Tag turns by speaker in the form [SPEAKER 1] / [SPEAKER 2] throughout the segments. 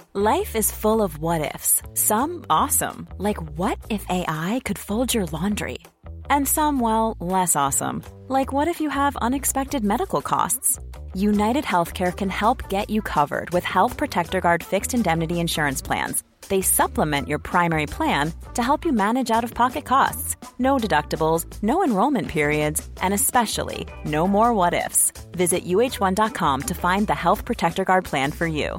[SPEAKER 1] Life is full of what-ifs. Some awesome, like what if AI could fold your laundry? And some, well, less awesome, like what if you have unexpected medical costs? United Healthcare can help get you covered with Health Protector Guard fixed indemnity insurance plans. They supplement your primary plan to help you manage out-of-pocket costs. No deductibles, no enrollment periods, and especially no more what-ifs. Visit uh1.com to find the Health Protector Guard plan for you.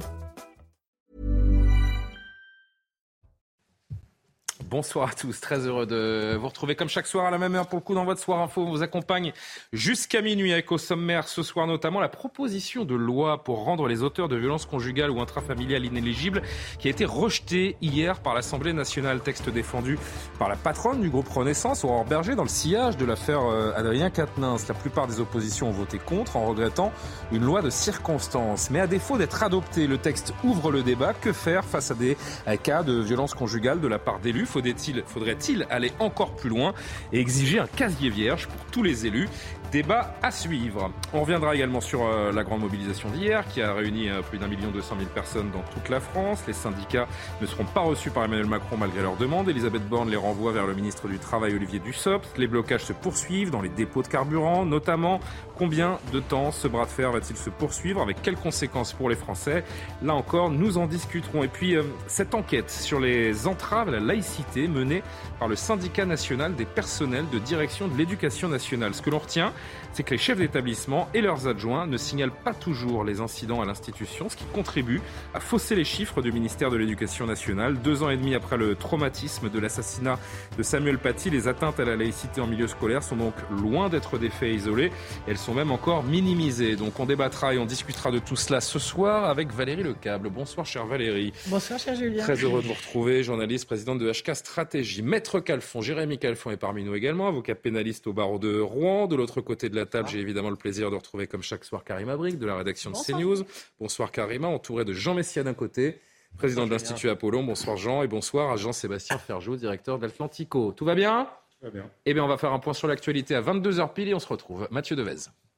[SPEAKER 2] Bonsoir à tous, très heureux de vous retrouver comme chaque soir à la même heure pour le coup d'envoi de Soir Info. On vous accompagne jusqu'à minuit avec au sommaire ce soir notamment la proposition de loi pour rendre les auteurs de violences conjugales ou intrafamiliales inéligibles qui a été rejetée hier par l'Assemblée nationale. Texte défendu par la patronne du groupe Renaissance, Aurore Berger, dans le sillage de l'affaire Adrien Quatennens. La plupart des oppositions ont voté contre en regrettant une loi de circonstance. Mais à défaut d'être adopté, le texte ouvre le débat. Que faire face à des cas de violences conjugales de la part d'élus ? Faudrait-il aller encore plus loin et exiger un casier vierge pour tous les élus ? Débat à suivre. On reviendra également sur la grande mobilisation d'hier qui a réuni plus d'1 200 000 personnes dans toute la France. Les syndicats ne seront pas reçus par Emmanuel Macron malgré leur demande. Elisabeth Borne les renvoie vers le ministre du Travail Olivier Dussopt. Les blocages se poursuivent dans les dépôts de carburant notamment. Combien de temps ce bras de fer va-t-il se poursuivre ? Avec quelles conséquences pour les Français ? Là encore, nous en discuterons. Et puis, cette enquête sur les entraves à la laïcité menée par le syndicat national des personnels de direction de l'éducation nationale. Ce que l'on retient, c'est que les chefs d'établissement et leurs adjoints ne signalent pas toujours les incidents à l'institution, ce qui contribue à fausser les chiffres du ministère de l'Éducation nationale. 2 ans et demi après le traumatisme de l'assassinat de Samuel Paty, les atteintes à la laïcité en milieu scolaire sont donc loin d'être des faits isolés. Elles sont même encore minimisées. Donc on débattra et on discutera de tout cela ce soir avec Valérie Lecable. Bonsoir chère Valérie.
[SPEAKER 3] Bonsoir cher Julien.
[SPEAKER 2] Très heureux de vous retrouver, journaliste, présidente de HK Stratégie. Maître Calfon, Jérémy Calfon est parmi nous également, avocat pénaliste au barreau de Rouen. De l'autre côté de la table, j'ai évidemment le plaisir de retrouver comme chaque soir Karima Brick de la rédaction de CNews. Bonsoir Karima, entouré de Jean Messia d'un côté, président de l'Institut Apollon. Bonsoir Jean, et bonsoir à Jean-Sébastien Ferjou, directeur d'Atlantico. Tout va bien ?
[SPEAKER 4] Tout va bien.
[SPEAKER 2] Eh bien on va faire un point sur l'actualité à 22h pile et on se retrouve. Mathieu Devez.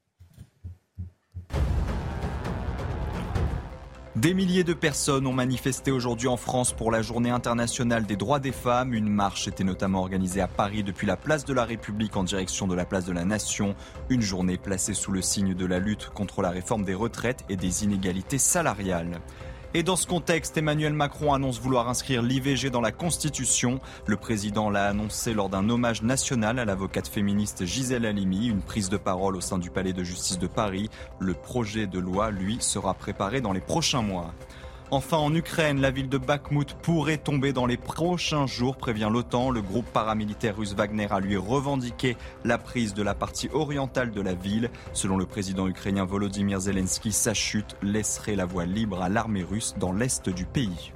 [SPEAKER 5] Des milliers de personnes ont manifesté aujourd'hui en France pour la Journée internationale des droits des femmes. Une marche était notamment organisée à Paris depuis la place de la République en direction de la place de la Nation. Une journée placée sous le signe de la lutte contre la réforme des retraites et des inégalités salariales. Et dans ce contexte, Emmanuel Macron annonce vouloir inscrire l'IVG dans la Constitution. Le président l'a annoncé lors d'un hommage national à l'avocate féministe Gisèle Halimi, une prise de parole au sein du Palais de justice de Paris. Le projet de loi, lui, sera préparé dans les prochains mois. Enfin, en Ukraine, la ville de Bakhmout pourrait tomber dans les prochains jours, prévient l'OTAN. Le groupe paramilitaire russe Wagner a lui revendiqué la prise de la partie orientale de la ville. Selon le président ukrainien Volodymyr Zelensky, sa chute laisserait la voie libre à l'armée russe dans l'est du pays.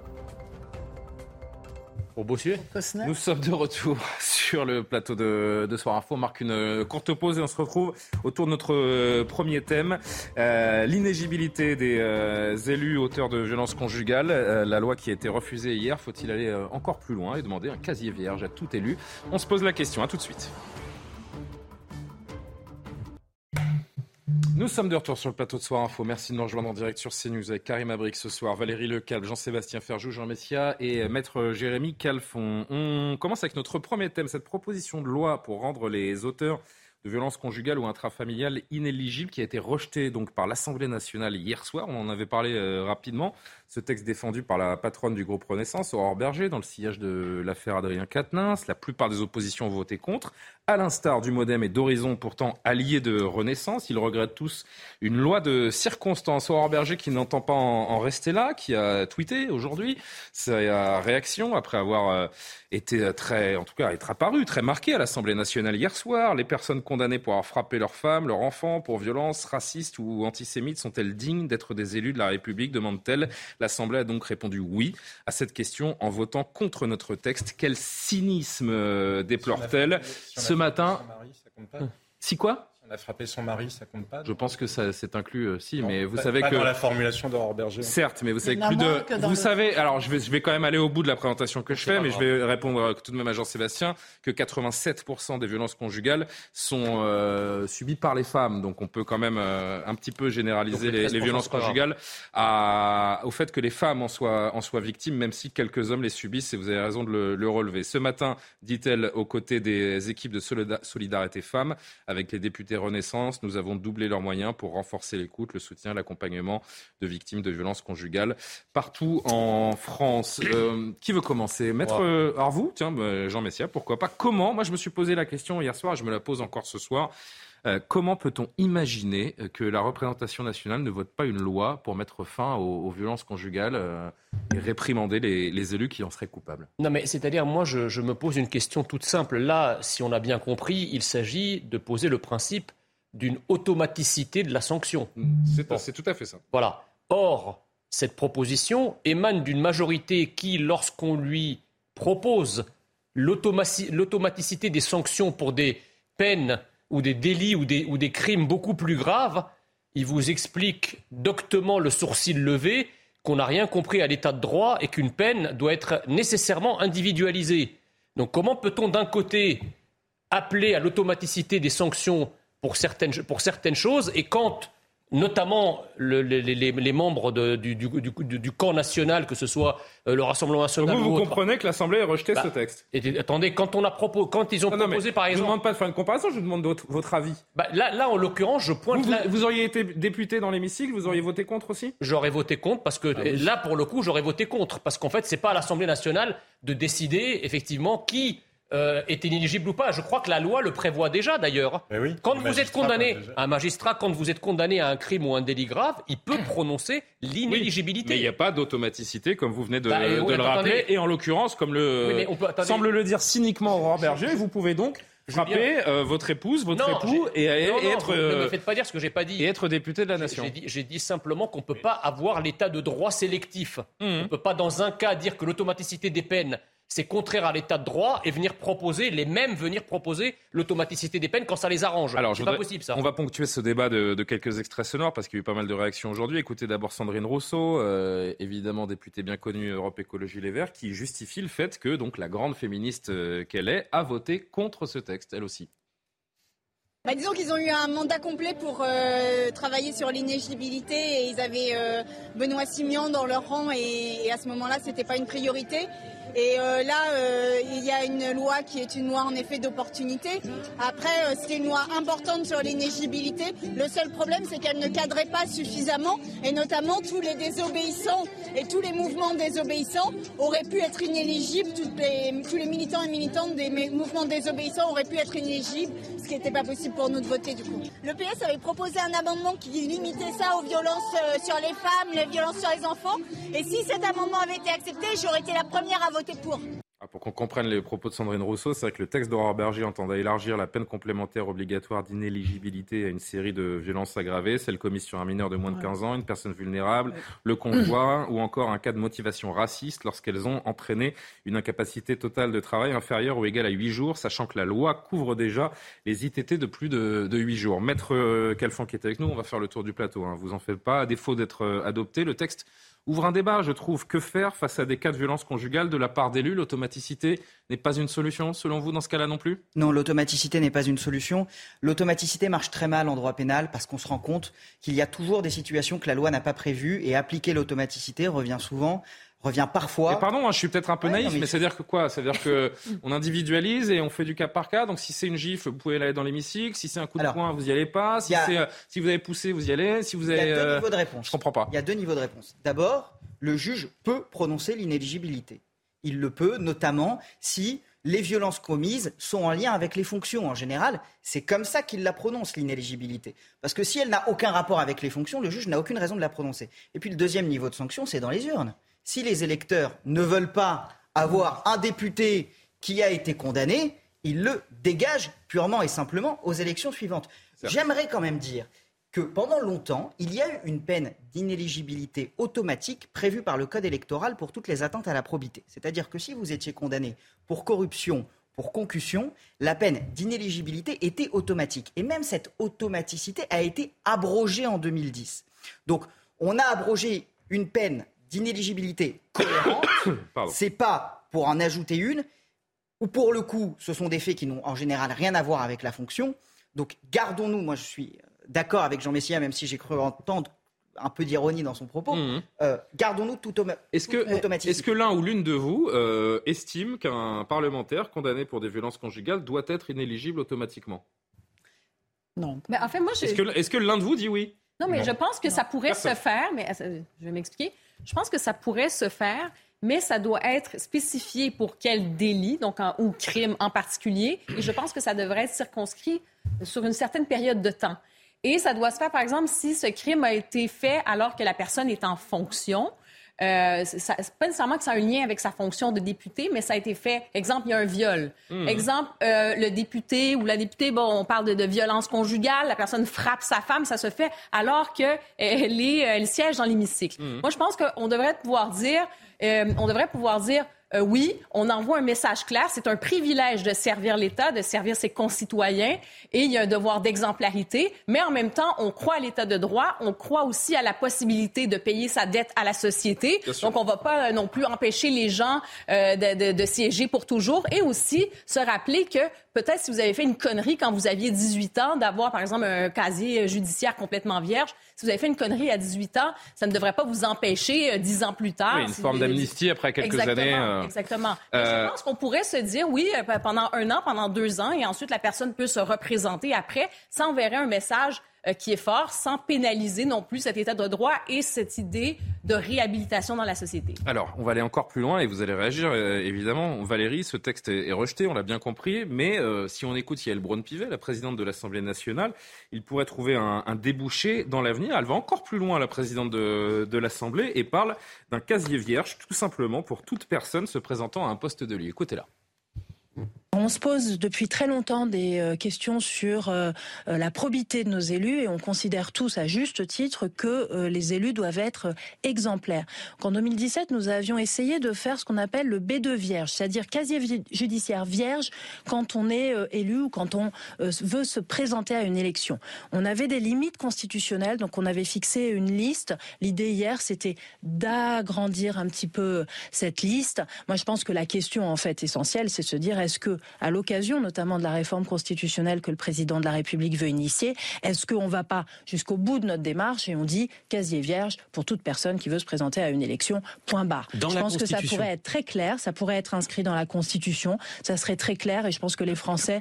[SPEAKER 2] Pour Bossuet, nous sommes de retour sur le plateau de Soir Info. On marque une courte pause et on se retrouve autour de notre premier thème, l'inéligibilité des élus auteurs de violences conjugales. La loi qui a été refusée hier, faut-il aller encore plus loin et demander un casier vierge à tout élu ? On se pose la question, à tout de suite. Nous sommes de retour sur le plateau de Soir Info. Merci de nous rejoindre en direct sur CNews avec Karima Brick ce soir, Valérie Lecable, Jean-Sébastien Ferjou, Jean Messia et Maître Jérémy Calfon. On commence avec notre premier thème, cette proposition de loi pour rendre les auteurs de violences conjugales ou intrafamiliales inéligibles qui a été rejetée donc par l'Assemblée nationale hier soir. On en avait parlé rapidement. Ce texte défendu par la patronne du groupe Renaissance, Aurore Berger, dans le sillage de l'affaire Adrien Quatennens. La plupart des oppositions ont voté contre. À l'instar du Modem et d'Horizon, pourtant alliés de Renaissance, ils regrettent tous une loi de circonstance. Aurore Berger qui n'entend pas en rester là, qui a tweeté aujourd'hui sa réaction après avoir été très, en tout cas être apparu très marqué à l'Assemblée nationale hier soir. Les personnes condamnées pour avoir frappé leurs femmes, leurs enfants, pour violences racistes ou antisémites sont-elles dignes d'être des élus de la République, demande-t-elle. L'Assemblée a donc répondu oui à cette question en votant contre notre texte. Quel cynisme déplore-t-elle ce matin? Si quoi?
[SPEAKER 3] Elle a frappé son mari, ça compte pas?
[SPEAKER 2] Je pense que ça c'est inclus, si,
[SPEAKER 3] non,
[SPEAKER 2] mais vous
[SPEAKER 3] pas,
[SPEAKER 2] savez
[SPEAKER 3] pas
[SPEAKER 2] que...
[SPEAKER 3] dans la formulation d'Aurore Berger.
[SPEAKER 2] Certes, mais vous savez que plus de... Vous savez, alors je vais quand même aller au bout de la présentation que je fais, mais je vais répondre tout de même à Jean-Sébastien, que 87% des violences conjugales sont subies par les femmes. Donc on peut quand même un petit peu généraliser les violences conjugales au fait que les femmes en soient victimes, même si quelques hommes les subissent, et vous avez raison de le relever. Ce matin, dit-elle, aux côtés des équipes de Solidarité Femmes, avec les députés Renaissance, nous avons doublé leurs moyens pour renforcer l'écoute, le soutien, l'accompagnement de victimes de violences conjugales partout en France. Qui veut commencer? Alors vous, tiens, Jean Messia, pourquoi pas? Comment? Moi, je me suis posé la question hier soir, je me la pose encore ce soir. Comment peut-on imaginer que la représentation nationale ne vote pas une loi pour mettre fin aux violences conjugales et réprimander les élus qui en seraient coupables?
[SPEAKER 4] Non, mais c'est-à-dire, moi, je me pose une question toute simple. Là, si on a bien compris, il s'agit de poser le principe d'une automaticité de la sanction.
[SPEAKER 2] C'est tout à fait ça.
[SPEAKER 4] Voilà. Or, cette proposition émane d'une majorité qui, lorsqu'on lui propose l'automaticité des sanctions pour des peines ou des délits ou des crimes beaucoup plus graves, il vous explique doctement le sourcil levé qu'on n'a rien compris à l'état de droit et qu'une peine doit être nécessairement individualisée. Donc comment peut-on d'un côté appeler à l'automaticité des sanctions pour certaines choses et quand notamment les membres du camp national, que ce soit le Rassemblement national
[SPEAKER 2] vous
[SPEAKER 4] ou autre.
[SPEAKER 2] Comprenez que l'Assemblée a rejeté ce texte.
[SPEAKER 4] Attendez, quand ils ont proposé par exemple...
[SPEAKER 2] Je ne demande pas de faire une comparaison, je demande votre avis.
[SPEAKER 4] Là, en l'occurrence, je pointe...
[SPEAKER 2] Vous auriez été député dans l'hémicycle, vous auriez voté contre aussi?
[SPEAKER 4] J'aurais voté contre parce que là, pour le coup, j'aurais voté contre. Parce qu'en fait, c'est pas à l'Assemblée nationale de décider effectivement qui... est inéligible ou pas. Je crois que la loi le prévoit déjà d'ailleurs.
[SPEAKER 3] Oui,
[SPEAKER 4] quand vous êtes condamné, un magistrat, quand vous êtes condamné à un crime ou un délit grave, il peut prononcer l'inéligibilité.
[SPEAKER 2] Mais il n'y a pas d'automaticité, comme vous venez de le rappeler. Et en l'occurrence, comme semble le dire cyniquement Aurore Berger, vous pouvez donc frapper votre épouse, votre époux et être...
[SPEAKER 4] Ne me faites pas dire ce que j'ai pas dit.
[SPEAKER 2] Et être député de la nation.
[SPEAKER 4] J'ai dit simplement qu'on ne peut pas avoir l'état de droit sélectif. On ne peut pas dans un cas dire que l'automaticité des peines c'est contraire à l'état de droit et venir proposer l'automaticité des peines quand ça les arrange.
[SPEAKER 2] Alors,
[SPEAKER 4] c'est pas possible ça.
[SPEAKER 2] On va ponctuer ce débat de quelques extraits sonores parce qu'il y a eu pas mal de réactions aujourd'hui. Écoutez d'abord Sandrine Rousseau, évidemment députée bien connue Europe Écologie Les Verts, qui justifie le fait que donc la grande féministe qu'elle est a voté contre ce texte, elle aussi.
[SPEAKER 6] Disons qu'ils ont eu un mandat complet pour travailler sur l'inéligibilité et ils avaient Benoît Simian dans leur rang et à ce moment-là, c'était pas une priorité. Et il y a une loi qui est une loi en effet d'opportunité. Après, c'est une loi importante sur l'inéligibilité. Le seul problème, c'est qu'elle ne cadrait pas suffisamment et notamment tous les désobéissants et tous les mouvements désobéissants auraient pu être inéligibles. Tous les militants et militantes des mouvements désobéissants auraient pu être inéligibles, ce qui n'était pas possible pour nous de voter du coup. Le PS avait proposé un amendement qui limitait ça aux violences sur les femmes, les violences sur les enfants. Et si cet amendement avait été accepté, j'aurais été la première à voter pour.
[SPEAKER 2] Pour qu'on comprenne les propos de Sandrine Rousseau, c'est vrai que le texte d'Aurore Berger entendait élargir la peine complémentaire obligatoire d'inéligibilité à une série de violences aggravées, celle commise sur un mineur de moins de 15 ans, une personne vulnérable, le conjoint ou encore un cas de motivation raciste lorsqu'elles ont entraîné une incapacité totale de travail inférieure ou égale à 8 jours, sachant que la loi couvre déjà les ITT de plus de 8 jours. Maître Calfon qui est avec nous, on va faire le tour du plateau, vous en faites pas. À défaut d'être adopté, le texte ouvre un débat, je trouve. Que faire face à des cas de violence conjugale de la part d'élus? L'automaticité n'est pas une solution, selon vous, dans ce cas-là non plus?
[SPEAKER 7] Non, l'automaticité n'est pas une solution. L'automaticité marche très mal en droit pénal parce qu'on se rend compte qu'il y a toujours des situations que la loi n'a pas prévues et appliquer l'automaticité revient parfois...
[SPEAKER 2] Et pardon, je suis peut-être un peu naïf, mais c'est-à-dire que quoi? C'est-à-dire qu'on individualise et on fait du cas par cas. Donc si c'est une gifle, vous pouvez aller dans l'hémicycle. Si c'est un coup de poing, vous n'y allez pas. Si vous avez poussé, vous y allez. Si vous avez...
[SPEAKER 7] Il y a deux niveaux de réponse.
[SPEAKER 2] Je comprends pas.
[SPEAKER 7] Il y a deux niveaux de réponse. D'abord, le juge peut prononcer l'inéligibilité. Il le peut, notamment si les violences commises sont en lien avec les fonctions. En général, c'est comme ça qu'il la prononce, l'inéligibilité. Parce que si elle n'a aucun rapport avec les fonctions, le juge n'a aucune raison de la prononcer. Et puis le deuxième niveau de sanction, c'est dans les urnes. Si les électeurs ne veulent pas avoir un député qui a été condamné, ils le dégagent purement et simplement aux élections suivantes. J'aimerais quand même dire que pendant longtemps, il y a eu une peine d'inéligibilité automatique prévue par le Code électoral pour toutes les atteintes à la probité. C'est-à-dire que si vous étiez condamné pour corruption pour concussion, la peine d'inéligibilité était automatique. Et même cette automaticité a été abrogée en 2010. Donc, on a abrogé une peine d'inéligibilité cohérente. C'est pas pour en ajouter une, ou pour le coup, ce sont des faits qui n'ont en général rien à voir avec la fonction. Donc, gardons-nous, moi je suis d'accord avec Jean Messia, même si j'ai cru entendre un peu d'ironie dans son propos, gardons-nous toute automaticité.
[SPEAKER 2] Est-ce que l'un ou l'une de vous estime qu'un parlementaire condamné pour des violences conjugales doit être inéligible automatiquement ?
[SPEAKER 8] Non. Mais en fait, moi,
[SPEAKER 2] Est-ce que l'un de vous dit oui ?
[SPEAKER 8] Non, mais je pense que ça pourrait se faire, mais je vais m'expliquer. Je pense que ça pourrait se faire, mais ça doit être spécifié pour quel délit, donc ou crime en particulier, et je pense que ça devrait être circonscrit sur une certaine période de temps. Et ça doit se faire, par exemple, si ce crime a été fait alors que la personne est en fonction. C'est pas nécessairement que ça a un lien avec sa fonction de député, mais ça a été fait. Exemple, il y a un viol. Exemple, le député ou la députée, on parle de violence conjugale, la personne frappe sa femme, ça se fait alors qu'elle siège dans l'hémicycle. Moi, je pense qu'on devrait pouvoir dire, oui, on envoie un message clair. C'est un privilège de servir l'État, de servir ses concitoyens, et il y a un devoir d'exemplarité. Mais en même temps, on croit à l'État de droit, on croit aussi à la possibilité de payer sa dette à la société. Donc, on ne va pas non plus empêcher les gens de siéger pour toujours. Et aussi se rappeler que peut-être si vous avez fait une connerie quand vous aviez 18 ans, d'avoir, par exemple, un casier judiciaire complètement vierge, si vous avez fait une connerie à 18 ans, ça ne devrait pas vous empêcher 10 ans plus tard.
[SPEAKER 2] Oui, une forme d'amnistie après quelques années.
[SPEAKER 8] Exactement. Je pense qu'on pourrait se dire, oui, pendant 1 an, pendant 2 ans, et ensuite la personne peut se représenter après. Ça enverrait un message qui est fort, sans pénaliser non plus cet état de droit et cette idée de réhabilitation dans la société.
[SPEAKER 2] Alors, on va aller encore plus loin et vous allez réagir, évidemment. Valérie, ce texte est rejeté, on l'a bien compris, mais si on écoute Yaël Braun-Pivet, la présidente de l'Assemblée nationale, il pourrait trouver un débouché dans l'avenir. Elle va encore plus loin, la présidente de l'Assemblée, et parle d'un casier vierge, tout simplement pour toute personne se présentant à un poste d'élu. Écoutez-la.
[SPEAKER 9] On se pose depuis très longtemps des questions sur la probité de nos élus et on considère tous à juste titre que les élus doivent être exemplaires. En 2017, nous avions essayé de faire ce qu'on appelle le B2 vierge, c'est-à-dire casier judiciaire vierge quand on est élu ou quand on veut se présenter à une élection. On avait des limites constitutionnelles, donc on avait fixé une liste. L'idée hier, c'était d'agrandir un petit peu cette liste. Moi, je pense que la question en fait essentielle, c'est de se dire est-ce que à l'occasion notamment de la réforme constitutionnelle que le président de la République veut initier, est-ce qu'on ne va pas jusqu'au bout de notre démarche et on dit casier vierge pour toute personne qui veut se présenter à une élection, point barre. Je pense que ça pourrait être très clair, ça pourrait être inscrit dans la Constitution, ça serait très clair et je pense que les Français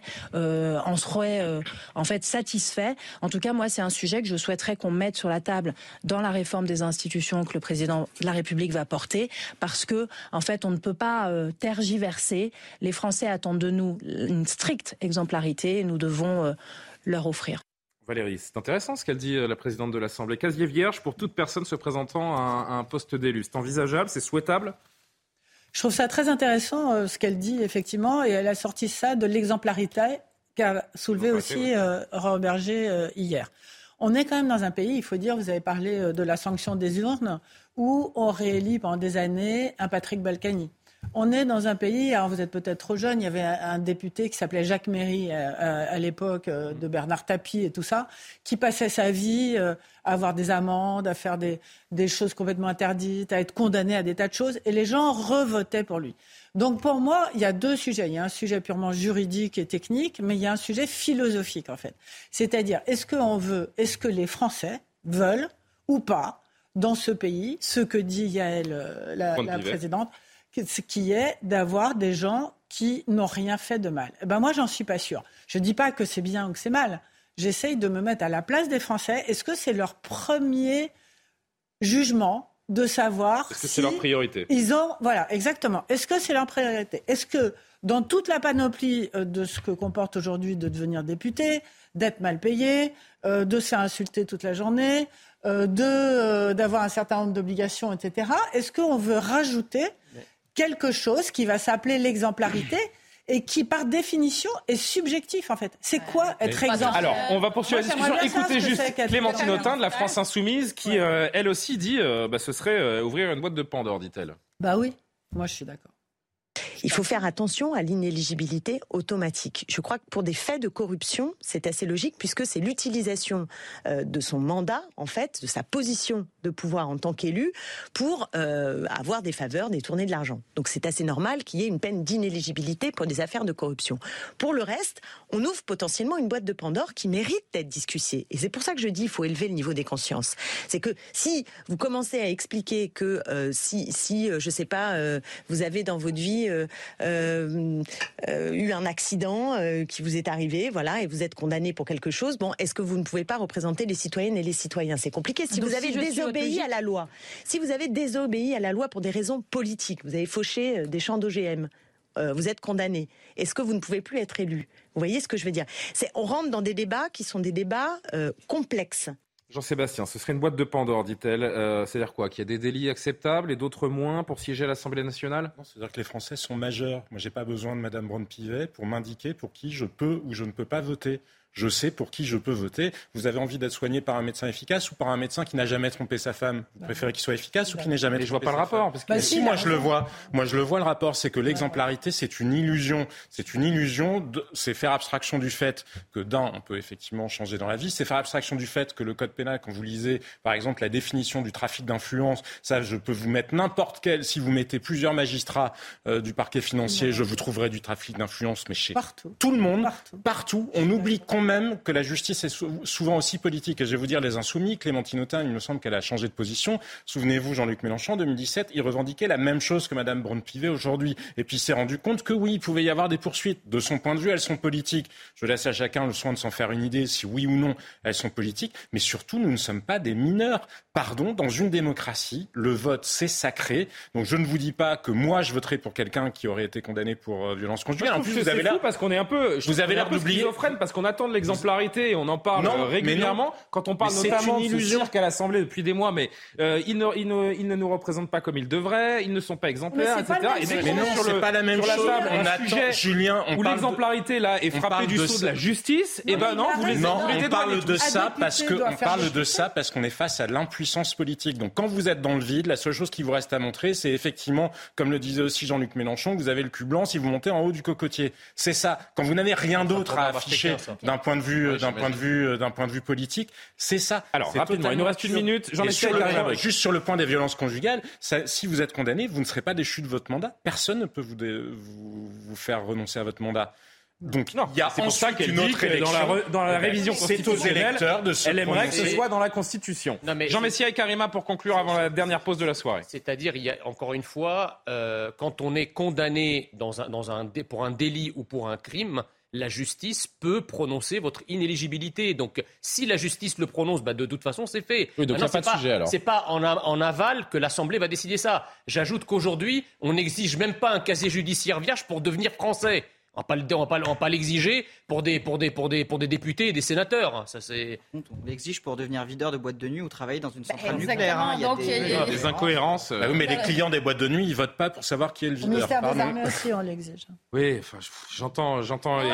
[SPEAKER 9] en seraient en fait satisfaits. En tout cas, moi, c'est un sujet que je souhaiterais qu'on mette sur la table dans la réforme des institutions que le président de la République va porter parce que, en fait, on ne peut pas tergiverser. Les Français attendent de nous une stricte exemplarité et nous devons leur offrir.
[SPEAKER 2] Valérie, c'est intéressant ce qu'elle dit, la présidente de l'Assemblée. Casier vierge pour toute personne se présentant à un poste d'élu. C'est envisageable, c'est souhaitable ?
[SPEAKER 8] Je trouve ça très intéressant ce qu'elle dit, effectivement, et elle a sorti ça de l'exemplarité qu'a soulevé aussi Robert Berger hier. On est quand même dans un pays, il faut dire, vous avez parlé de la sanction des urnes, où on réélit pendant des années un Patrick Balkany. On est dans un pays, alors vous êtes peut-être trop jeune, il y avait un député qui s'appelait Jacques Méry à l'époque de Bernard Tapie et tout ça, qui passait sa vie à avoir des amendes, à faire des choses complètement interdites, à être condamné à des tas de choses, et les gens revotaient pour lui. Donc pour moi, il y a 2 sujets. Il y a un sujet purement juridique et technique, mais il y a un sujet philosophique en fait. C'est-à-dire, est-ce que les Français veulent ou pas, dans ce pays, ce que dit Yaël, la présidente, ce qui est d'avoir des gens qui n'ont rien fait de mal. Moi, j'en suis pas sûre. Je ne dis pas que c'est bien ou que c'est mal. J'essaye de me mettre à la place des Français. Est-ce que c'est leur premier jugement de savoir
[SPEAKER 2] Est-ce que c'est leur priorité ?
[SPEAKER 8] Voilà, exactement. Est-ce que c'est leur priorité ? Est-ce que dans toute la panoplie de ce que comporte aujourd'hui de devenir député, d'être mal payé, de se faire insulter toute la journée, d'avoir un certain nombre d'obligations, etc., est-ce qu'on veut rajouter quelque chose qui va s'appeler l'exemplarité et qui, par définition, est subjectif, en fait. C'est quoi être exemplaire ?
[SPEAKER 2] Alors, on va poursuivre la discussion. Écoutez juste Clémentine Autain de la France Insoumise qui, elle aussi, dit ce serait ouvrir une boîte de Pandore, dit-elle.
[SPEAKER 8] Bah oui, moi je suis d'accord.
[SPEAKER 10] il faut faire attention à l'inéligibilité automatique. Je crois que pour des faits de corruption, c'est assez logique puisque c'est l'utilisation de son mandat, en fait, de sa position de pouvoir en tant qu'élu pour avoir des faveurs, détourner de l'argent. Donc c'est assez normal qu'il y ait une peine d'inéligibilité pour des affaires de corruption. Pour le reste, on ouvre potentiellement une boîte de Pandore qui mérite d'être discussiée. Et c'est pour ça que je dis qu'il faut élever le niveau des consciences. C'est que si vous commencez à expliquer que je sais pas, vous avez dans votre vie eu un accident qui vous est arrivé, voilà, et vous êtes condamné pour quelque chose, bon, est-ce que vous ne pouvez pas représenter les citoyennes et les citoyens? C'est compliqué. Si vous avez désobéi à la loi, si vous avez désobéi à la loi pour des raisons politiques, vous avez fauché des champs d'OGM, vous êtes condamné. Est-ce que vous ne pouvez plus être élu? Vous voyez ce que je veux dire? On rentre dans des débats qui sont des débats complexes.
[SPEAKER 2] Jean-Sébastien, ce serait une boîte de Pandore, dit-elle. C'est-à-dire quoi? Qu'il y a des délits acceptables et d'autres moins pour siéger à l'Assemblée nationale?
[SPEAKER 3] Non, c'est-à-dire que les Français sont majeurs. Moi, j'ai pas besoin de Mme Braun-Pivet pour m'indiquer pour qui je peux ou je ne peux pas voter. Je sais pour qui je peux voter. Vous avez envie d'être soigné par un médecin efficace ou par un médecin qui n'a jamais trompé sa femme? Vous préférez qu'il soit efficace ou qu'il n'ait jamais trompé sa femme?
[SPEAKER 2] Je vois pas le rapport. Parce que...
[SPEAKER 3] Si, moi je le vois. Moi je le vois, le rapport, c'est que l'exemplarité, c'est une illusion. C'est une illusion, c'est faire abstraction du fait que on peut effectivement changer dans la vie. C'est faire abstraction du fait que le code pénal, quand vous lisez, par exemple, la définition du trafic d'influence, ça, je peux vous mettre n'importe quel, si vous mettez plusieurs magistrats du parquet financier, je vous trouverai du trafic d'influence, mais chez tout le monde, partout. On oublie même que la justice est souvent aussi politique. Et je vais vous dire, les Insoumis, Clémentine Autain, il me semble qu'elle a changé de position. Souvenez-vous, Jean-Luc Mélenchon, en 2017, il revendiquait la même chose que Mme Braun-Pivet aujourd'hui. Et puis il s'est rendu compte que oui, il pouvait y avoir des poursuites. De son point de vue, elles sont politiques. Je laisse à chacun le soin de s'en faire une idée, si oui ou non elles sont politiques. Mais surtout, nous ne sommes pas des mineurs. Pardon, dans une démocratie, le vote, c'est sacré. Donc je ne vous dis pas que moi, je voterai pour quelqu'un qui aurait été condamné pour violence conjugale.
[SPEAKER 2] En plus, vous avez l'air parce qu'on est un peu... Vous avez l'air d'oublier... parce qu'on attend de l'exemplarité et on en parle régulièrement. Quand on parle notamment de ce cirque à l'Assemblée depuis des mois, mais ils ne nous représentent pas comme ils devraient, ils ne sont pas exemplaires, etc.
[SPEAKER 3] Mais non, c'est pas la même chose.
[SPEAKER 2] On attend, Julien, où l'exemplarité là est frappée du sceau de la justice. Et ben non, vous les
[SPEAKER 3] on parle de ça parce qu'on est face à l'impuissance politique. Donc quand vous êtes dans le vide, la seule chose qui vous reste à montrer, c'est effectivement, comme le disait aussi Jean-Luc Mélenchon, vous avez le cul blanc si vous montez en haut du cocotier. C'est ça. Quand vous n'avez rien d'autre à afficher d'un point de vue politique, c'est ça.
[SPEAKER 2] Alors rapidement, il nous reste une minute.
[SPEAKER 3] Juste sur le point des violences conjugales, si vous êtes condamné, vous ne serez pas déchu de votre mandat. Personne ne peut vous faire renoncer à votre mandat. Donc, il y a
[SPEAKER 2] c'est pour ça qu'elle dit que dans la révision constitutionnelle, elle aimerait que ce soit dans la Constitution. Jean Messia et Karima pour conclure avant la dernière pause de la soirée.
[SPEAKER 4] C'est-à-dire, il y a encore une fois, quand on est condamné pour un délit ou pour un crime, la justice peut prononcer votre inéligibilité. Donc, si la justice le prononce, de toute façon, c'est fait.
[SPEAKER 2] Oui, donc il n'y a pas de sujet, alors.
[SPEAKER 4] C'est pas en aval que l'Assemblée va décider ça. J'ajoute qu'aujourd'hui, on n'exige même pas un casier judiciaire vierge pour devenir français. On va pas l'exiger pour des députés et des sénateurs. Ça, c'est...
[SPEAKER 7] On l'exige pour devenir videur de boîte de nuit ou travailler dans une centrale nucléaire.
[SPEAKER 2] Il y a des incohérences.
[SPEAKER 3] Oui, mais les clients des boîtes de nuit, ils votent pas pour savoir qui est le videur.
[SPEAKER 8] Au ministère des Armées aussi, on l'exige.
[SPEAKER 2] Oui, enfin, j'entends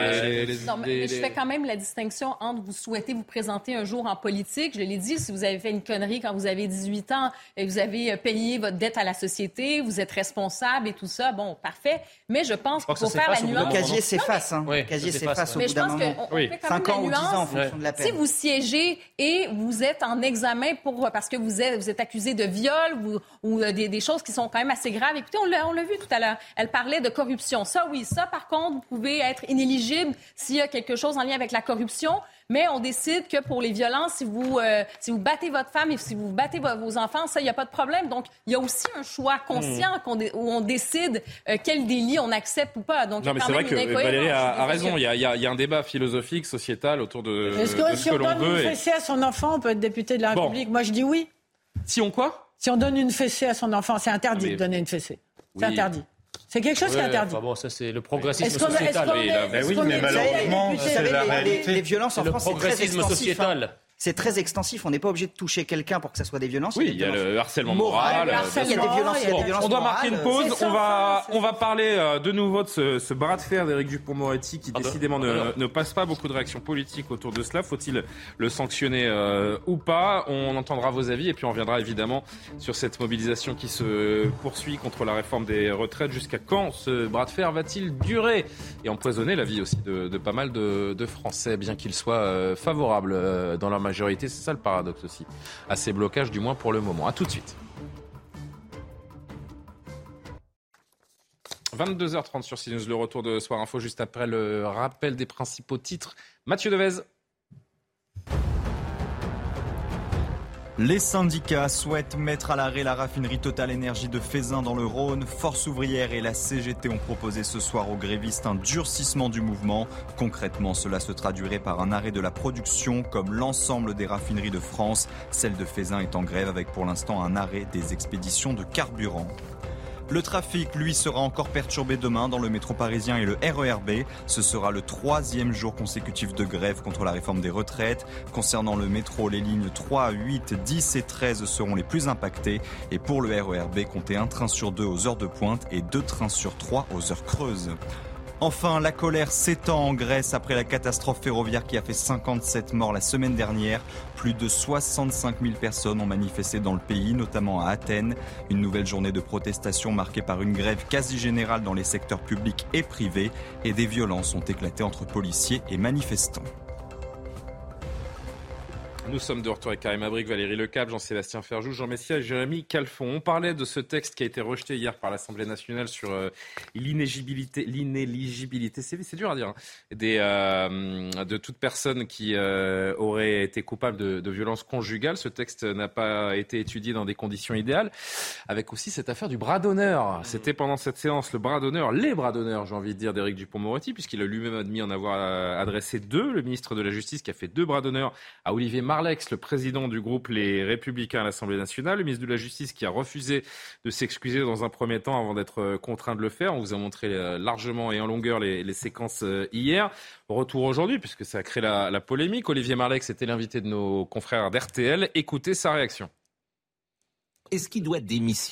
[SPEAKER 11] mais je fais quand même la distinction entre vous souhaitez vous présenter un jour en politique. Je l'ai dit, si vous avez fait une connerie quand vous avez 18 ans et vous avez payé votre dette à la société, vous êtes responsable et tout ça, bon, parfait. Mais je pense qu'il faut faire la nuance.
[SPEAKER 7] Le casier s'efface, au bout d'un moment.
[SPEAKER 11] Mais je pense qu'on fait quand même 5 ans ou 10 ans en fonction de la peine. Si vous siégez et vous êtes en examen parce que vous êtes accusé de viol ou des choses qui sont quand même assez graves. Écoutez, on l'a vu tout à l'heure. Elle parlait de corruption. Ça, oui. Ça, par contre, vous pouvez être inéligible s'il y a quelque chose en lien avec la corruption. Mais on décide que pour les violences, si vous battez votre femme et si vous battez vos enfants, ça, il n'y a pas de problème. Donc, il y a aussi un choix conscient où on décide quel délit on accepte ou pas. Donc,
[SPEAKER 2] non, mais c'est vrai que Valérie a raison. Il y a un débat philosophique, sociétal autour de
[SPEAKER 8] ce que l'on veut. Est-ce qu'on donne une fessée à son enfant, on peut être député de la République? Moi, je dis oui.
[SPEAKER 2] Si on quoi?
[SPEAKER 8] Si on donne une fessée à son enfant, c'est interdit de donner une fessée. C'est interdit. C'est quelque chose qui est interdit.
[SPEAKER 4] Enfin bon, ça c'est le progressisme sociétal.
[SPEAKER 3] Oui, mais malheureusement, c'est la réalité.
[SPEAKER 7] Les violences en France, c'est très extensif. c'est très extensif. On n'est pas obligé de toucher quelqu'un pour que ça soit des violences.
[SPEAKER 2] Oui, il y a le harcèlement moral.
[SPEAKER 7] Il y a des violences.
[SPEAKER 2] On doit marquer une pause. On va parler de nouveau de ce bras de fer d'Éric Dupond-Moretti qui décidément ne passe pas. Beaucoup de réactions politiques autour de cela. Faut-il le sanctionner ou pas? On entendra vos avis et puis on reviendra évidemment sur cette mobilisation qui se poursuit contre la réforme des retraites. Jusqu'à quand ce bras de fer va-t-il durer et empoisonner la vie aussi de pas mal de Français, bien qu'ils soient favorables dans leur majorité? C'est ça le paradoxe aussi à ces blocages, du moins pour le moment. À tout de suite. 22h30 sur CNews, le retour de Soir Info juste après le rappel des principaux titres. Mathieu Devez.
[SPEAKER 5] Les syndicats souhaitent mettre à l'arrêt la raffinerie Total Énergie de Feyzin dans le Rhône. Force ouvrière et la CGT ont proposé ce soir aux grévistes un durcissement du mouvement. Concrètement, cela se traduirait par un arrêt de la production, comme l'ensemble des raffineries de France. Celle de Feyzin est en grève avec pour l'instant un arrêt des expéditions de carburant. Le trafic, lui, sera encore perturbé demain dans le métro parisien et le RER B. Ce sera le 3e jour consécutif de grève contre la réforme des retraites. Concernant le métro, les lignes 3, 8, 10 et 13 seront les plus impactées. Et pour le RER B, comptez un train sur 2 aux heures de pointe et 2 trains sur 3 aux heures creuses. Enfin, la colère s'étend en Grèce après la catastrophe ferroviaire qui a fait 57 morts la semaine dernière. Plus de 65 000 personnes ont manifesté dans le pays, notamment à Athènes. Une nouvelle journée de protestation marquée par une grève quasi générale dans les secteurs publics et privés. Et des violences ont éclaté entre policiers et manifestants.
[SPEAKER 2] Nous sommes de retour avec Karim Abric, Valérie Lecap, Jean-Sébastien Ferjou, Jean Messia et Jérémy Calfon. On parlait de ce texte qui a été rejeté hier par l'Assemblée nationale sur l'inéligibilité, c'est dur à dire, de toute personne qui aurait été coupable de violences conjugales. Ce texte n'a pas été étudié dans des conditions idéales, avec aussi cette affaire du bras d'honneur. C'était pendant cette séance les bras d'honneur, j'ai envie de dire, d'Éric Dupond-Moretti, puisqu'il a lui-même admis en avoir adressé 2. Le ministre de la Justice qui a fait 2 bras d'honneur à Olivier Marleix, le président du groupe Les Républicains à l'Assemblée nationale, le ministre de la Justice qui a refusé de s'excuser dans un premier temps avant d'être contraint de le faire. On vous a montré largement et en longueur les séquences hier. Retour aujourd'hui, puisque ça a créé la polémique. Olivier Marleix était l'invité de nos confrères d'RTL. Écoutez sa réaction.
[SPEAKER 12] Est-ce qu'il doit démissionner ?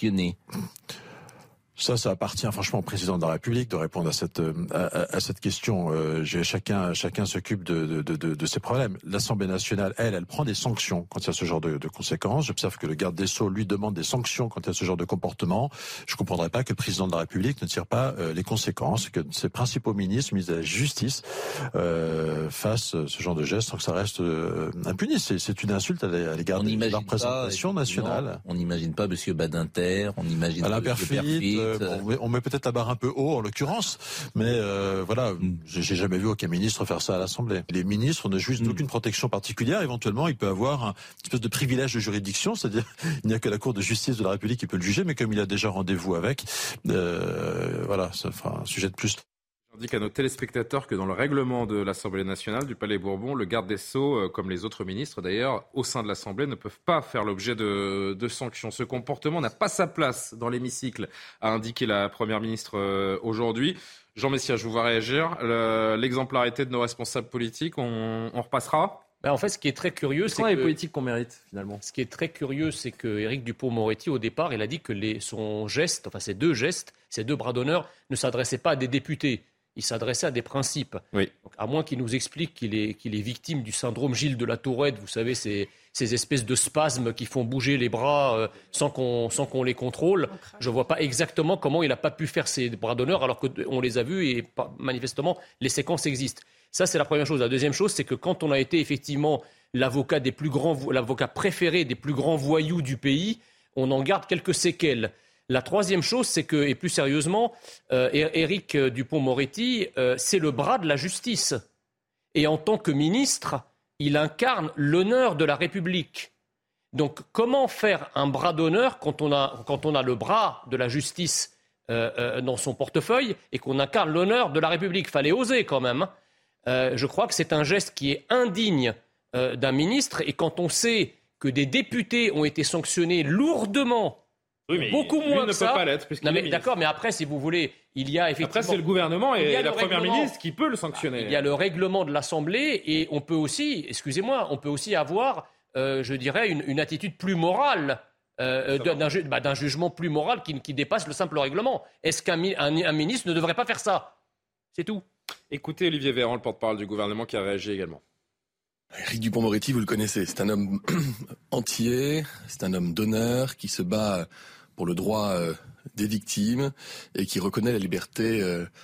[SPEAKER 13] Ça appartient franchement au président de la République de répondre à cette question. Chacun s'occupe de ses problèmes. L'Assemblée nationale, elle prend des sanctions quand il y a ce genre de conséquences. J'observe que le garde des Sceaux lui demande des sanctions quand il y a ce genre de comportement. Je ne comprendrais pas que le président de la République ne tire pas les conséquences, que ses principaux ministres, ministres de la Justice, fassent ce genre de gestes sans que ça reste impuni. C'est une insulte à l'égard de la représentation nationale.
[SPEAKER 12] On n'imagine pas M. Badinter, on imagine
[SPEAKER 13] Alain Peyrefitte. On met peut-être la barre un peu haut en l'occurrence, mais voilà, j'ai jamais vu aucun ministre faire ça à l'Assemblée. Les ministres ne jouissent d'aucune protection particulière. Éventuellement, il peut avoir une espèce de privilège de juridiction, c'est-à-dire il n'y a que la Cour de justice de la République qui peut le juger, mais comme il a déjà rendez-vous avec, voilà, ça fera un sujet de plus.
[SPEAKER 2] J'indique à nos téléspectateurs que dans le règlement de l'Assemblée nationale du Palais Bourbon, le garde des Sceaux, comme les autres ministres d'ailleurs, au sein de l'Assemblée, ne peuvent pas faire l'objet de sanctions. Ce comportement n'a pas sa place dans l'hémicycle, a indiqué la Première ministre aujourd'hui. Jean Messia, je vous vois réagir. L'exemplarité de nos responsables politiques, on repassera ?
[SPEAKER 4] En fait, ce qui est très curieux, c'est
[SPEAKER 2] les politiques qu'on mérite finalement.
[SPEAKER 4] Ce qui est très curieux, c'est que Éric Dupond-Moretti, au départ, il a dit que son geste, enfin ces 2 gestes, ces 2 bras d'honneur, ne s'adressaient pas à des députés. Il s'adressait à des principes.
[SPEAKER 2] Oui.
[SPEAKER 4] Donc, à moins qu'il nous explique qu'il est victime du syndrome Gilles de la Tourette, vous savez, ces espèces de spasmes qui font bouger les bras sans qu'on les contrôle. Je ne vois pas exactement comment il n'a pas pu faire ces bras d'honneur alors qu'on les a vus et manifestement les séquences existent. Ça, c'est la première chose. La deuxième chose, c'est que quand on a été effectivement l'avocat préféré des plus grands voyous du pays, on en garde quelques séquelles. La troisième chose, c'est que, et plus sérieusement, Éric Dupond-Moretti, c'est le bras de la justice. Et en tant que ministre, il incarne l'honneur de la République. Donc, comment faire un bras d'honneur quand on a le bras de la justice dans son portefeuille et qu'on incarne l'honneur de la République ? Fallait oser quand même. Je crois que c'est un geste qui est indigne d'un ministre. Et quand on sait que des députés ont été sanctionnés lourdement
[SPEAKER 2] Oui, mais
[SPEAKER 4] beaucoup
[SPEAKER 2] lui
[SPEAKER 4] moins
[SPEAKER 2] ne
[SPEAKER 4] que
[SPEAKER 2] peut
[SPEAKER 4] ça.
[SPEAKER 2] pas l'être, puisqu'il
[SPEAKER 4] Non, mais
[SPEAKER 2] est ministre.
[SPEAKER 4] d'accord, mais après, si vous voulez, il y a effectivement...
[SPEAKER 2] Après, c'est le gouvernement et la Première
[SPEAKER 4] règlement.
[SPEAKER 2] ministre qui peut le sanctionner.
[SPEAKER 4] Il y a le règlement de l'Assemblée et on peut aussi, on peut aussi avoir, je dirais, une attitude plus morale, d'un jugement plus moral qui dépasse le simple règlement. Est-ce qu'un ministre ne devrait pas faire ça ? C'est tout.
[SPEAKER 2] Écoutez Olivier Véran, le porte-parole du gouvernement, qui a réagi également.
[SPEAKER 14] Éric Dupond-Moretti, vous le connaissez, c'est un homme entier, c'est un homme d'honneur qui se bat pour le droit des victimes et qui reconnaît la liberté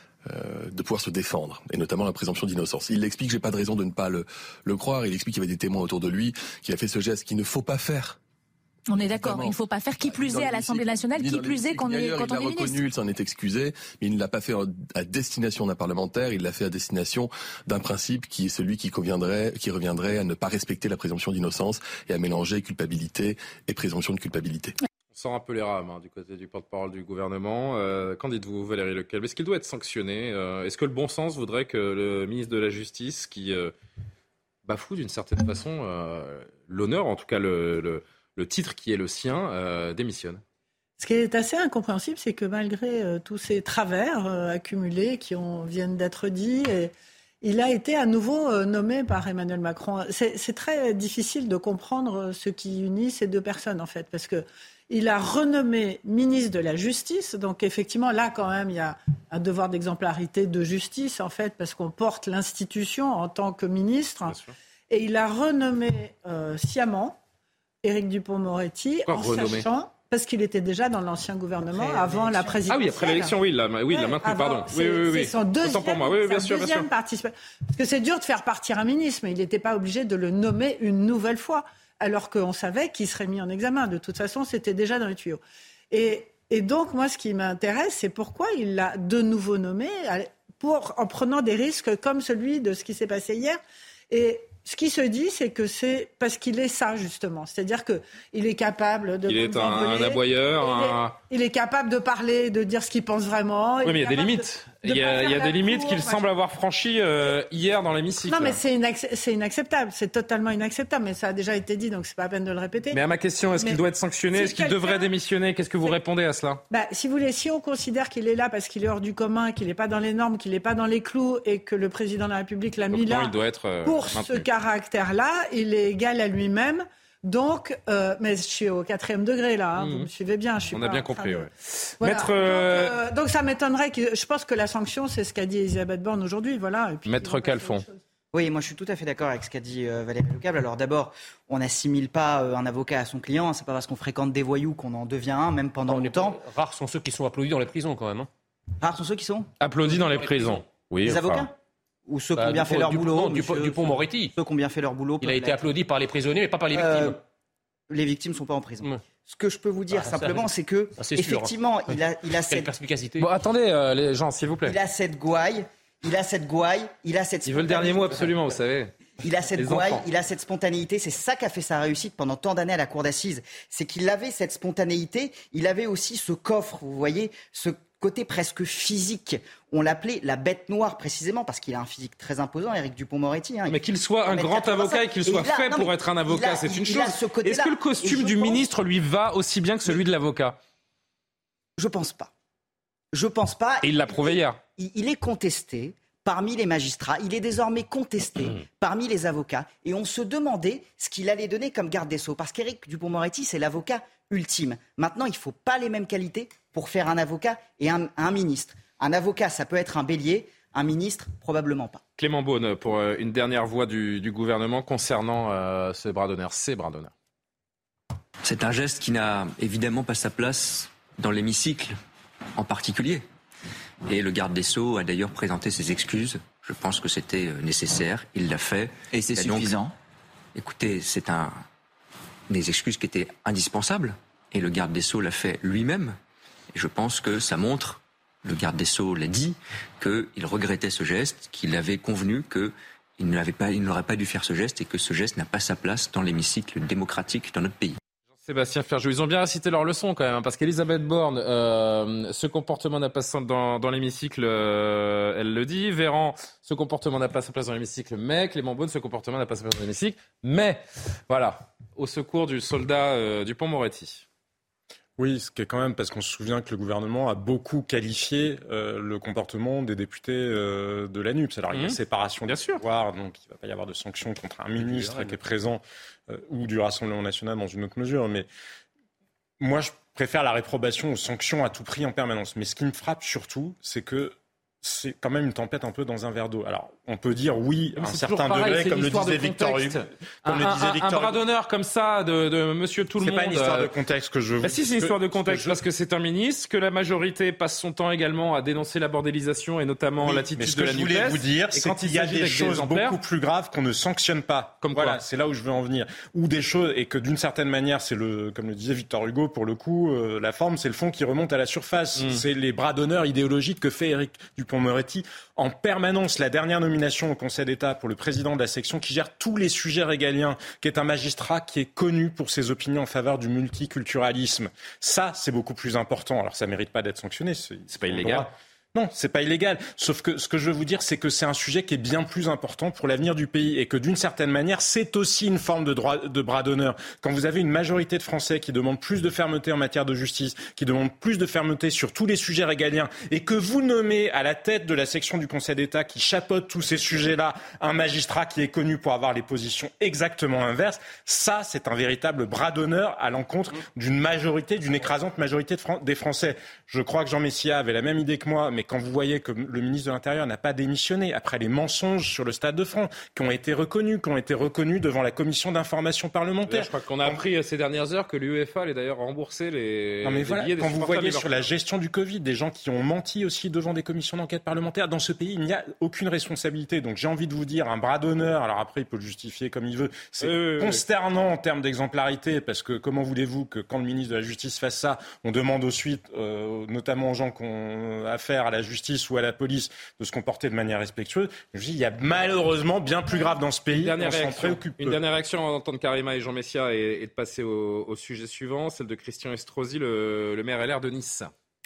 [SPEAKER 14] de pouvoir se défendre, et notamment la présomption d'innocence. Il explique, j'ai pas de raison de ne pas le croire, il explique qu'il y avait des témoins autour de lui, qu'il a fait ce geste qu'il ne faut pas faire.
[SPEAKER 15] On est d'accord, il ne faut pas faire qui plus est à l'Assemblée nationale, qui plus est quand on est ministre.
[SPEAKER 14] Il l'a reconnu, il s'en est excusé, mais il ne l'a pas fait à destination d'un parlementaire, il l'a fait à destination d'un principe qui est celui qui reviendrait à ne pas respecter la présomption d'innocence et à mélanger culpabilité et présomption de culpabilité.
[SPEAKER 2] On sent un peu les rames du côté du porte-parole du gouvernement. Qu'en dites-vous, Valérie Lequel ? Est-ce qu'il doit être sanctionné ? Est-ce que le bon sens voudrait que le ministre de la Justice, qui bafoue d'une certaine façon l'honneur, en tout cas le titre qui est le sien, démissionne ?
[SPEAKER 8] Ce qui est assez incompréhensible, c'est que malgré tous ces travers accumulés qui viennent d'être dits, il a été à nouveau nommé par Emmanuel Macron. C'est très difficile de comprendre ce qui unit ces deux personnes, en fait, parce qu'il a renommé ministre de la Justice. Donc, effectivement, là, quand même, il y a un devoir d'exemplarité de justice, en fait, parce qu'on porte l'institution en tant que ministre. Et il a renommé sciemment Éric Dupond-Moretti en sachant, parce qu'il était déjà dans l'ancien gouvernement avant la présidentielle.
[SPEAKER 2] Ah oui, après l'élection, il l'a maintenu, pardon. Oui.
[SPEAKER 8] C'est son deuxième
[SPEAKER 2] participation.
[SPEAKER 8] Parce que c'est dur de faire partir un ministre, mais il n'était pas obligé de le nommer une nouvelle fois, alors qu'on savait qu'il serait mis en examen. De toute façon, c'était déjà dans les tuyaux. Et donc, moi, ce qui m'intéresse, c'est pourquoi il l'a de nouveau nommé, en prenant des risques comme celui de ce qui s'est passé hier. Et ce qui se dit, c'est que c'est parce qu'il est ça, justement. C'est-à-dire qu'il est capable de...
[SPEAKER 2] Il est un aboyeur.
[SPEAKER 8] Il est capable de parler, de dire ce qu'il pense vraiment.
[SPEAKER 2] Oui, mais il y a des limites. Il y a des limites qu'il semble avoir franchies hier dans l'hémicycle.
[SPEAKER 8] Non, mais c'est inacceptable. C'est totalement inacceptable. Mais ça a déjà été dit, donc c'est pas la peine de le répéter.
[SPEAKER 2] Mais à ma question, est-ce qu'il doit être sanctionné ? Est-ce qu'il devrait démissionner ? Qu'est-ce que vous répondez à cela ?
[SPEAKER 8] Si vous voulez, si on considère qu'il est là parce qu'il est hors du commun, qu'il n'est pas dans les normes, qu'il n'est pas dans les clous et que le président de la République l'a mis là pour ce caractère-là, il est égal à lui-même. Donc, mais je suis au 4e degré là, vous me suivez bien.
[SPEAKER 2] On a bien compris, oui.
[SPEAKER 8] Voilà. Donc ça m'étonnerait je pense que la sanction, c'est ce qu'a dit Elisabeth Borne aujourd'hui, voilà. Et puis,
[SPEAKER 2] Maître Calfon.
[SPEAKER 7] Oui, moi je suis tout à fait d'accord avec ce qu'a dit Valérie Lecable. Alors d'abord, on n'assimile pas un avocat à son client, c'est pas parce qu'on fréquente des voyous qu'on en devient un, même pendant longtemps.
[SPEAKER 4] Rares sont ceux qui sont applaudis dans les prisons quand même.
[SPEAKER 7] Rares sont ceux qui sont
[SPEAKER 2] applaudis dans les prisons. Oui.
[SPEAKER 7] Les avocats ? Ou ceux qui ont bien fait leur boulot.
[SPEAKER 4] Dupond-Moretti.
[SPEAKER 7] Ceux qui ont bien fait leur boulot.
[SPEAKER 4] Il a été applaudi par les prisonniers, mais pas par les victimes.
[SPEAKER 7] Les victimes ne sont pas en prison. Ce que je peux vous dire simplement, c'est que effectivement, il a cette
[SPEAKER 4] perspicacité.
[SPEAKER 2] Bon, attendez, les gens, s'il vous plaît.
[SPEAKER 7] Il a cette gouaille, il a cette.
[SPEAKER 2] Il veut le dernier mot absolument, vous savez.
[SPEAKER 7] Il a cette gouaille, il a cette spontanéité. C'est ça qui a fait sa réussite pendant tant d'années à la cour d'assises. C'est qu'il avait cette spontanéité. Il avait aussi ce coffre, vous voyez, ce côté presque physique. On l'appelait la bête noire précisément parce qu'il a un physique très imposant, Éric Dupond-Moretti.
[SPEAKER 2] Mais qu'il soit un grand avocat et qu'il soit fait pour être un avocat, c'est une chose. Est-ce que le costume du ministre lui va aussi bien que celui de l'avocat ?
[SPEAKER 7] Je pense pas. Et
[SPEAKER 2] il l'a prouvé hier.
[SPEAKER 7] Il est contesté parmi les magistrats. Il est désormais contesté parmi les avocats. Et on se demandait ce qu'il allait donner comme garde des Sceaux. Parce qu'Éric Dupond-Moretti, c'est l'avocat ultime. Maintenant, il ne faut pas les mêmes qualités pour faire un avocat et un ministre. Un avocat, ça peut être un bélier. Un ministre, probablement pas.
[SPEAKER 2] Clément Beaune, pour une dernière voix du gouvernement concernant ces bras d'honneur.
[SPEAKER 16] C'est un geste qui n'a évidemment pas sa place dans l'hémicycle en particulier. Et le garde des Sceaux a d'ailleurs présenté ses excuses. Je pense que c'était nécessaire. Il l'a fait.
[SPEAKER 17] Et c'est suffisant ?
[SPEAKER 16] Écoutez, c'est des excuses qui étaient indispensables. Et le garde des Sceaux l'a fait lui-même. Et je pense que ça montre, le garde des Sceaux l'a dit, qu'il regrettait ce geste, qu'il avait convenu qu'il n'aurait pas dû faire ce geste et que ce geste n'a pas sa place dans l'hémicycle démocratique dans notre pays.
[SPEAKER 2] Sébastien Ferjou, ils ont bien récité leur leçon quand même, parce qu'Elisabeth Borne, ce comportement n'a pas sa place dans l'hémicycle, elle le dit. Véran, ce comportement n'a pas sa place dans l'hémicycle, mais Clément Beaune, ce comportement n'a pas sa place dans l'hémicycle, mais voilà, au secours du soldat Dupond-Moretti.
[SPEAKER 3] Oui, ce qui est quand même, parce qu'on se souvient que le gouvernement a beaucoup qualifié le comportement des députés de la NUPES. Alors, il y a séparation des pouvoirs, donc il ne va pas y avoir de sanctions contre un ministre qui est présent ou du Rassemblement national dans une autre mesure. Mais moi, je préfère la réprobation aux sanctions à tout prix en permanence. Mais ce qui me frappe surtout, c'est que c'est quand même une tempête un peu dans un verre d'eau. Alors, on peut dire oui, à un certain degré, comme le disait Victor Hugo.
[SPEAKER 2] Un bras d'honneur comme ça de monsieur tout le monde.
[SPEAKER 3] C'est pas une histoire de contexte que je veux.
[SPEAKER 2] Si, c'est une histoire de contexte, parce que c'est un ministre, que la majorité passe son temps également à dénoncer la bordélisation et notamment l'attitude de la NUPES.
[SPEAKER 3] Mais ce que je voulais vous dire, c'est qu'il y a des choses beaucoup plus graves qu'on ne sanctionne pas.
[SPEAKER 2] Comme
[SPEAKER 3] voilà, c'est là où je veux en venir. Ou des choses, et que d'une certaine manière, comme le disait Victor Hugo, pour le coup, la forme, c'est le fond qui remonte à la surface. C'est les bras d'honneur idéologiques que fait Éric Dupond-Moretti en permanence. La dernière nomination au Conseil d'État pour le président de la section qui gère tous les sujets régaliens, qui est un magistrat qui est connu pour ses opinions en faveur du multiculturalisme. Ça, c'est beaucoup plus important. Alors, ça mérite pas d'être sanctionné.
[SPEAKER 2] C'est pas illégal.
[SPEAKER 3] Non, c'est pas illégal. Sauf que ce que je veux vous dire, c'est que c'est un sujet qui est bien plus important pour l'avenir du pays et que d'une certaine manière, c'est aussi une forme de bras d'honneur. Quand vous avez une majorité de Français qui demandent plus de fermeté en matière de justice, qui demandent plus de fermeté sur tous les sujets régaliens et que vous nommez à la tête de la section du Conseil d'État qui chapeaute tous ces sujets-là un magistrat qui est connu pour avoir les positions exactement inverses, ça, c'est un véritable bras d'honneur à l'encontre d'une majorité, d'une écrasante majorité des Français. Je crois que Jean Messia avait la même idée que moi, mais quand vous voyez que le ministre de l'Intérieur n'a pas démissionné après les mensonges sur le Stade de France, qui ont été reconnus devant la commission d'information parlementaire.
[SPEAKER 2] Là, je crois qu'on a appris ces dernières heures que l'UEFA allait d'ailleurs rembourser les billets des
[SPEAKER 3] quand vous voyez sur la gestion du Covid, des gens qui ont menti aussi devant des commissions d'enquête parlementaires, dans ce pays, il n'y a aucune responsabilité. Donc j'ai envie de vous dire, un bras d'honneur, alors après il peut le justifier comme il veut, c'est consternant en termes d'exemplarité, parce que comment voulez-vous que quand le ministre de la Justice fasse ça, on demande ensuite, notamment aux gens qui ont affaire à la justice ou à la police, de se comporter de manière respectueuse. Je dis, il y a malheureusement bien plus grave dans ce pays. On s'en préoccupe peu.
[SPEAKER 2] Une dernière réaction avant d'entendre Karima et Jean Messia et de passer au sujet suivant, celle de Christian Estrosi, le maire LR de Nice.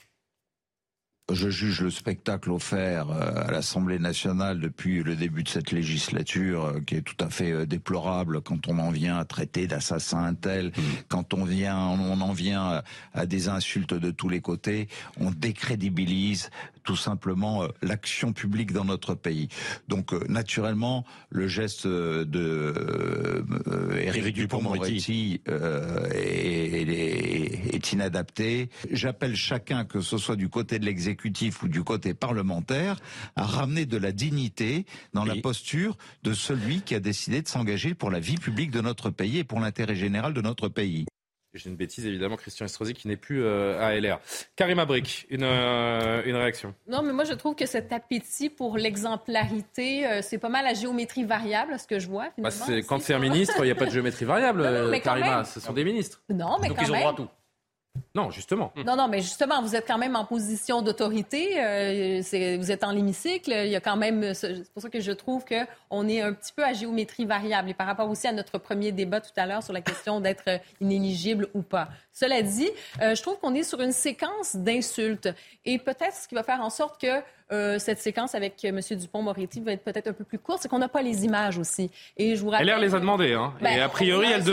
[SPEAKER 17] Je juge le spectacle offert à l'Assemblée nationale depuis le début de cette législature qui est tout à fait déplorable quand on en vient à traiter d'assassin un tel, quand on en vient à des insultes de tous les côtés, on décrédibilise tout simplement l'action publique dans notre pays. Donc naturellement, le geste de Éric Dupond-Moretti est inadapté. J'appelle chacun, que ce soit du côté de l'exécutif ou du côté parlementaire, à ramener de la dignité dans la posture de celui qui a décidé de s'engager pour la vie publique de notre pays et pour l'intérêt général de notre pays.
[SPEAKER 2] J'ai une bêtise, évidemment, Christian Estrosi qui n'est plus à LR. Karima Brick, une réaction.
[SPEAKER 11] Non, mais moi, je trouve que cet appétit pour l'exemplarité, c'est pas mal la géométrie variable, ce que je vois.
[SPEAKER 2] Quand c'est un ministre, il n'y a pas de géométrie variable, non, Karima. Ce sont des ministres.
[SPEAKER 11] Non, mais
[SPEAKER 2] donc
[SPEAKER 11] quand
[SPEAKER 2] ils ont
[SPEAKER 11] même.
[SPEAKER 2] droit à tout. Non, justement.
[SPEAKER 11] Non, mais justement, vous êtes quand même en position d'autorité. Vous êtes en l'hémicycle. Il y a quand même. C'est pour ça que je trouve qu'on est un petit peu à géométrie variable. Et par rapport aussi à notre premier débat tout à l'heure sur la question d'être inéligible ou pas. Cela dit, je trouve qu'on est sur une séquence d'insultes. Et peut-être ce qui va faire en sorte que cette séquence avec M. Dupond-Moretti va être peut-être un peu plus courte, c'est qu'on n'a pas les images aussi. Et je vous rappelle...
[SPEAKER 2] LR les a demandées, hein. Et a priori, elle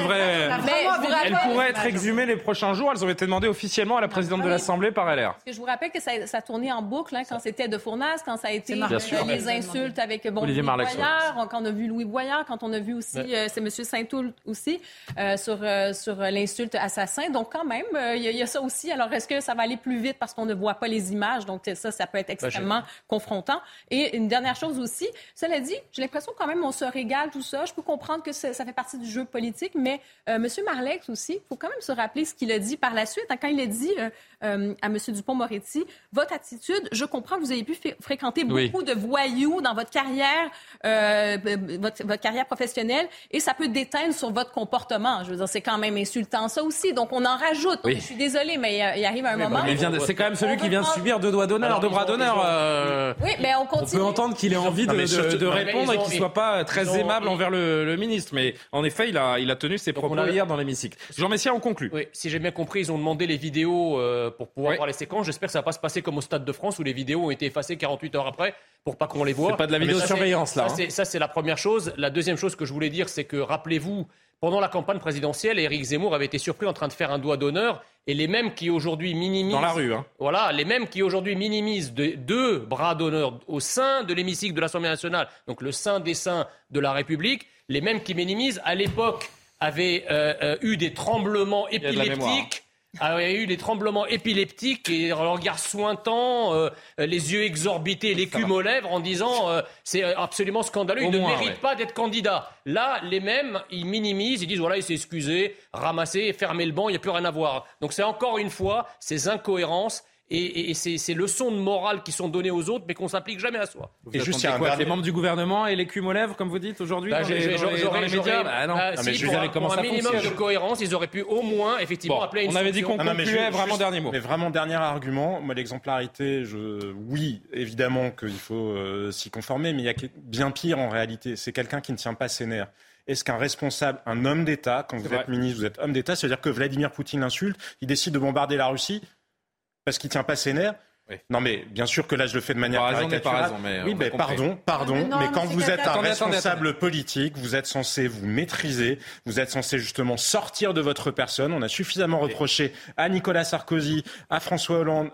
[SPEAKER 2] pourrait être exhumée les prochains jours. Elles ont été demandées officiellement à la présidente de l'Assemblée par LR.
[SPEAKER 11] Parce que je vous rappelle que ça tournait en boucle quand c'était de Fournas, quand ça a été les insultes avec Louis Boyard, quand on a vu Louis Boyard, quand on a vu aussi, c'est M. Saint-Toul aussi, sur l'insulte assassin. Donc quand même, il y a ça aussi. Alors est-ce que ça va aller plus vite parce qu'on ne voit pas les images? Donc ça peut être extrêmement confrontant. Et une dernière chose aussi, cela dit, j'ai l'impression quand même on se régale tout ça. Je peux comprendre que ça fait partie du jeu politique, mais M. Marleix aussi, il faut quand même se rappeler ce qu'il a dit par la suite. Quand il a dit à M. Dupond-Moretti, votre attitude, je comprends que vous avez pu fréquenter beaucoup de voyous dans votre carrière, votre carrière professionnelle, et ça peut déteindre sur votre comportement. Je veux dire, c'est quand même insultant ça aussi. Donc on en rajoute. Oui. Je suis désolée, mais il arrive un moment.
[SPEAKER 2] Mais c'est quand même celui qui vient de subir 2 doigts d'honneur, 2 bras d'honneur.
[SPEAKER 11] Oui, mais on continue.
[SPEAKER 2] On peut entendre qu'il ait envie de répondre et qu'il ne soit pas très aimable envers le ministre. Mais en effet, il a tenu ses propos hier dans l'hémicycle. Jean Messia, on conclut.
[SPEAKER 4] Oui, si j'ai bien compris, ils ont demandé les vidéos pour pouvoir voir les séquences. J'espère que ça ne va pas se passer comme au Stade de France où les vidéos ont été effacées 48 heures après pour pas qu'on les voie.
[SPEAKER 2] C'est pas de la vidéosurveillance là.
[SPEAKER 4] Ça, c'est la première chose. La deuxième chose que je voulais dire, c'est que rappelez-vous, Pendant la campagne présidentielle, Éric Zemmour avait été surpris en train de faire un doigt d'honneur. Et les mêmes qui aujourd'hui minimisent...
[SPEAKER 2] Dans la rue, hein.
[SPEAKER 4] Voilà, les mêmes qui aujourd'hui minimisent deux bras d'honneur au sein de l'hémicycle de l'Assemblée nationale, donc le sein des saints de la République, les mêmes qui minimisent, à l'époque, avaient eu des tremblements épileptiques. Et le regard sointant, les yeux exorbités, l'écume aux lèvres en disant c'est absolument scandaleux, il ne mérite pas d'être candidat. Là, les mêmes, ils minimisent, ils disent voilà, il s'est excusé, ramasser, fermer le banc, il n'y a plus rien à voir. Donc c'est encore une fois ces incohérences et ces leçons de morale qui sont données aux autres, mais qu'on ne s'applique jamais à soi.
[SPEAKER 2] Et juste, les membres du gouvernement et l'écume aux lèvres, comme vous dites aujourd'hui, dans les médias.
[SPEAKER 4] Pour un minimum de cohérence, ils auraient pu au moins, effectivement, appeler à une sanction.
[SPEAKER 2] On avait dit qu'on concluait, vraiment dernier mot.
[SPEAKER 3] Mais vraiment, dernier argument, moi, l'exemplarité, oui, évidemment qu'il faut s'y conformer, mais il y a bien pire en réalité. C'est quelqu'un qui ne tient pas ses nerfs. Est-ce qu'un responsable, un homme d'État, quand vous êtes ministre, vous êtes homme d'État, c'est-à-dire que Vladimir Poutine l'insulte, il décide de bombarder la Russie parce qu'il ne tient pas ses nerfs. Oui. Non, mais bien sûr que là, je le fais de manière caricaturale. Oui, mais pardon. Mais quand vous êtes un responsable politique, vous êtes censé vous maîtriser, vous êtes censé justement sortir de votre personne. On a suffisamment reproché à Nicolas Sarkozy, à François Hollande,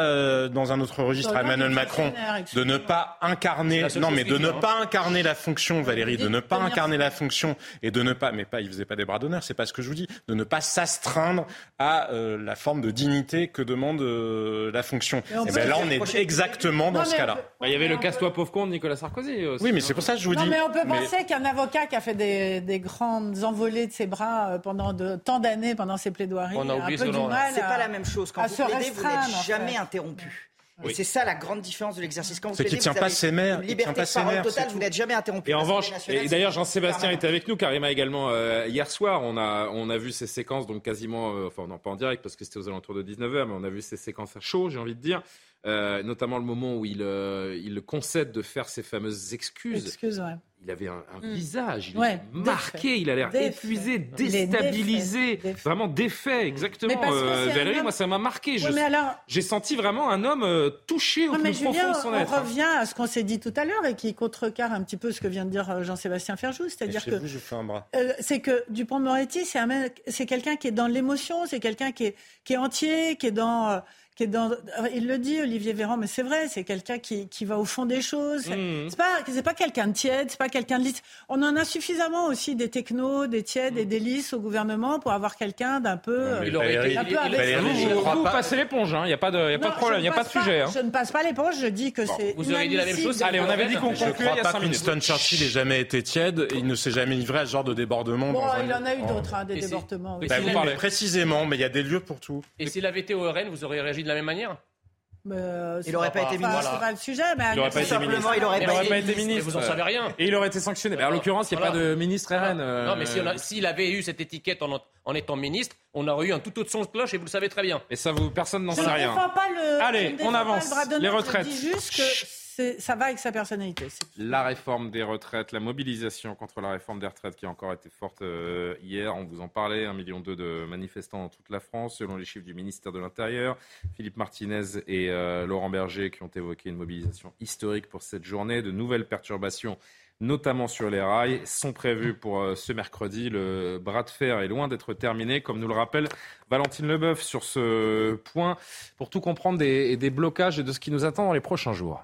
[SPEAKER 3] dans un autre registre, à Emmanuel Macron, de ne pas incarner, ne pas incarner la fonction, Valérie, de ne pas incarner la fonction et de ne pas, il faisait pas des bras d'honneur, c'est pas ce que je vous dis, de ne pas s'astreindre à la forme de dignité que demande la fonction. Et bien là, on est exactement dans ce cas-là.
[SPEAKER 2] Il y avait le casse-toi pauvre con de Nicolas Sarkozy aussi.
[SPEAKER 3] Oui, mais c'est pour ça que je vous dis.
[SPEAKER 8] Non, mais on peut penser qu'un avocat qui a fait des grandes envolées de ses bras pendant tant d'années, pendant ses plaidoiries,
[SPEAKER 4] on a
[SPEAKER 8] un peu du mal.
[SPEAKER 7] C'est pas la même chose. Quand vous plaidez, vous n'êtes jamais interrompu. Et c'est ça la grande différence de l'exercice. Quand vous plaidez,
[SPEAKER 3] vous avez une liberté de parole totale, vous n'êtes jamais interrompu.
[SPEAKER 2] Et en revanche, et d'ailleurs Jean-Sébastien était avec nous, Karima également, hier soir, on a vu ces séquences, donc quasiment, non pas en direct parce que c'était aux alentours de 19h, mais on a vu ces séquences à chaud, j'ai envie de dire. Notamment le moment où il concède de faire ses fameuses excuses. Il avait un visage, il était marqué, il a l'air épuisé, déstabilisé, vraiment défait, exactement. Valérie, moi ça m'a marqué. J'ai senti vraiment un homme touché au plus profond de son être.
[SPEAKER 8] On revient à ce qu'on s'est dit tout à l'heure et qui contrecarre un petit peu ce que vient de dire Jean-Sébastien Ferjou, c'est-à-dire que
[SPEAKER 3] je fais un bras.
[SPEAKER 8] C'est que Dupond-Moretti, c'est quelqu'un qui est dans l'émotion, c'est quelqu'un qui est entier, qui est dans il le dit, Olivier Véran, mais c'est vrai, c'est quelqu'un qui va au fond des choses. C'est pas quelqu'un de tiède, c'est pas quelqu'un de lisse. On en a suffisamment aussi des technos, des tièdes et des lisses au gouvernement pour avoir quelqu'un d'un peu.
[SPEAKER 2] Vous passez l'éponge, il n'y a pas de problème, il n'y a pas de sujet.
[SPEAKER 8] Je ne passe pas l'éponge, je dis que c'est.
[SPEAKER 4] Vous avez dit la même chose.
[SPEAKER 2] Allez, on avait dit qu'on concluait il y a 5 minutes.
[SPEAKER 3] Winston Churchill n'ait jamais été tiède et il ne s'est jamais livré à ce genre de débordement.
[SPEAKER 8] Bon, il en a eu d'autres, des débordements.
[SPEAKER 3] Précisément, mais il y a des lieux pour tout.
[SPEAKER 4] Et s'il avait été au RN, vous auriez réagi de la même manière?
[SPEAKER 7] Il n'aurait pas été ministre.
[SPEAKER 8] C'est pas le sujet, mais
[SPEAKER 2] il n'aurait pas été ministre.
[SPEAKER 4] Vous en savez rien.
[SPEAKER 2] Et il aurait été sanctionné. En l'occurrence, il n'y a pas de ministre RN.
[SPEAKER 4] Non, mais s'il avait eu cette étiquette en étant ministre, on aurait eu un tout autre son de cloche et vous le savez très bien.
[SPEAKER 2] Et ça, personne n'en sait rien.
[SPEAKER 8] Allez,
[SPEAKER 2] on avance. Les retraites.
[SPEAKER 8] Je dis juste que ça va avec sa personnalité.
[SPEAKER 2] La réforme des retraites, la mobilisation contre la réforme des retraites qui a encore été forte hier. On vous en parlait, 1,2 million de manifestants dans toute la France, selon les chiffres du ministère de l'Intérieur. Philippe Martinez et Laurent Berger qui ont évoqué une mobilisation historique pour cette journée. De nouvelles perturbations, notamment sur les rails, sont prévues pour ce mercredi. Le bras de fer est loin d'être terminé, comme nous le rappelle Valentine Leboeuf sur ce point, pour tout comprendre des blocages et de ce qui nous attend dans les prochains jours.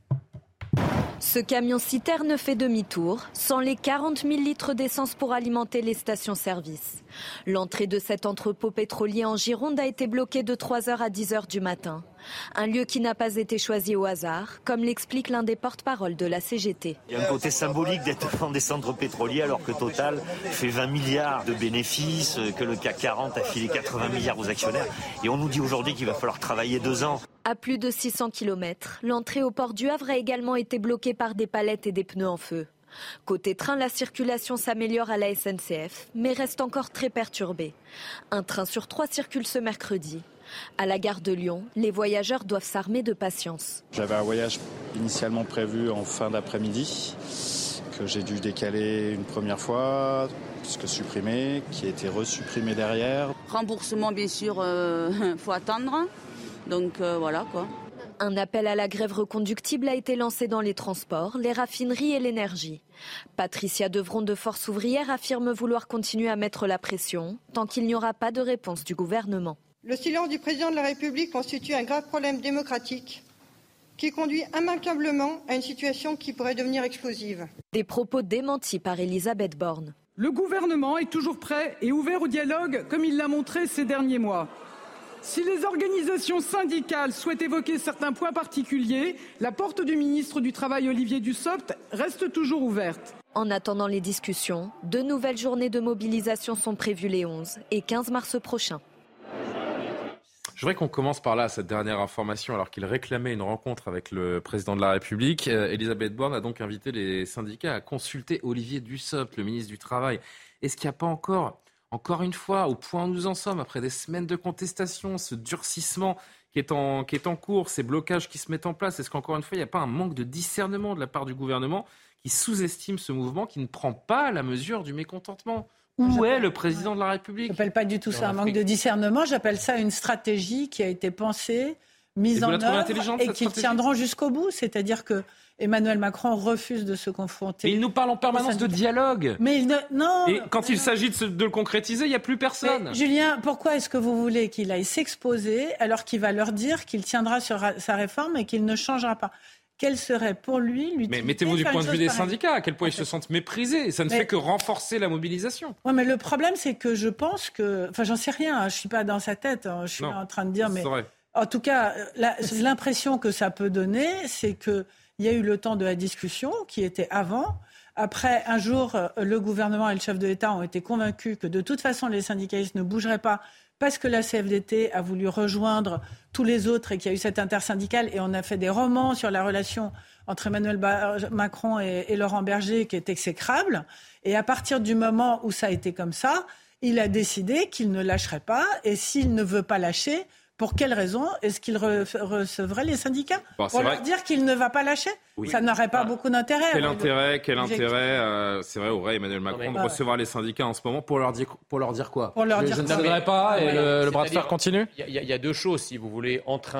[SPEAKER 18] Ce camion-citerne fait demi-tour, sans les 40 000 litres d'essence pour alimenter les stations-service. L'entrée de cet entrepôt pétrolier en Gironde a été bloquée de 3h à 10h du matin. Un lieu qui n'a pas été choisi au hasard, comme l'explique l'un des porte-parole de la CGT.
[SPEAKER 19] Il y a un côté symbolique d'être dans des centres pétroliers alors que Total fait 20 milliards de bénéfices, que le CAC 40 a filé 80 milliards aux actionnaires. Et on nous dit aujourd'hui qu'il va falloir travailler 2 ans.
[SPEAKER 18] À plus de 600 km, l'entrée au port du Havre a également été bloquée par des palettes et des pneus en feu. Côté train, la circulation s'améliore à la SNCF, mais reste encore très perturbée. Un train sur 3 circule ce mercredi. À la gare de Lyon, les voyageurs doivent s'armer de patience.
[SPEAKER 20] J'avais un voyage initialement prévu en fin d'après-midi, que j'ai dû décaler une première fois, puisque supprimé, qui a été resupprimé derrière.
[SPEAKER 21] Remboursement, bien sûr, faut attendre. Donc voilà quoi.
[SPEAKER 18] Un appel à la grève reconductible a été lancé dans les transports, les raffineries et l'énergie. Patricia Devron de Force ouvrière affirme vouloir continuer à mettre la pression tant qu'il n'y aura pas de réponse du gouvernement.
[SPEAKER 21] Le silence du président de la République constitue un grave problème démocratique qui conduit immanquablement à une situation qui pourrait devenir explosive.
[SPEAKER 18] Des propos démentis par Elisabeth Borne.
[SPEAKER 22] Le gouvernement est toujours prêt et ouvert au dialogue comme il l'a montré ces derniers mois. Si les organisations syndicales souhaitent évoquer certains points particuliers, la porte du ministre du Travail Olivier Dussopt reste toujours ouverte.
[SPEAKER 18] En attendant les discussions, 2 nouvelles journées de mobilisation sont prévues les 11 et 15 mars prochains.
[SPEAKER 2] Je voudrais qu'on commence par là, cette dernière information, alors qu'il réclamait une rencontre avec le président de la République. Elisabeth Borne a donc invité les syndicats à consulter Olivier Dussopt, le ministre du Travail. Est-ce qu'il n'y a pas encore une fois, au point où nous en sommes, après des semaines de contestation, ce durcissement qui est en cours, ces blocages qui se mettent en place, est-ce qu'encore une fois, il n'y a pas un manque de discernement de la part du gouvernement qui sous-estime ce mouvement, qui ne prend pas la mesure du mécontentement ? Où est le président de la République ?
[SPEAKER 8] Je n'appelle pas du tout ça un manque de discernement, j'appelle ça une stratégie qui a été pensée, mise en œuvre et qu'ils tiendront jusqu'au bout. C'est-à-dire que Emmanuel Macron refuse de se confronter.
[SPEAKER 2] Mais il nous parle en permanence de dialogue.
[SPEAKER 8] Mais non.
[SPEAKER 2] Et quand il s'agit de le concrétiser, il n'y a plus personne.
[SPEAKER 8] Mais, Julien, pourquoi est-ce que vous voulez qu'il aille s'exposer alors qu'il va leur dire qu'il tiendra sur sa réforme et qu'il ne changera pas ? Quelle serait pour lui l'utilité ?
[SPEAKER 2] Mais mettez-vous du point de vue des syndicats, à quel point ils se sentent méprisés. Ça ne fait que renforcer la mobilisation.
[SPEAKER 8] Oui, mais le problème, c'est que je pense que... Enfin, j'en sais rien, je ne suis pas dans sa tête, je suis en train de dire... Mais en tout cas, l'impression que ça peut donner, c'est qu'il y a eu le temps de la discussion, qui était avant. Après, un jour, le gouvernement et le chef de l'État ont été convaincus que de toute façon, les syndicalistes ne bougeraient pas parce que la CFDT a voulu rejoindre tous les autres et qu'il y a eu cette intersyndicale. Et on a fait des romans sur la relation entre Emmanuel Macron et Laurent Berger qui est exécrable. Et à partir du moment où ça a été comme ça, il a décidé qu'il ne lâcherait pas. Et s'il ne veut pas lâcher, pour quelle raison est-ce qu'il recevrait les syndicats ? Pour leur dire qu'il ne va pas lâcher ? Oui. Ça n'aurait pas beaucoup d'intérêt.
[SPEAKER 2] Quel intérêt, c'est vrai, aurait Emmanuel Macron de recevoir les syndicats en ce moment pour leur dire quoi ?
[SPEAKER 8] Pour leur dire
[SPEAKER 2] je ne donnerai pas et le bras de fer continue ?
[SPEAKER 4] Il y a 2 choses, si vous voulez, entre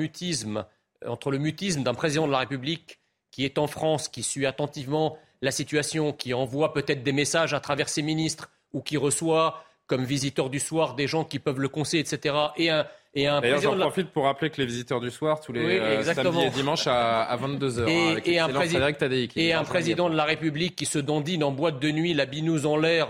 [SPEAKER 4] le mutisme d'un président de la République qui est en France, qui suit attentivement la situation, qui envoie peut-être des messages à travers ses ministres ou qui reçoit comme visiteur du soir des gens qui peuvent le conseiller, etc.
[SPEAKER 2] D'ailleurs, j'en profite pour rappeler que les visiteurs du soir, tous les samedis et dimanches à 22h,
[SPEAKER 4] et un président de la République qui se dandine en boîte de nuit, la binouse en l'air.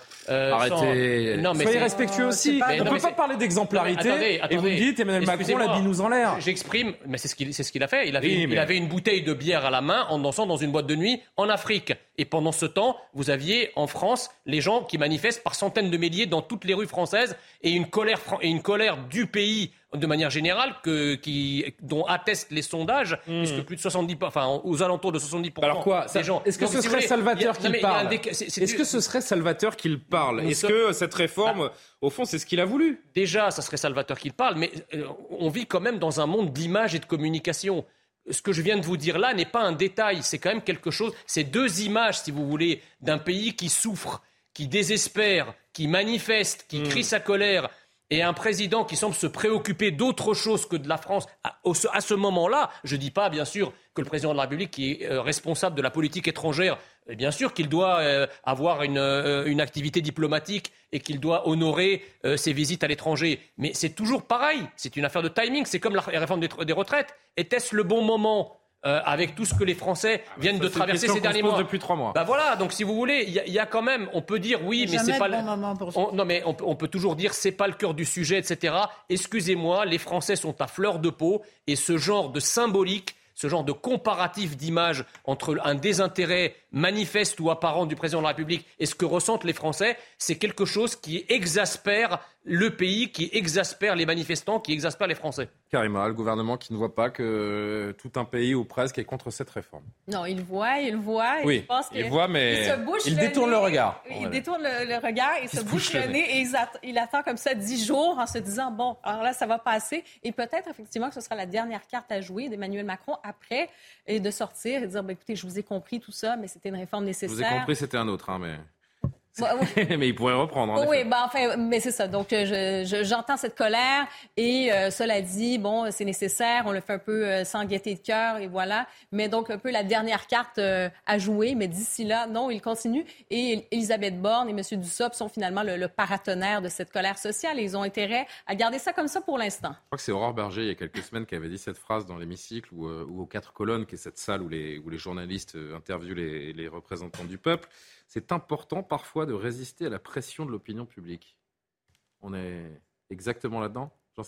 [SPEAKER 2] Arrêtez. Soyez respectueux aussi. On ne peut pas parler d'exemplarité et vous dites Emmanuel Macron, la binouse en l'air.
[SPEAKER 4] J'exprime, mais c'est ce qu'il a fait. Il avait une bouteille de bière à la main en dansant dans une boîte de nuit en Afrique. Et pendant ce temps, vous aviez en France les gens qui manifestent par centaines de milliers dans toutes les rues françaises et une colère du pays de manière générale dont attestent les sondages, puisque plus de 70%, aux alentours de 70%.
[SPEAKER 2] Alors quoi
[SPEAKER 4] des gens.
[SPEAKER 2] Est-ce que ce serait salvateur qu'il parle ? Est-ce que ce serait salvateur qu'il parle ? Est-ce que cette réforme, au fond, c'est ce qu'il a voulu ?
[SPEAKER 4] Déjà, ça serait salvateur qu'il parle, mais on vit quand même dans un monde d'image et de communication. Ce que je viens de vous dire là n'est pas un détail, c'est quand même quelque chose. C'est 2 images, si vous voulez, d'un pays qui souffre, qui désespère, qui manifeste, qui crie sa colère. Et un président qui semble se préoccuper d'autre chose que de la France à ce moment-là. Je ne dis pas, bien sûr, que le président de la République, qui est responsable de la politique étrangère, bien sûr qu'il doit avoir une activité diplomatique et qu'il doit honorer ses visites à l'étranger. Mais c'est toujours pareil, c'est une affaire de timing, c'est comme la réforme des retraites. Était-ce le bon moment ? Avec tout ce que les Français viennent de traverser ces derniers mois.
[SPEAKER 2] Depuis 3 mois.
[SPEAKER 4] Voilà, donc si vous voulez, il y a quand même, on peut dire oui, mais c'est pas
[SPEAKER 8] le bon moment pour ça.
[SPEAKER 4] On peut toujours dire c'est pas le cœur du sujet, etc. Excusez-moi, les Français sont à fleur de peau et ce genre de symbolique, ce genre de comparatif d'image entre un désintérêt manifeste ou apparent du président de la République et ce que ressentent les Français, c'est quelque chose qui exaspère le pays, qui exaspère les manifestants, qui exaspère les Français.
[SPEAKER 2] Karima, le gouvernement qui ne voit pas que tout un pays ou presque est contre cette réforme.
[SPEAKER 11] Non, il voit.
[SPEAKER 2] Oui,
[SPEAKER 11] et je pense
[SPEAKER 2] il voit, mais il détourne le regard.
[SPEAKER 11] Il détourne le regard, il se bouche le nez et il attend comme ça 10 jours en se disant, bon, alors là, ça va passer. Et peut-être, effectivement, que ce sera la dernière carte à jouer d'Emmanuel Macron après et de sortir et de dire, écoutez, je vous ai compris tout ça, mais c'était une réforme nécessaire.
[SPEAKER 2] Je vous ai compris, c'était un autre, mais... Mais il pourrait reprendre.
[SPEAKER 11] Oui, mais c'est ça. Donc, j'entends cette colère et cela dit, bon, c'est nécessaire, on le fait un peu sans gaieté de cœur et voilà. Mais donc, un peu la dernière carte à jouer. Mais d'ici là, non, il continue. Et Elisabeth Borne et M. Dussopt sont finalement le paratonnerre de cette colère sociale et ils ont intérêt à garder ça comme ça pour l'instant.
[SPEAKER 2] Je crois que c'est Aurore Berger, il y a quelques semaines, qui avait dit cette phrase dans l'hémicycle ou aux 4 colonnes, qui est cette salle où les journalistes interviewent les représentants du peuple. C'est important parfois de résister à la pression de l'opinion publique. On est exactement là-dedans, Jean-Sébastien ?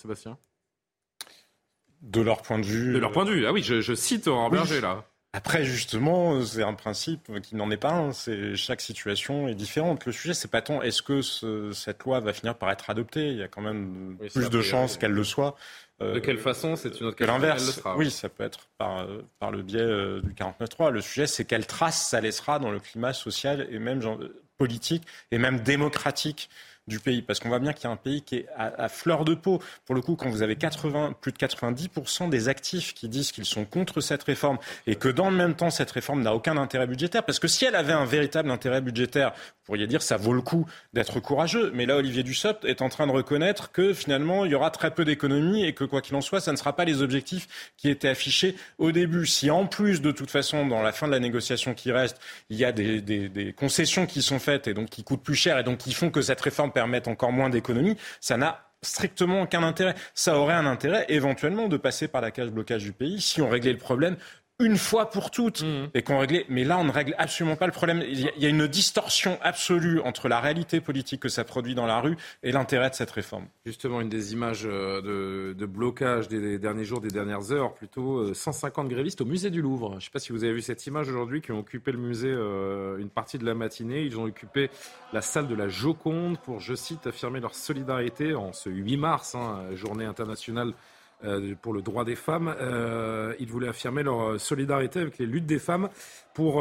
[SPEAKER 3] De leur point de vue.
[SPEAKER 2] De leur point de vue, ah oui, je cite Aurore Berger là.
[SPEAKER 3] Après, justement, c'est un principe qui n'en est pas un. Chaque situation est différente. Le sujet, c'est pas tant est-ce que cette loi va finir par être adoptée. Il y a quand même plus de chances qu'elle le soit.
[SPEAKER 2] De quelle façon, c'est une autre question.
[SPEAKER 3] L'inverse, oui, ça peut être par le biais du 49.3. Le sujet, c'est quelle trace ça laissera dans le climat social et même politique et même démocratique du pays. Parce qu'on voit bien qu'il y a un pays qui est à fleur de peau. Pour le coup, quand vous avez plus de 90% des actifs qui disent qu'ils sont contre cette réforme et que dans le même temps, cette réforme n'a aucun intérêt budgétaire, parce que si elle avait un véritable intérêt budgétaire, vous pourriez dire ça vaut le coup d'être courageux. Mais là, Olivier Dussopt est en train de reconnaître que finalement, il y aura très peu d'économies et que quoi qu'il en soit, ça ne sera pas les objectifs qui étaient affichés au début. Si en plus, de toute façon, dans la fin de la négociation qui reste, il y a des concessions qui sont faites et donc qui coûtent plus cher et donc qui font que cette réforme permettre encore moins d'économies, ça n'a strictement aucun intérêt. Ça aurait un intérêt éventuellement de passer par la cage blocage du pays si on réglait le problème une fois pour toutes et qu'on réglait. Mais là, on ne règle absolument pas le problème. Il y a une distorsion absolue entre la réalité politique que ça produit dans la rue et l'intérêt de cette réforme.
[SPEAKER 2] Justement, une des images de blocage des derniers jours, des dernières heures, plutôt 150 grévistes au musée du Louvre. Je ne sais pas si vous avez vu cette image aujourd'hui, qui ont occupé le musée une partie de la matinée. Ils ont occupé la salle de la Joconde pour, je cite, affirmer leur solidarité en ce 8 mars, journée internationale pour le droit des femmes. Ils voulaient affirmer leur solidarité avec les luttes des femmes pour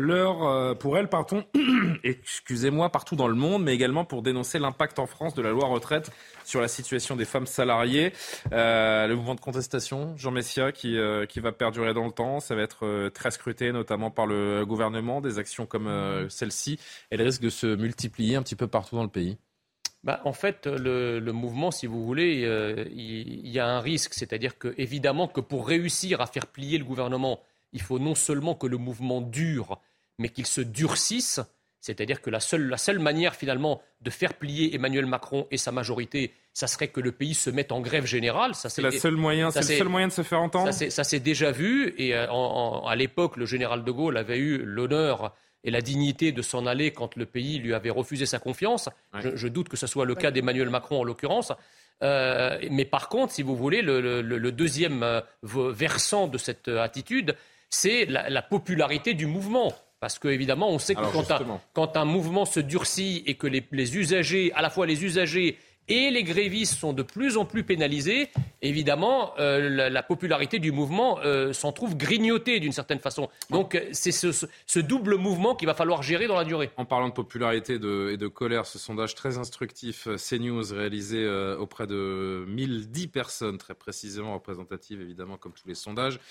[SPEAKER 2] elles, excusez-moi, partout dans le monde, mais également pour dénoncer l'impact en France de la loi retraite sur la situation des femmes salariées. Le mouvement de contestation, Jean Messia, qui va perdurer dans le temps, ça va être très scruté, notamment par le gouvernement. Des actions comme celle-ci, elles risquent de se multiplier un petit peu partout dans le pays.
[SPEAKER 4] En fait, le mouvement, si vous voulez, il y a un risque. C'est-à-dire que, évidemment, que pour réussir à faire plier le gouvernement, il faut non seulement que le mouvement dure, mais qu'il se durcisse. C'est-à-dire que la seule manière, finalement, de faire plier Emmanuel Macron et sa majorité, ça serait que le pays se mette en grève générale.
[SPEAKER 2] C'est le seul moyen de se faire entendre.
[SPEAKER 4] Ça s'est déjà vu. Et à l'époque, le général de Gaulle avait eu l'honneur et la dignité de s'en aller quand le pays lui avait refusé sa confiance. Ouais. Je doute que ce soit le cas d'Emmanuel Macron en l'occurrence. Mais par contre, si vous voulez, le deuxième versant de cette attitude, c'est la popularité du mouvement. Parce qu'évidemment, on sait que quand un mouvement se durcit et que les usagers, à la fois les usagers et les grévistes sont de plus en plus pénalisés, évidemment, la popularité du mouvement s'en trouve grignotée d'une certaine façon. Donc c'est ce double mouvement qu'il va falloir gérer dans la durée.
[SPEAKER 2] En parlant de popularité et de colère, ce sondage très instructif CNews réalisé auprès de 1010 personnes, très précisément représentatives évidemment comme tous les sondages,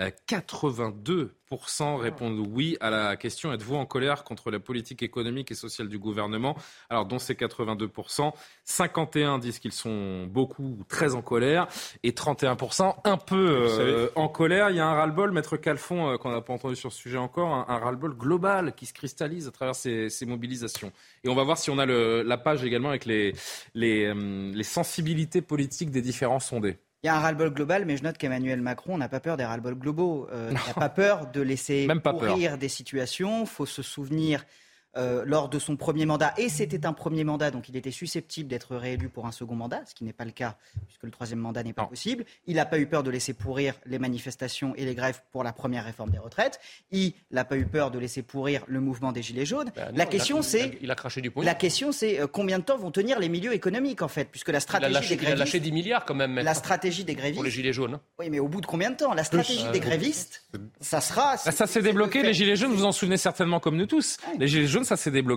[SPEAKER 2] 82% répondent oui à la question « Êtes-vous en colère contre la politique économique et sociale du gouvernement ?» Alors dont ces 82%, 51 disent qu'ils sont beaucoup, très en colère, et 31% un peu en colère. Il y a un ras-le-bol, Maître Calfon, qu'on n'a pas entendu sur ce sujet encore, un ras-le-bol global qui se cristallise à travers ces mobilisations. Et on va voir si on a la page également avec les sensibilités politiques des différents sondés.
[SPEAKER 7] Il y a un ras-le-bol global, mais je note qu'Emmanuel Macron n'a pas peur des ras-le-bol globaux. Il n'a pas peur de laisser pourrir des situations. Il faut se souvenir lors de son premier mandat, et c'était un premier mandat, donc il était susceptible d'être réélu pour un second mandat, ce qui n'est pas le cas, puisque le troisième mandat n'est pas possible. Il n'a pas eu peur de laisser pourrir les manifestations et les grèves pour la première réforme des retraites. Il n'a pas eu peur de laisser pourrir le mouvement des Gilets jaunes. La question,
[SPEAKER 4] il a craché du poing.
[SPEAKER 7] La question, c'est combien de temps vont tenir les milieux économiques, en fait, puisque la stratégie des grévistes...
[SPEAKER 4] Il a lâché 10 milliards, quand même.
[SPEAKER 7] La stratégie des grévistes...
[SPEAKER 4] Pour les Gilets jaunes.
[SPEAKER 7] Oui, mais au bout de combien de temps ? La stratégie des grévistes, ça sera...
[SPEAKER 2] Ça s'est débloqué. Les Gilets jaunes, vous en souvenez certainement comme nous tous. Les Gilets jaunes, ça s'est débloqué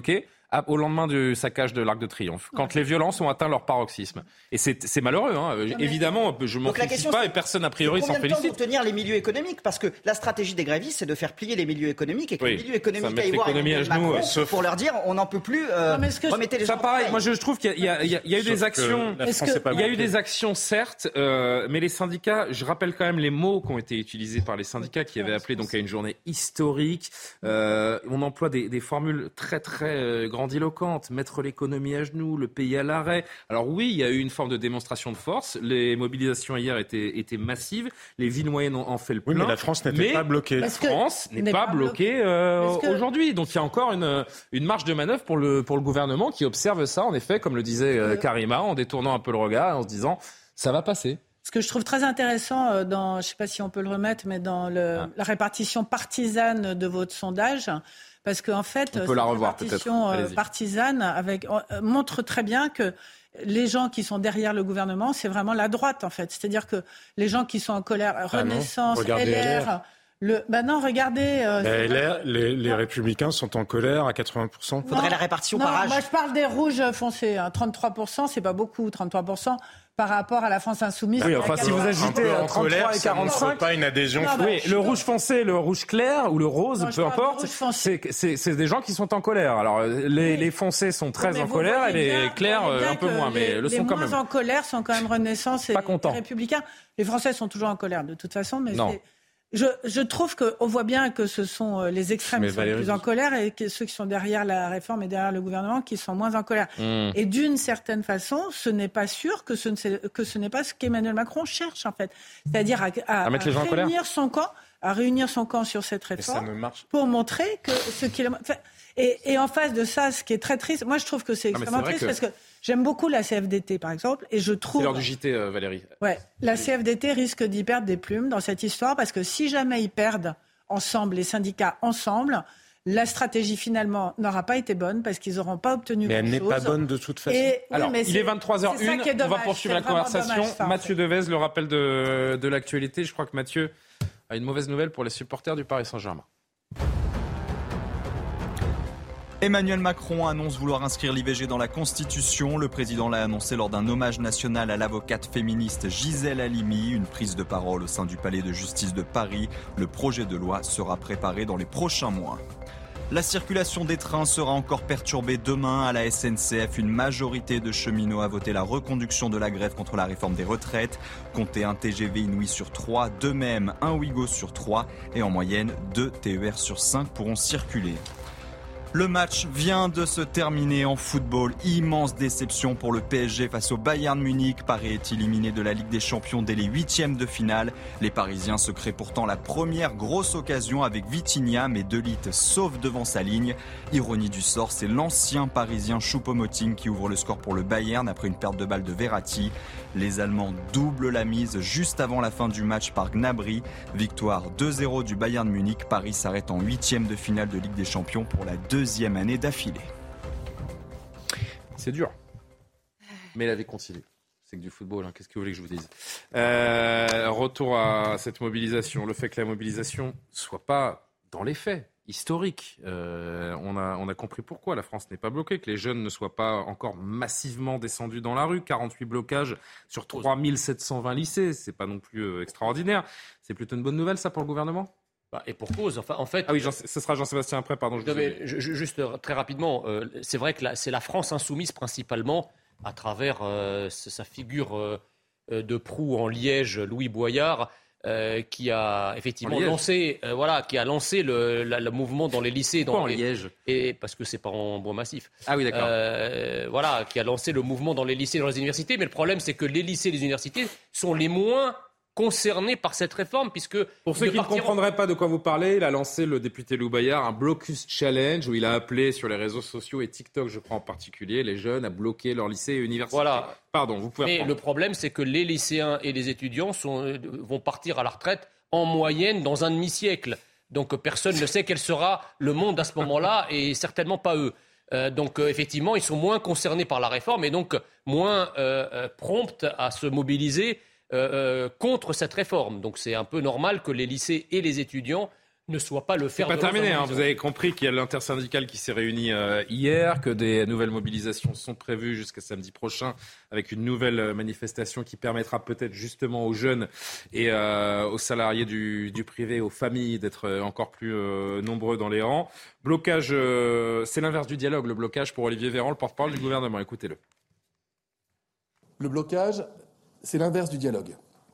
[SPEAKER 2] au lendemain du saccage de l'Arc de Triomphe, quand les violences ont atteint leur paroxysme. Et c'est malheureux, hein. Évidemment, je m'en félicite pas et personne a priori s'en félicite.
[SPEAKER 7] Combien de temps tenir les milieux économiques ? Parce que la stratégie des grévistes, c'est de faire plier les milieux économiques et que les milieux économiques aillent voir Macron pour leur dire on n'en peut plus, remettez les gens.
[SPEAKER 2] Ça pareil, moi je trouve qu'il y a eu des actions, il y a eu des actions certes, mais les syndicats, je rappelle quand même les mots qui ont été utilisés par les syndicats qui avaient appelé donc à une journée historique. On emploie des formules très très grandiloquentes, mettre l'économie à genoux, le pays à l'arrêt. Alors oui, il y a eu une forme de démonstration de force. Les mobilisations hier étaient massives. Les villes moyennes ont fait le plein.
[SPEAKER 3] Oui, mais la France n'était pas bloquée.
[SPEAKER 2] La France n'est pas bloquée aujourd'hui. Donc il y a encore une marge de manœuvre pour le gouvernement qui observe ça, en effet, comme le disait Karima, en détournant un peu le regard, en se disant ça va passer.
[SPEAKER 8] Ce que je trouve très intéressant je ne sais pas si on peut le remettre, mais dans la répartition partisane de votre sondage, parce qu'en fait,
[SPEAKER 2] on peut la revoir,
[SPEAKER 8] répartition partisane montre très bien que les gens qui sont derrière le gouvernement, c'est vraiment la droite, en fait. C'est-à-dire que les gens qui sont en colère, Renaissance, LR... non, regardez...
[SPEAKER 3] LR, les Républicains sont en colère à 80%.
[SPEAKER 7] Il faudrait la répartition par âge.
[SPEAKER 8] Moi, je parle des rouges foncés. 33%, c'est pas beaucoup, 33%. Par rapport à la France insoumise.
[SPEAKER 2] Oui, enfin, si vous ajoutez 33 et 45,
[SPEAKER 3] pas une adhésion.
[SPEAKER 2] Oui, le rouge foncé, le rouge clair ou le rose, peu importe, c'est des gens qui sont en colère. Alors, les foncés sont très en colère et les clairs un peu moins, mais le sont quand même.
[SPEAKER 8] Les moins en colère sont quand même Renaissance et Républicains. Les Français sont toujours en colère, de toute façon, mais je trouve qu'on voit bien que ce sont les extrêmes qui sont les plus en colère et que ceux qui sont derrière la réforme et derrière le gouvernement qui sont moins en colère. Et d'une certaine façon, ce n'est pas sûr que ce n'est pas ce qu'Emmanuel Macron cherche, en fait. C'est-à-dire à réunir son camp sur cette réforme pour montrer que ce qu'il a... Et en face de ça, ce qui est très triste, moi je trouve que c'est extrêmement triste parce que j'aime beaucoup la CFDT, par exemple, et je trouve...
[SPEAKER 2] C'est l'heure du JT, Valérie.
[SPEAKER 8] Ouais, la CFDT risque d'y perdre des plumes dans cette histoire, parce que si jamais ils perdent ensemble, les syndicats ensemble, la stratégie finalement n'aura pas été bonne, parce qu'ils n'auront pas obtenu grand-chose.
[SPEAKER 3] Mais elle n'est pas bonne de toute façon.
[SPEAKER 2] Alors, il est 23h01, on va poursuivre la conversation. Mathieu Devez, le rappel de l'actualité. Je crois que Mathieu a une mauvaise nouvelle pour les supporters du Paris Saint-Germain.
[SPEAKER 5] Emmanuel Macron annonce vouloir inscrire l'IVG dans la Constitution. Le président l'a annoncé lors d'un hommage national à l'avocate féministe Gisèle Halimi. Une prise de parole au sein du palais de justice de Paris. Le projet de loi sera préparé dans les prochains mois. La circulation des trains sera encore perturbée demain à la SNCF. Une majorité de cheminots a voté la reconduction de la grève contre la réforme des retraites. Comptez un TGV Inouï sur 3, de même un Ouigo sur 3 et en moyenne 2 TER sur 5 pourront circuler. Le match vient de se terminer en football. Immense déception pour le PSG face au Bayern Munich. Paris est éliminé de la Ligue des Champions dès les 8e de finale. Les Parisiens se créent pourtant la première grosse occasion avec Vitinha, mais De Ligt sauve devant sa ligne. Ironie du sort, c'est l'ancien Parisien Choupo-Moting qui ouvre le score pour le Bayern après une perte de balle de Verratti. Les Allemands doublent la mise juste avant la fin du match par Gnabry. Victoire 2-0 du Bayern Munich. Paris s'arrête en 8e de finale de Ligue des Champions pour la deuxième année d'affilée.
[SPEAKER 2] C'est dur. Mais la vie continue. C'est que du football, hein. Qu'est-ce que vous voulez que je vous dise ? Retour à cette mobilisation. Le fait que la mobilisation soit pas dans les faits, historique. On a compris pourquoi la France n'est pas bloquée, que les jeunes ne soient pas encore massivement descendus dans la rue. 48 blocages sur 3720 lycées. C'est pas non plus extraordinaire. C'est plutôt une bonne nouvelle, ça, pour le gouvernement ?
[SPEAKER 4] Et pour cause, en fait...
[SPEAKER 2] Ah oui, ce sera Jean-Sébastien après, pardon.
[SPEAKER 4] Juste très rapidement, c'est vrai que c'est la France insoumise principalement, à travers sa figure de proue en Liège, Louis Boyard, qui a effectivement lancé le mouvement dans les lycées.
[SPEAKER 2] Pourquoi en Liège ?
[SPEAKER 4] Et parce que c'est pas en bois massif.
[SPEAKER 2] Ah oui, d'accord.
[SPEAKER 4] Qui a lancé le mouvement dans les lycées et dans les universités. Mais le problème, c'est que les lycées et les universités sont les moins concernés par cette réforme, puisque...
[SPEAKER 2] Pour ceux qui ne comprendraient pas de quoi vous parlez, il a lancé, le député Louis Boyard, un blocus challenge où il a appelé sur les réseaux sociaux et TikTok, je crois en particulier, les jeunes à bloquer leur lycée et université.
[SPEAKER 4] Voilà.
[SPEAKER 2] Pardon, vous pouvez reprendre.
[SPEAKER 4] Mais le problème, c'est que les lycéens et les étudiants vont partir à la retraite en moyenne dans un demi-siècle. Donc personne ne sait quel sera le monde à ce moment-là, et certainement pas eux. Donc effectivement, ils sont moins concernés par la réforme et donc moins prompts à se mobiliser contre cette réforme. Donc c'est un peu normal que les lycées et les étudiants ne soit pas le fer
[SPEAKER 2] C'est
[SPEAKER 4] de
[SPEAKER 2] pas
[SPEAKER 4] lance
[SPEAKER 2] terminé,
[SPEAKER 4] dans
[SPEAKER 2] vous avez compris qu'il y a l'intersyndicale qui s'est réunie hier, que des nouvelles mobilisations sont prévues jusqu'à samedi prochain, avec une nouvelle manifestation qui permettra peut-être justement aux jeunes et aux salariés du privé, aux familles d'être encore plus nombreux dans les rangs. Blocage, c'est l'inverse du dialogue, le blocage pour Olivier Véran, le porte-parole du gouvernement. Écoutez-le.
[SPEAKER 1] Le blocage, c'est l'inverse du dialogue.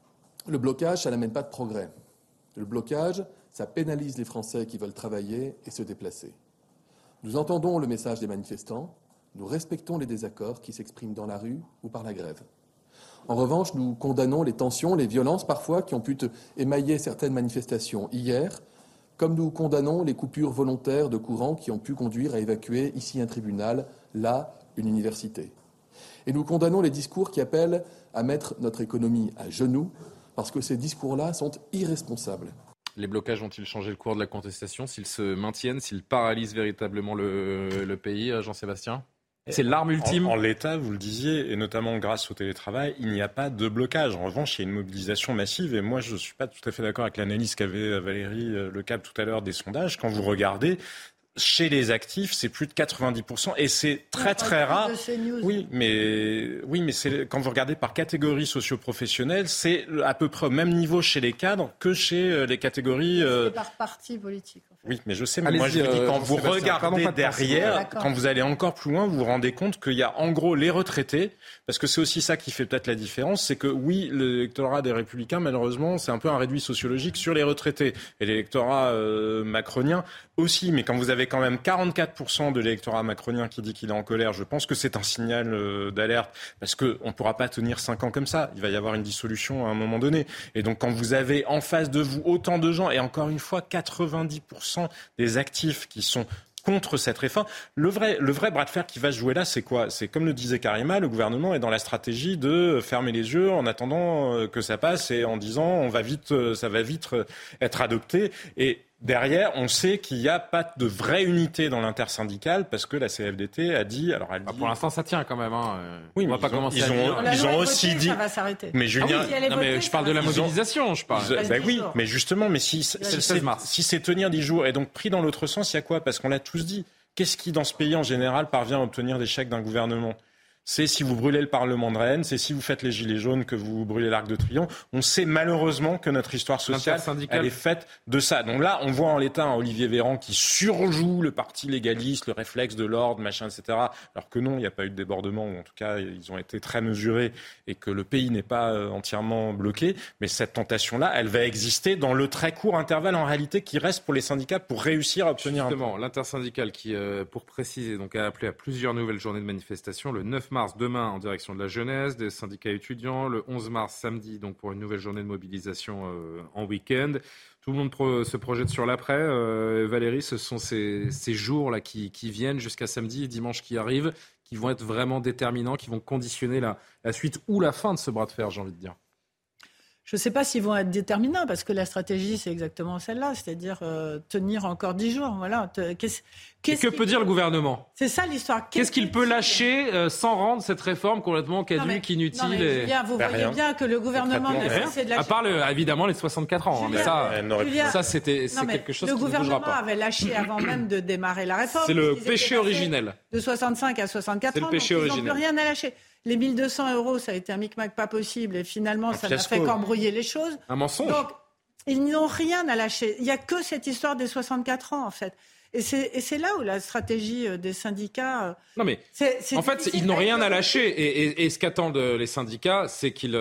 [SPEAKER 1] Le blocage, ça n'amène pas de progrès. Le blocage, ça pénalise les Français qui veulent travailler et se déplacer. Nous entendons le message des manifestants, nous respectons les désaccords qui s'expriment dans la rue ou par la grève. En revanche, nous condamnons les tensions, les violences parfois qui ont pu émailler certaines manifestations hier, comme nous condamnons les coupures volontaires de courant qui ont pu conduire à évacuer ici un tribunal, là une université. Et nous condamnons les discours qui appellent à mettre notre économie à genoux, parce que ces discours-là sont irresponsables.
[SPEAKER 2] Les blocages vont-ils changer le cours de la contestation, s'ils se maintiennent, s'ils paralysent véritablement le pays, Jean-Sébastien ? C'est l'arme ultime.
[SPEAKER 3] En l'état, vous le disiez, et notamment grâce au télétravail, il n'y a pas de blocage. En revanche, il y a une mobilisation massive. Et moi, je ne suis pas tout à fait d'accord avec l'analyse qu'avait Valérie Lecap tout à l'heure des sondages. Quand vous regardez, chez les actifs, c'est plus de 90%. Et c'est très, très rare. Oui, mais c'est, quand vous regardez par catégorie socio-professionnelle, c'est à peu près au même niveau chez les cadres que chez les catégories...
[SPEAKER 8] C'est par parti politique.
[SPEAKER 3] Oui, mais je sais, mais moi je vous dis, quand vous regardez derrière, quand vous allez encore plus loin, vous vous rendez compte qu'il y a en gros les retraités, parce que c'est aussi ça qui fait peut-être la différence, c'est que oui, l'électorat des Républicains, malheureusement, c'est un peu un réduit sociologique sur les retraités. Et l'électorat macronien aussi, mais quand vous avez quand même 44% de l'électorat macronien qui dit qu'il est en colère, je pense que c'est un signal d'alerte, parce qu'on ne pourra pas tenir 5 ans comme ça, il va y avoir une dissolution à un moment donné. Et donc quand vous avez en face de vous autant de gens, et encore une fois 90% des actifs qui sont contre cette réforme. Le vrai bras de fer qui va se jouer là, c'est quoi ? C'est comme le disait Karima, le gouvernement est dans la stratégie de fermer les yeux en attendant que ça passe et en disant ça va vite être adopté. Et derrière, on sait qu'il n'y a pas de vraie unité dans l'intersyndicale parce que la CFDT a dit...
[SPEAKER 2] Pour l'instant, ça tient quand même.
[SPEAKER 3] Oui,
[SPEAKER 2] on va pas commencer à dire.
[SPEAKER 3] Ils ont aussi dit...
[SPEAKER 8] Ça va s'arrêter.
[SPEAKER 3] Mais Julien...
[SPEAKER 2] mais je parle de la mobilisation, je parle.
[SPEAKER 3] Oui, mais justement, si c'est tenir 10 jours et donc pris dans l'autre sens, il y a quoi ? Parce qu'on l'a tous dit. Qu'est-ce qui, dans ce pays, en général, parvient à obtenir des chèques d'un gouvernement ? C'est si vous brûlez le Parlement de Rennes, c'est si vous faites les Gilets jaunes que vous brûlez l'Arc de Triomphe. On sait malheureusement que notre histoire sociale, elle est faite de ça. Donc là, on voit en l'état un Olivier Véran qui surjoue le parti légaliste, le réflexe de l'ordre, machin, etc. Alors que non, il n'y a pas eu de débordement, ou en tout cas, ils ont été très mesurés et que le pays n'est pas entièrement bloqué. Mais cette tentation-là, elle va exister dans le très court intervalle en réalité qui reste pour les syndicats pour réussir à obtenir
[SPEAKER 2] Justement, l'intersyndicale qui, pour préciser, donc a appelé à plusieurs nouvelles journées de manifestation le 9 mars, demain, en direction de la jeunesse, des syndicats étudiants. Le 11 mars, samedi, donc pour une nouvelle journée de mobilisation en week-end. Tout le monde se projette sur l'après. Valérie, ce sont ces jours-là qui viennent jusqu'à samedi et dimanche qui arrivent, qui vont être vraiment déterminants, qui vont conditionner la suite ou la fin de ce bras de fer, j'ai envie de dire.
[SPEAKER 8] Je ne sais pas s'ils vont être déterminants, parce que la stratégie, c'est exactement celle-là, c'est-à-dire tenir encore 10 jours. Voilà.
[SPEAKER 2] Que peut dire le gouvernement ?
[SPEAKER 8] C'est ça l'histoire.
[SPEAKER 2] Qu'est-ce qu'il peut lâcher sans rendre cette réforme complètement caduque, inutile
[SPEAKER 8] vous voyez bien que le gouvernement n'a cessé de lâcher.
[SPEAKER 2] À part, évidemment, les 64 ans. Mais ça, c'est quelque chose qui ne bougera pas. Le
[SPEAKER 8] gouvernement avait lâché avant même de démarrer la réforme.
[SPEAKER 2] C'est le péché originel.
[SPEAKER 8] De 65 à 64 ans,
[SPEAKER 2] le péché
[SPEAKER 8] donc
[SPEAKER 2] originel.
[SPEAKER 8] Ils n'ont plus rien à lâcher. Les 1 200 €, ça a été un micmac pas possible. Et finalement, ça n'a fait qu'embrouiller les choses.
[SPEAKER 2] Un mensonge.
[SPEAKER 8] Donc, ils n'ont rien à lâcher. Il n'y a que cette histoire des 64 ans, en fait. Et c'est là où la stratégie des syndicats...
[SPEAKER 2] Non mais, en fait, ils n'ont rien à lâcher. Et ce qu'attendent les syndicats, c'est qu'ils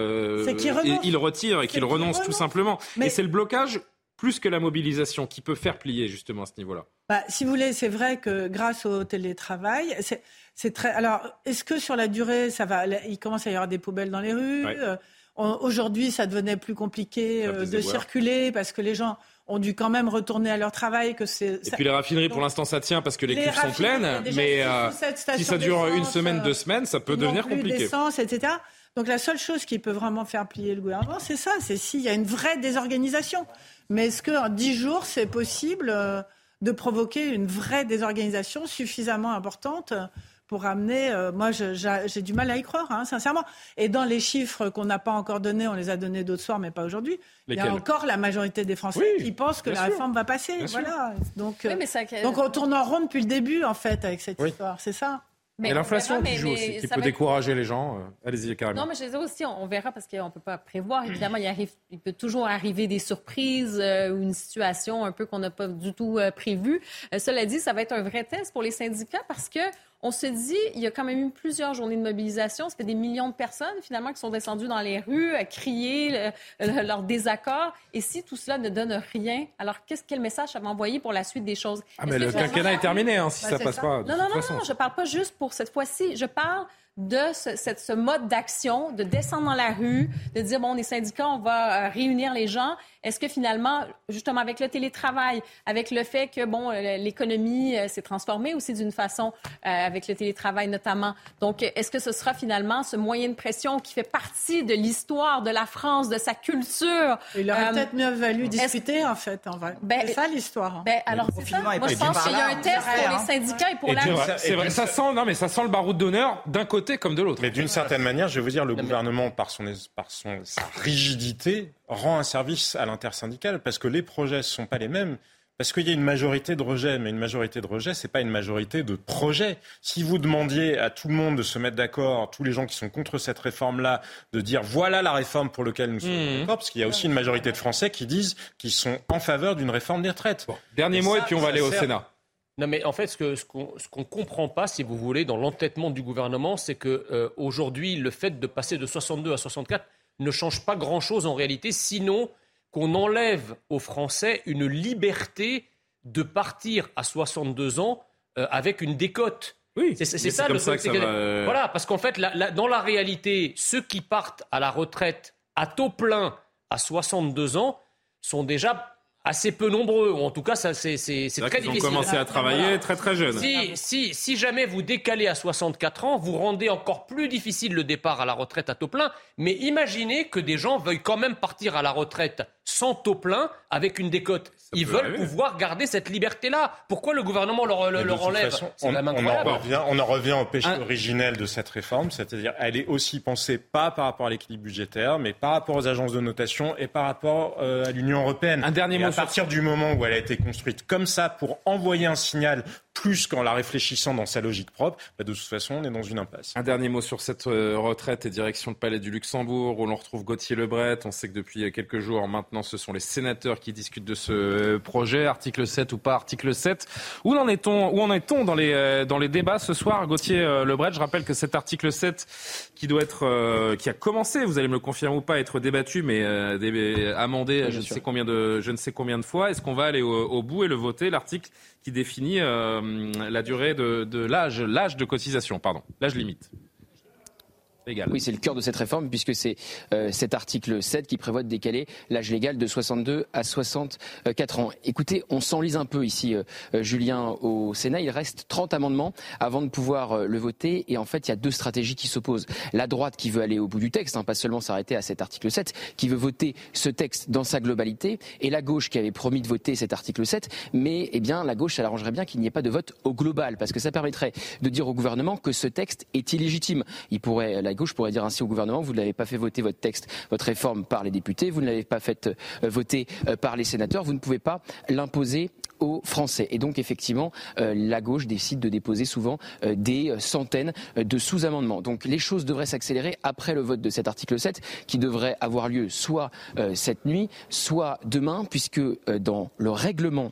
[SPEAKER 2] retirent et qu'ils renoncent tout simplement. Et c'est le blocage, plus que la mobilisation, qui peut faire plier justement à ce niveau-là.
[SPEAKER 8] Si vous voulez, c'est vrai que grâce au télétravail... C'est très. Alors, est-ce que sur la durée, ça va ? Il commence à y avoir des poubelles dans les rues. Ouais. Aujourd'hui, ça devenait plus compliqué de circuler parce que les gens ont dû quand même retourner à leur travail.
[SPEAKER 2] Puis les raffineries, pour l'instant, ça tient parce que les cuves sont pleines. Mais si ça dure une semaine, 2 semaines, ça peut devenir compliqué.
[SPEAKER 8] D'essence, etc. Donc la seule chose qui peut vraiment faire plier le gouvernement, c'est ça. C'est s'il y a une vraie désorganisation. Mais est-ce qu'en 10 jours, c'est possible de provoquer une vraie désorganisation suffisamment importante pour amener... moi, j'ai du mal à y croire, sincèrement. Et dans les chiffres qu'on n'a pas encore donnés, on les a donnés d'autres soirs, mais pas aujourd'hui, il y a encore la majorité des Français qui pensent que la réforme va passer. Voilà. Donc, donc on tourne en rond depuis le début, en fait, avec cette histoire. C'est ça.
[SPEAKER 2] Mais et l'inflation qui joue aussi, qui peut décourager les gens. Allez-y, carrément.
[SPEAKER 11] Non, mais je disais aussi, on verra parce qu'on ne peut pas prévoir. Évidemment, il peut toujours arriver des surprises ou une situation un peu qu'on n'a pas du tout prévue. Cela dit, ça va être un vrai test pour les syndicats parce que on se dit, il y a quand même eu plusieurs journées de mobilisation. Ça fait des millions de personnes, finalement, qui sont descendues dans les rues à crier leur désaccord. Et si tout cela ne donne rien, alors quel message ça va envoyer pour la suite des choses?
[SPEAKER 2] Mais le quinquennat est terminé, si ça passe pas.
[SPEAKER 11] Non, je ne parle pas juste pour cette fois-ci. Je parle de ce mode d'action, de descendre dans la rue, de dire, bon, les syndicats, on va réunir les gens. Est-ce que finalement, justement, avec le télétravail, avec le fait que, bon, l'économie s'est transformée aussi d'une façon, avec le télétravail notamment. Donc, est-ce que ce sera finalement ce moyen de pression qui fait partie de l'histoire de la France, de sa culture?
[SPEAKER 8] Il aurait peut-être mieux valu discuter, en fait, en vrai. C'est ça l'histoire.
[SPEAKER 11] Alors, c'est ça. Moi, je pense qu'il y a un test pour les syndicats et pour la...
[SPEAKER 2] C'est vrai, ça sent le baroud d'honneur d'un côté comme de l'autre.
[SPEAKER 3] Mais d'une certaine manière, je vais vous dire, le gouvernement, par sa rigidité, rend un service à l'intersyndicale parce que les projets ne sont pas les mêmes. Parce qu'il y a une majorité de rejet, mais une majorité de rejet, c'est pas une majorité de projets. Si vous demandiez à tout le monde de se mettre d'accord, tous les gens qui sont contre cette réforme-là, de dire voilà la réforme pour laquelle nous sommes d'accord, parce qu'il y a aussi une majorité de Français qui disent qu'ils sont en faveur d'une réforme des retraites.
[SPEAKER 2] Bon, dernier mot et puis on va aller au Sénat.
[SPEAKER 4] Non, mais en fait, ce qu'on comprend pas, si vous voulez, dans l'entêtement du gouvernement, c'est que aujourd'hui, le fait de passer de 62 à 64 ne change pas grand-chose en réalité, sinon qu'on enlève aux Français une liberté de partir à 62 ans avec une décote.
[SPEAKER 2] Oui,
[SPEAKER 4] c'est ça le truc. Voilà, parce qu'en fait, dans la réalité, ceux qui partent à la retraite à taux plein à 62 ans sont déjà assez peu nombreux, ou en tout cas, c'est très difficile.
[SPEAKER 2] Ils ont commencé à travailler très très jeunes.
[SPEAKER 4] Si jamais vous décalez à 64 ans, vous rendez encore plus difficile le départ à la retraite à taux plein. Mais imaginez que des gens veuillent quand même partir à la retraite sans taux plein, avec une décote. Ils veulent pouvoir garder cette liberté-là. Pourquoi le gouvernement leur enlève?
[SPEAKER 3] On en revient au péché originel de cette réforme, c'est-à-dire elle est aussi pensée pas par rapport à l'équilibre budgétaire, mais par rapport aux agences de notation et par rapport à l'Union européenne.
[SPEAKER 2] Un dernier mot.
[SPEAKER 3] À partir du moment où elle a été construite comme ça pour envoyer un signal plus qu'en la réfléchissant dans sa logique propre, de toute façon, on est dans une impasse.
[SPEAKER 2] Un dernier mot sur cette retraite et direction le Palais du Luxembourg, où l'on retrouve Gauthier Lebret. On sait que depuis quelques jours, maintenant, ce sont les sénateurs qui discutent de ce projet, article 7 ou pas article 7. Où en est-on dans les débats ce soir, Gauthier Lebret? Je rappelle que cet article 7 qui a commencé, vous allez me le confirmer ou pas, à être débattu, mais amendé je ne sais combien de fois. Est-ce qu'on va aller au bout et le voter, l'article qui définit la durée de l'âge de cotisation, l'âge limite?
[SPEAKER 6] Légal. Oui, c'est le cœur de cette réforme puisque c'est cet article 7 qui prévoit de décaler l'âge légal de 62 à 64 ans. Écoutez, on s'enlise un peu ici, Julien, au Sénat. Il reste 30 amendements avant de pouvoir le voter et en fait, il y a deux stratégies qui s'opposent. La droite qui veut aller au bout du texte, pas seulement s'arrêter à cet article 7, qui veut voter ce texte dans sa globalité, et la gauche qui avait promis de voter cet article 7, mais la gauche, ça l'arrangerait bien qu'il n'y ait pas de vote au global parce que ça permettrait de dire au gouvernement que ce texte est illégitime. La gauche pourrait dire ainsi au gouvernement, vous ne l'avez pas fait voter votre texte, votre réforme par les députés, vous ne l'avez pas fait voter par les sénateurs, vous ne pouvez pas l'imposer aux Français. Et donc effectivement, la gauche décide de déposer souvent des centaines de sous-amendements. Donc les choses devraient s'accélérer après le vote de cet article 7 qui devrait avoir lieu soit cette nuit, soit demain, puisque dans le règlement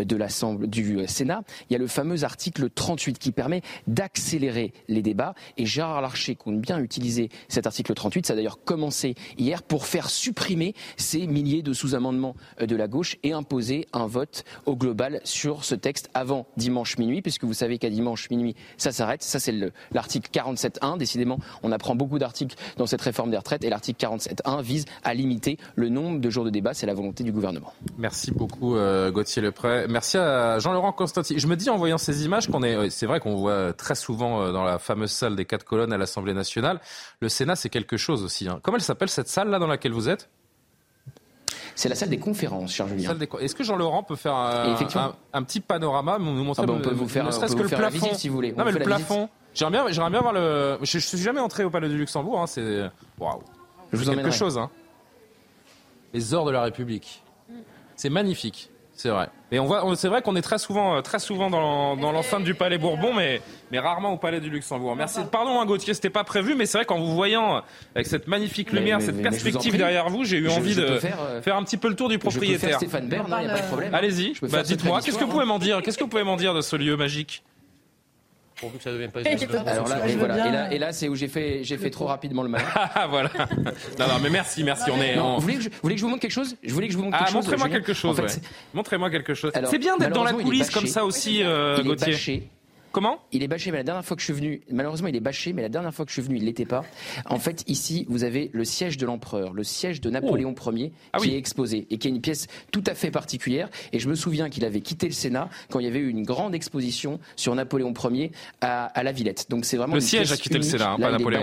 [SPEAKER 6] du Sénat, il y a le fameux article 38 qui permet d'accélérer les débats. Et Gérard Larcher compte bien utiliser cet article 38. Ça a d'ailleurs commencé hier pour faire supprimer ces milliers de sous-amendements de la gauche et imposer un vote au global sur ce texte avant dimanche minuit, puisque vous savez qu'à dimanche minuit, ça s'arrête. Ça, c'est l'article 47.1. Décidément, on apprend beaucoup d'articles dans cette réforme des retraites et l'article 47.1 vise à limiter le nombre de jours de débat. C'est la volonté du gouvernement.
[SPEAKER 2] Merci beaucoup, Gauthier Lebret. Merci à Jean-Laurent Constantin. Je me dis en voyant ces images c'est vrai qu'on voit très souvent dans la fameuse salle des 4 colonnes à l'Assemblée nationale. Le Sénat, c'est quelque chose aussi. Comment elle s'appelle cette salle-là dans laquelle vous êtes ?
[SPEAKER 6] C'est la salle des conférences, cher Julien.
[SPEAKER 2] Est-ce que Jean-Laurent peut faire un petit panorama, nous montrer
[SPEAKER 6] on peut vous faire,
[SPEAKER 2] ne serait-ce que le plafond,
[SPEAKER 6] visite, si vous voulez.
[SPEAKER 2] Non, mais le plafond, J'aimerais bien voir le... Je suis jamais entré au Palais du Luxembourg, hein, c'est... Waouh.
[SPEAKER 6] Je vous
[SPEAKER 2] quelque
[SPEAKER 6] emmènerai.
[SPEAKER 2] chose, hein. Les ors de la République. C'est magnifique, c'est vrai. Et c'est vrai qu'on est très souvent dans l'enceinte du Palais Bourbon, mais rarement au Palais du Luxembourg. Merci. Pardon, hein, Gauthier, c'était pas prévu, mais c'est vrai qu'en vous voyant avec cette magnifique lumière, cette perspective derrière vous, j'ai eu envie de faire un petit peu le tour du propriétaire.
[SPEAKER 6] Je peux faire Stéphane Bern, il n'y a pas de problème.
[SPEAKER 2] Allez-y, dites-moi, qu'est-ce que vous pouvez m'en dire ? Qu'est-ce que vous pouvez m'en dire de ce lieu magique ?
[SPEAKER 4] Pourvu que ça ne devienne pas
[SPEAKER 6] Alors là, et là, c'est où j'ai fait trop rapidement le malin.
[SPEAKER 2] Ah voilà. Non, mais merci.
[SPEAKER 6] Vous voulez que je vous montre quelque chose ?
[SPEAKER 2] Montrez-moi quelque chose. En fait, montrez-moi quelque chose. C'est bien d'être dans la coulisse comme ça aussi, Gauthier. Comment ?
[SPEAKER 6] Il est bâché, mais la dernière fois que je suis venu, malheureusement il est bâché, mais la dernière fois que je suis venu, il l'était pas. En fait, ici, vous avez le siège de l'empereur, le siège de Napoléon Ier, qui est exposé et qui est une pièce tout à fait particulière. Et je me souviens qu'il avait quitté le Sénat quand il y avait eu une grande exposition sur Napoléon Ier à la Villette. Donc c'est vraiment
[SPEAKER 2] le siège a quitté le Sénat, pas Napoléon.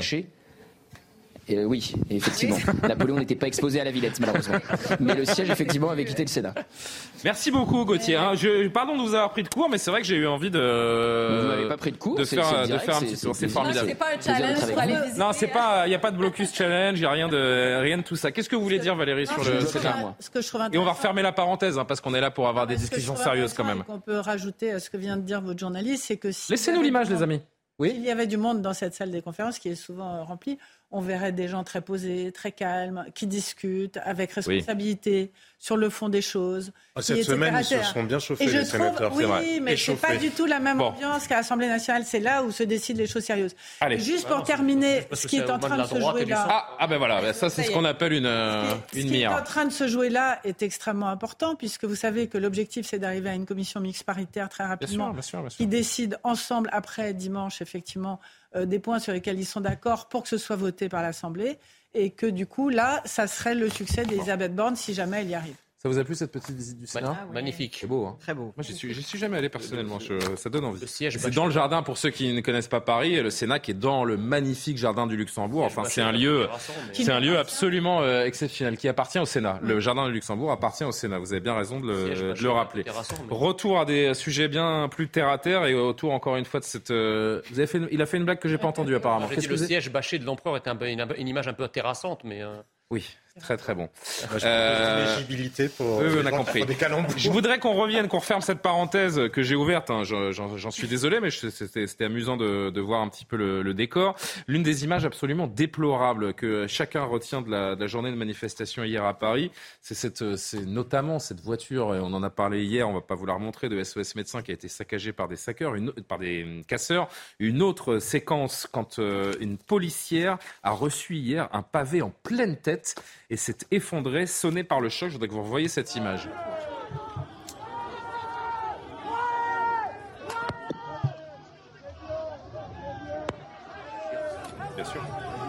[SPEAKER 6] Oui, effectivement. Napoléon n'était pas exposé à la Villette, malheureusement. Mais le siège, effectivement, avait quitté le Sénat.
[SPEAKER 2] Merci beaucoup, Gauthier. Pardon de vous avoir pris de cours, mais c'est vrai que j'ai eu envie de...
[SPEAKER 6] Vous m'avez pas pris de cours,
[SPEAKER 2] de faire un petit tour. C'est formidable.
[SPEAKER 11] C'est pas un challenge pour aller visiter.
[SPEAKER 2] Non, il n'y a pas de blocus challenge, il n'y a rien de tout ça. Qu'est-ce que vous voulez dire, Valérie, sur le Sénat ? Et on va refermer la parenthèse, parce qu'on est là pour avoir des discussions sérieuses quand même.
[SPEAKER 8] On peut rajouter à ce que vient de dire votre journaliste, c'est que
[SPEAKER 2] laissez-nous l'image, les amis.
[SPEAKER 8] Oui. S'il y avait du monde dans cette salle des conférences, qui est souvent remplie, on verrait des gens très posés, très calmes, qui discutent avec responsabilité sur le fond des choses.
[SPEAKER 3] Cette semaine, ils se sont bien chauffés, les sénateurs, c'est vrai.
[SPEAKER 8] Oui, mais c'est pas du tout la même ambiance qu'à l'Assemblée nationale. C'est là où se décident les choses sérieuses.
[SPEAKER 2] Allez.
[SPEAKER 8] Et juste pour terminer, ce qui est en train de se jouer là...
[SPEAKER 2] Ah ben voilà, ça c'est ce qu'on appelle une mire.
[SPEAKER 8] Ce qui est en train de se jouer là est extrêmement important, puisque vous savez que l'objectif, c'est d'arriver à une commission mixte paritaire très rapidement,
[SPEAKER 2] bien sûr.
[SPEAKER 8] qui décide ensemble, après dimanche, effectivement, des points sur lesquels ils sont d'accord pour que ce soit voté par l'Assemblée, et que du coup, là, ça serait le succès d'Elisabeth Borne si jamais elle y arrive.
[SPEAKER 2] Ça vous a plu cette petite visite du Sénat ?
[SPEAKER 4] Magnifique.
[SPEAKER 2] C'est beau, hein ?
[SPEAKER 7] Très beau.
[SPEAKER 2] Moi, j'y suis jamais allé personnellement. Ça donne envie.
[SPEAKER 4] C'est
[SPEAKER 2] dans le jardin, pour ceux qui ne connaissent pas Paris, le Sénat qui est dans le magnifique jardin du Luxembourg. Enfin, c'est un lieu absolument exceptionnel qui appartient au Sénat. Le jardin du Luxembourg appartient au Sénat. Vous avez bien raison de le rappeler. Retour à des sujets bien plus terre à terre et autour encore une fois de cette. Il a fait une blague que j'ai pas entendue apparemment.
[SPEAKER 4] Le siège bâché de l'empereur était une image un peu terrassante, mais.
[SPEAKER 2] Oui, très très bon.
[SPEAKER 3] Légibilité pour
[SPEAKER 2] on a compris. Je voudrais qu'on revienne, qu'on referme cette parenthèse que j'ai ouverte. Hein. J'en suis désolé, mais c'était amusant de voir un petit peu le décor. L'une des images absolument déplorables que chacun retient de la journée de manifestation hier à Paris, c'est notamment cette voiture, et on en a parlé hier, on va pas vous la remontrer, de SOS Médecins qui a été saccagée par des casseurs. Une autre séquence quand une policière a reçu hier un pavé en pleine tête et s'est effondrée, sonnée par le choc. Je voudrais que vous revoyiez cette image. Bien sûr.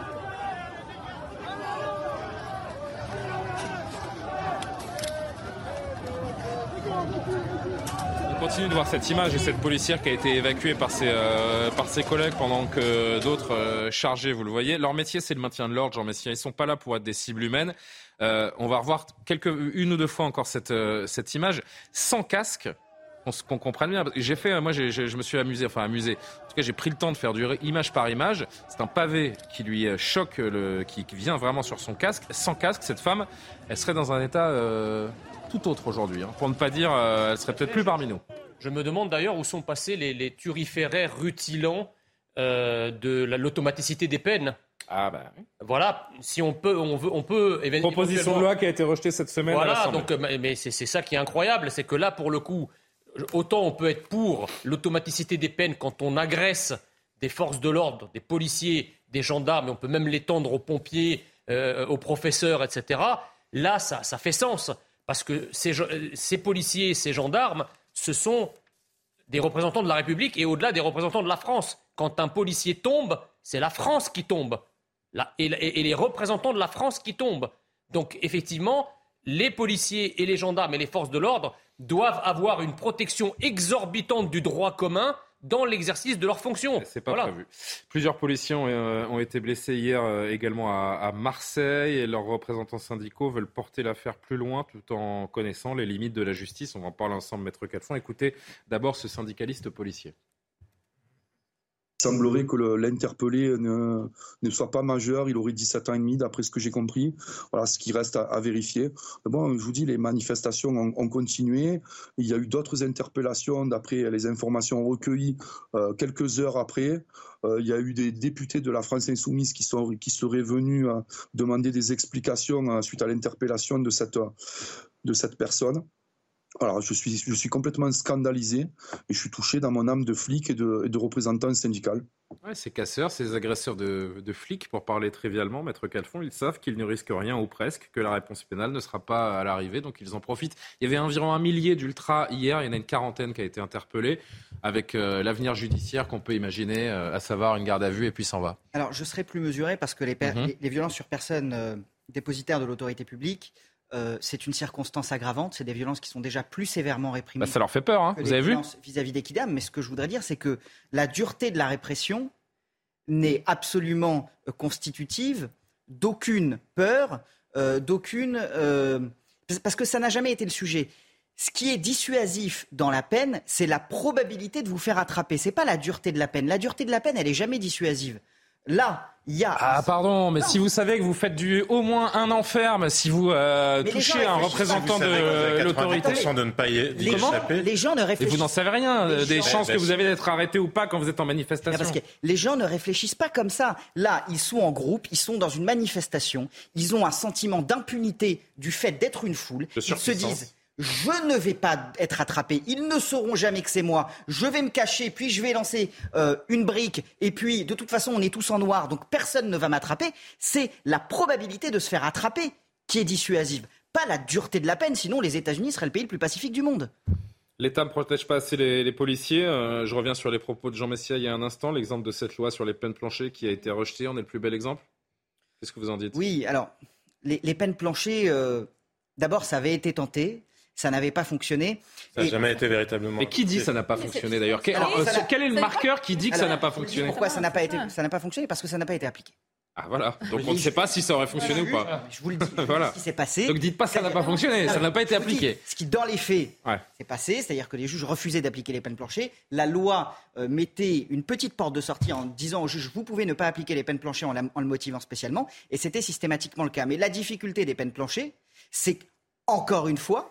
[SPEAKER 2] On continue de voir cette image et cette policière qui a été évacuée par ses collègues pendant que d'autres chargeaient, vous le voyez. Leur métier, c'est le maintien de l'ordre, Jean Messia. Ils ne sont pas là pour être des cibles humaines. On va revoir une ou deux fois encore cette image sans casque. Qu'on comprenne bien. Je me suis amusé. En tout cas, j'ai pris le temps de faire du image par image. C'est un pavé qui lui choque, qui vient vraiment sur son casque. Sans casque, cette femme, elle serait dans un état tout autre aujourd'hui. Hein. Pour ne pas dire, elle serait peut-être plus parmi nous.
[SPEAKER 4] Je me demande d'ailleurs où sont passés les turiféraires rutilants de l'automaticité des peines.
[SPEAKER 2] Ah bah oui.
[SPEAKER 4] Voilà, si on peut
[SPEAKER 2] proposition de loi qui a été rejetée cette semaine à l'Assemblée.
[SPEAKER 4] Donc, mais c'est ça qui est incroyable, c'est que là, pour le coup, autant on peut être pour l'automaticité des peines quand on agresse des forces de l'ordre, des policiers, des gendarmes, et on peut même l'étendre aux pompiers, aux professeurs, etc. Là, ça fait sens, parce que ces policiers, ces gendarmes, ce sont des représentants de la République et au-delà des représentants de la France. Quand un policier tombe, c'est la France qui tombe, et les représentants de la France qui tombent. Donc effectivement, les policiers et les gendarmes et les forces de l'ordre doivent avoir une protection exorbitante du droit commun dans l'exercice de leurs fonctions.
[SPEAKER 2] C'est pas prévu. Plusieurs policiers ont été blessés hier également à Marseille et leurs représentants syndicaux veulent porter l'affaire plus loin tout en connaissant les limites de la justice. On va en parler ensemble, Maître Calfon. Écoutez d'abord ce syndicaliste policier.
[SPEAKER 9] semblerait que l'interpellé ne soit pas majeur, il aurait 17 ans et demi d'après ce que j'ai compris. Voilà, ce qui reste à vérifier. Bon, je vous dis, les manifestations ont continué. Il y a eu d'autres interpellations d'après les informations recueillies quelques heures après. Il y a eu des députés de la France Insoumise qui seraient venus demander des explications suite à l'interpellation de cette personne. Alors, je suis complètement scandalisé et je suis touché dans mon âme de flic et de représentant syndical.
[SPEAKER 2] Ouais, ces casseurs, ces agresseurs de flics, pour parler trivialement, Maître Calfon, ils savent qu'ils ne risquent rien ou presque, que la réponse pénale ne sera pas à l'arrivée, donc ils en profitent. Il y avait environ 1 millier d'ultras hier, il y en a une quarantaine qui a été interpellée, avec l'avenir judiciaire qu'on peut imaginer, à savoir une garde à vue et puis s'en va.
[SPEAKER 7] Alors, je serais plus mesuré parce que les violences sur personnes dépositaires de l'autorité publique, c'est une circonstance aggravante, c'est des violences qui sont déjà plus sévèrement réprimées.
[SPEAKER 2] Ça leur fait peur, hein, vous avez vu ?
[SPEAKER 7] Vis-à-vis des kidams, mais ce que je voudrais dire, c'est que la dureté de la répression n'est absolument constitutive d'aucune peur, parce que ça n'a jamais été le sujet. Ce qui est dissuasif dans la peine, c'est la probabilité de vous faire attraper. C'est pas la dureté de la peine. La dureté de la peine, elle est jamais dissuasive. Là, il y a...
[SPEAKER 2] Ah pardon, mais non. Si vous savez que vous faites au moins 1 an ferme, si vous touchez un représentant de l'autorité...
[SPEAKER 3] de ne pas y échapper.
[SPEAKER 7] Les gens ne réfléchissent...
[SPEAKER 2] Et vous n'en savez rien des chances que vous avez d'être arrêté ou pas quand vous êtes en manifestation.
[SPEAKER 7] Parce que les gens ne réfléchissent pas comme ça. Là, ils sont en groupe, ils sont dans une manifestation, ils ont un sentiment d'impunité du fait d'être une foule. Ils se disent... Je ne vais pas être attrapé, ils ne sauront jamais que c'est moi, je vais me cacher, puis je vais lancer une brique, et puis de toute façon on est tous en noir, donc personne ne va m'attraper. C'est la probabilité de se faire attraper qui est dissuasive, pas la dureté de la peine, sinon les États-Unis seraient le pays le plus pacifique du monde.
[SPEAKER 2] L'État ne protège pas assez les policiers. Je reviens sur les propos de Jean Messia il y a un instant, l'exemple de cette loi sur les peines planchées qui a été rejetée, on est le plus bel exemple. Qu'est-ce que vous en dites ?
[SPEAKER 7] Oui, alors, les peines planchées, d'abord ça avait été tenté. Ça n'avait pas fonctionné.
[SPEAKER 3] Ça n'a jamais été véritablement...
[SPEAKER 2] Mais qui dit que ça n'a pas fonctionné d'ailleurs ? Quel est le marqueur qui dit que ça n'a pas fonctionné ?
[SPEAKER 7] Pourquoi ça n'a pas fonctionné ? Parce que ça n'a pas été appliqué.
[SPEAKER 2] Ah voilà, donc on ne sait pas si ça aurait fonctionné ou pas.
[SPEAKER 7] Je vous le dis,
[SPEAKER 2] voilà.
[SPEAKER 7] ce qui s'est passé.
[SPEAKER 2] Donc dites pas ça n'a pas fonctionné, ça n'a pas été appliqué.
[SPEAKER 7] Ce qui dans les faits s'est passé, c'est-à-dire que les juges refusaient d'appliquer les peines planchées. La loi mettait une petite porte de sortie en disant aux juges vous pouvez ne pas appliquer les peines planchées en le motivant spécialement, et c'était systématiquement le cas. Mais la difficulté des peines planchées, c'est qu'encore une fois,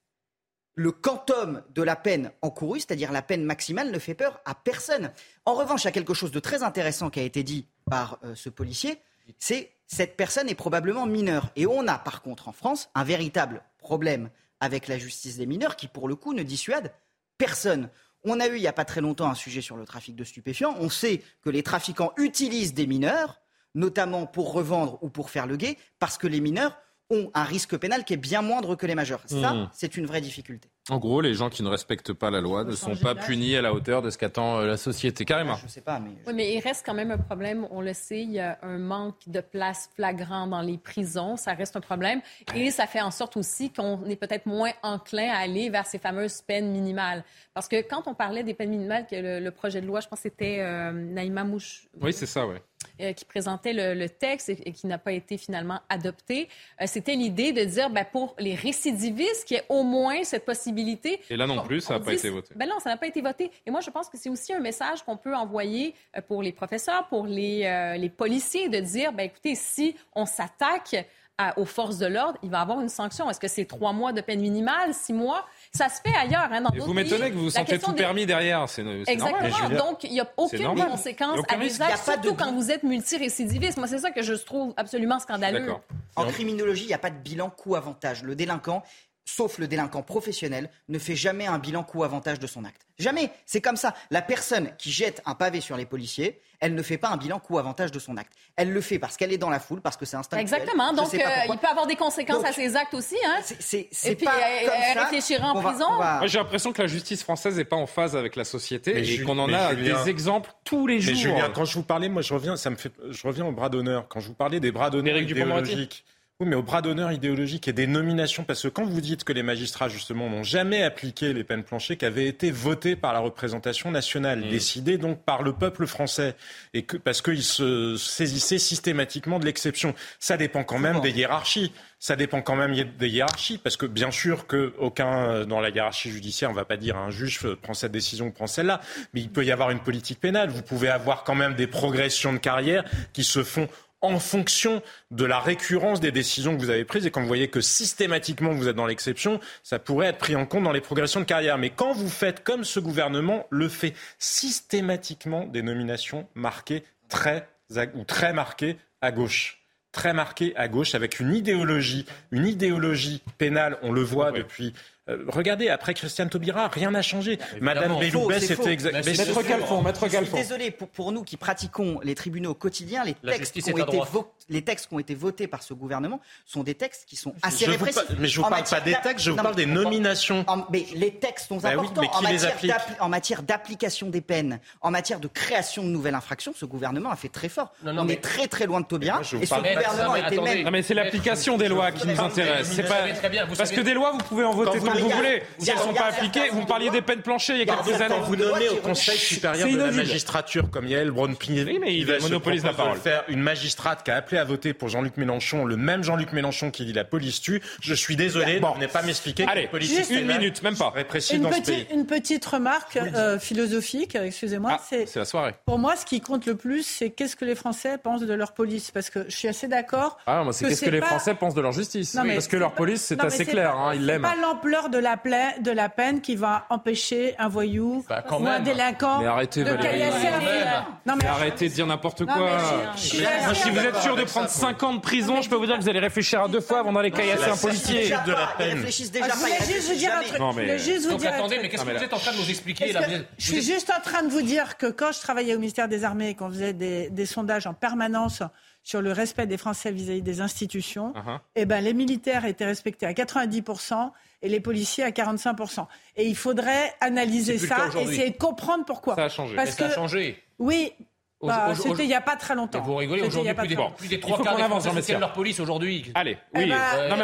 [SPEAKER 7] le quantum de la peine encourue, c'est-à-dire la peine maximale, ne fait peur à personne. En revanche, il y a quelque chose de très intéressant qui a été dit par ce policier, c'est cette personne est probablement mineure. Et on a par contre en France un véritable problème avec la justice des mineurs qui pour le coup ne dissuade personne. On a eu il n'y a pas très longtemps un sujet sur le trafic de stupéfiants. On sait que les trafiquants utilisent des mineurs, notamment pour revendre ou pour faire le guet, parce que les mineurs ont un risque pénal qui est bien moindre que les majeurs. Ça, c'est une vraie difficulté.
[SPEAKER 2] En gros, les gens qui ne respectent pas la loi ne sont pas punis à la hauteur de ce qu'attend la société, carrément.
[SPEAKER 7] Je ne sais pas, mais...
[SPEAKER 11] Oui, mais il reste quand même un problème, on le sait, il y a un manque de place flagrant dans les prisons, ça reste un problème, et ça fait en sorte aussi qu'on est peut-être moins enclin à aller vers ces fameuses peines minimales. Parce que quand on parlait des peines minimales, que le projet de loi, je pense que c'était Naïma Mouche...
[SPEAKER 2] Oui, c'est ça, oui.
[SPEAKER 11] Qui présentait le texte et qui n'a pas été finalement adopté, c'était l'idée de dire, pour les récidivistes, qu'il y ait au moins cette possibilité.
[SPEAKER 2] Et là non plus, ça n'a pas été voté.
[SPEAKER 11] Non, ça n'a pas été voté. Et moi, je pense que c'est aussi un message qu'on peut envoyer pour les professeurs, pour les policiers, de dire, écoutez, si on s'attaque aux forces de l'ordre, il va y avoir une sanction. Est-ce que c'est 3 mois de peine minimale, 6 mois? Ça se fait ailleurs, dans d'autres pays.
[SPEAKER 2] Vous m'étonnez que vous vous sentez tout permis derrière. C'est
[SPEAKER 11] exactement.
[SPEAKER 2] Normal.
[SPEAKER 11] Donc, il n'y a aucune conséquence à l'usage, surtout quand vous êtes multirécidiviste. Moi, c'est ça que je trouve absolument scandaleux.
[SPEAKER 7] D'accord. En criminologie, il n'y a pas de bilan coût-avantage. Le délinquant, sauf le délinquant professionnel, ne fait jamais un bilan coût-avantage de son acte. Jamais. C'est comme ça. La personne qui jette un pavé sur les policiers, elle ne fait pas un bilan coût-avantage de son acte. Elle le fait parce qu'elle est dans la foule, parce que c'est instinctuel.
[SPEAKER 11] Exactement. Donc, il peut avoir des conséquences à ses actes aussi. Hein?
[SPEAKER 7] Et
[SPEAKER 11] puis, elle réfléchira en prison.
[SPEAKER 2] Moi, j'ai l'impression que la justice française n'est pas en phase avec la société et qu'on en a des exemples tous les jours.
[SPEAKER 3] Mais Julien, quand je vous parlais, moi, je reviens au bras d'honneur. Quand je vous parlais des bras d'honneur idéologiques Oui, mais au bras d'honneur idéologique et des nominations, parce que quand vous dites que les magistrats, justement, n'ont jamais appliqué les peines planchées qui avaient été votées par la représentation nationale, décidées donc par le peuple français, et que parce qu'ils se saisissaient systématiquement de l'exception, ça dépend quand même des hiérarchies. Ça dépend quand même des hiérarchies, parce que bien sûr qu'aucun, dans la hiérarchie judiciaire, on ne va pas dire un juge prend cette décision ou prend celle-là, mais il peut y avoir une politique pénale. Vous pouvez avoir quand même des progressions de carrière qui se font en fonction de la récurrence des décisions que vous avez prises. Et quand vous voyez que systématiquement vous êtes dans l'exception, ça pourrait être pris en compte dans les progressions de carrière. Mais quand vous faites comme ce gouvernement le fait systématiquement, des nominations marquées très marquées à gauche. Très marquées à gauche, avec une idéologie pénale, on le voit depuis... regardez, après Christiane Taubira, rien n'a changé. Madame Belloubet, c'était exactement...
[SPEAKER 7] Maître Calfon. Je suis désolé, pour nous qui pratiquons les tribunaux au quotidien, les textes qui ont été votés par ce gouvernement sont des textes qui sont assez répressifs.
[SPEAKER 3] Mais je ne vous parle pas des textes, je vous parle des nominations.
[SPEAKER 7] Mais les textes sont importants en matière d'application des peines, en matière de création de nouvelles infractions. Ce gouvernement a fait très fort. On est très très loin de Taubira. Et ce gouvernement était même...
[SPEAKER 2] Non mais c'est l'application des lois qui nous intéresse. C'est pas... Parce que des lois, vous pouvez en voter tant que vous voulez. Si elles ne sont pas appliquées, vous me parliez des peines planchées il y a quelques années.
[SPEAKER 3] Vous nommez au Conseil supérieur de la magistrature, comme Yael Braun-Pivet,
[SPEAKER 2] mais il monopolise la parole.
[SPEAKER 3] Faire une magistrate qui a appelé à voter pour Jean-Luc Mélenchon, le même Jean-Luc Mélenchon qui dit la police tue. Je suis désolé, vous n'avez pas m'expliquer que la police
[SPEAKER 2] juste une minute, même pas.
[SPEAKER 8] Une petite remarque philosophique, excusez-moi.
[SPEAKER 2] C'est la soirée.
[SPEAKER 8] Pour moi, ce qui compte le plus, c'est qu'est-ce que les Français pensent de leur police. Parce que je suis assez d'accord.
[SPEAKER 2] C'est qu'est-ce que les Français pensent de leur justice. Parce que leur police, c'est assez clair. Ils l'aiment.
[SPEAKER 8] C'est pas l'ampleur de la peine qui va empêcher un voyou ou un délinquant de caillasser un flic.
[SPEAKER 2] Mais arrêtez de dire n'importe quoi. Si vous êtes sûr de prendre 5 ans de prison, je peux vous dire que vous allez réfléchir à 2 fois avant d'aller caillasser un policier.
[SPEAKER 7] De la peine. Ils réfléchissent déjà pas.
[SPEAKER 8] Je voulais juste vous dire un truc.
[SPEAKER 4] Donc attendez, mais qu'est-ce que vous êtes en train de nous expliquer là?
[SPEAKER 8] Je suis juste en train de vous dire que quand je travaillais au ministère des Armées et qu'on faisait des sondages en permanence sur le respect des Français vis-à-vis des institutions, les militaires étaient respectés à 90% et les policiers à 45%. Et il faudrait analyser ça et essayer de comprendre pourquoi.
[SPEAKER 2] Ça a changé.
[SPEAKER 4] Ça a changé.
[SPEAKER 8] Oui. C'était il n'y a pas très longtemps.
[SPEAKER 4] Vous rigolez, aujourd'hui, plus des 3 quarts des Français soutiennent leur police aujourd'hui.
[SPEAKER 2] Allez, oui. Non, mais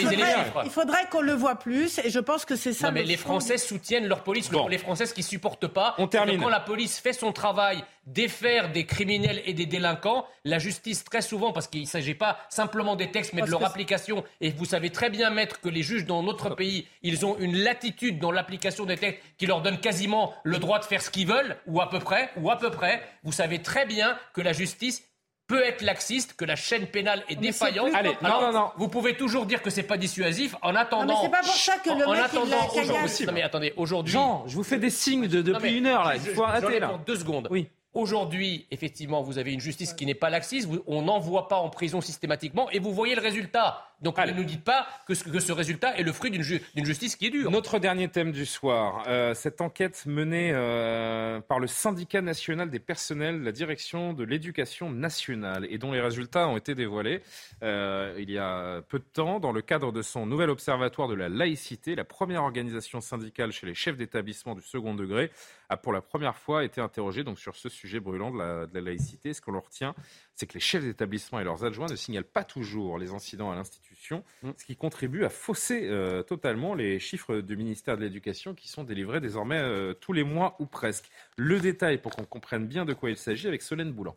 [SPEAKER 8] il faudrait qu'on le voit plus, et je pense que c'est ça.
[SPEAKER 4] Non, mais les Français soutiennent leur police. Les Français, ce qu'ils ne supportent pas,
[SPEAKER 2] c'est que
[SPEAKER 4] quand la police fait son travail, défaire des criminels et des délinquants, la justice, très souvent, parce qu'il ne s'agit pas simplement des textes, mais de leur application. Et vous savez très bien, maître, que les juges dans notre pays, ils ont une latitude dans l'application des textes qui leur donne quasiment le droit de faire ce qu'ils veulent, ou à peu près. Vous savez très bien que la justice peut être laxiste, que la chaîne pénale est défaillante.
[SPEAKER 2] Allez, non.
[SPEAKER 4] Vous pouvez toujours dire que c'est pas dissuasif. En attendant,
[SPEAKER 8] non, mais c'est pas pour ça que le mec il la caillasse.
[SPEAKER 4] Non mais attendez, aujourd'hui.
[SPEAKER 2] Jean, je vous fais des signes depuis 1 heure là. Il faut arrêter là.
[SPEAKER 4] 2 secondes.
[SPEAKER 2] Oui.
[SPEAKER 4] Aujourd'hui, effectivement, vous avez une justice qui n'est pas laxiste, on n'envoie pas en prison systématiquement et vous voyez le résultat. Donc ne nous dites pas que ce résultat est le fruit d'une justice qui est dure.
[SPEAKER 2] Notre dernier thème du soir, cette enquête menée par le syndicat national des personnels de la direction de l'éducation nationale et dont les résultats ont été dévoilés il y a peu de temps dans le cadre de son nouvel observatoire de la laïcité. La première organisation syndicale chez les chefs d'établissement du second degré a pour la première fois été interrogée donc, sur ce sujet brûlant de la laïcité. Ce qu'on leur retient, c'est que les chefs d'établissement et leurs adjoints ne signalent pas toujours les incidents à l'institution, ce qui contribue à fausser totalement les chiffres du ministère de l'Éducation qui sont délivrés désormais tous les mois ou presque. Le détail pour qu'on comprenne bien de quoi il s'agit avec Solène Boulan.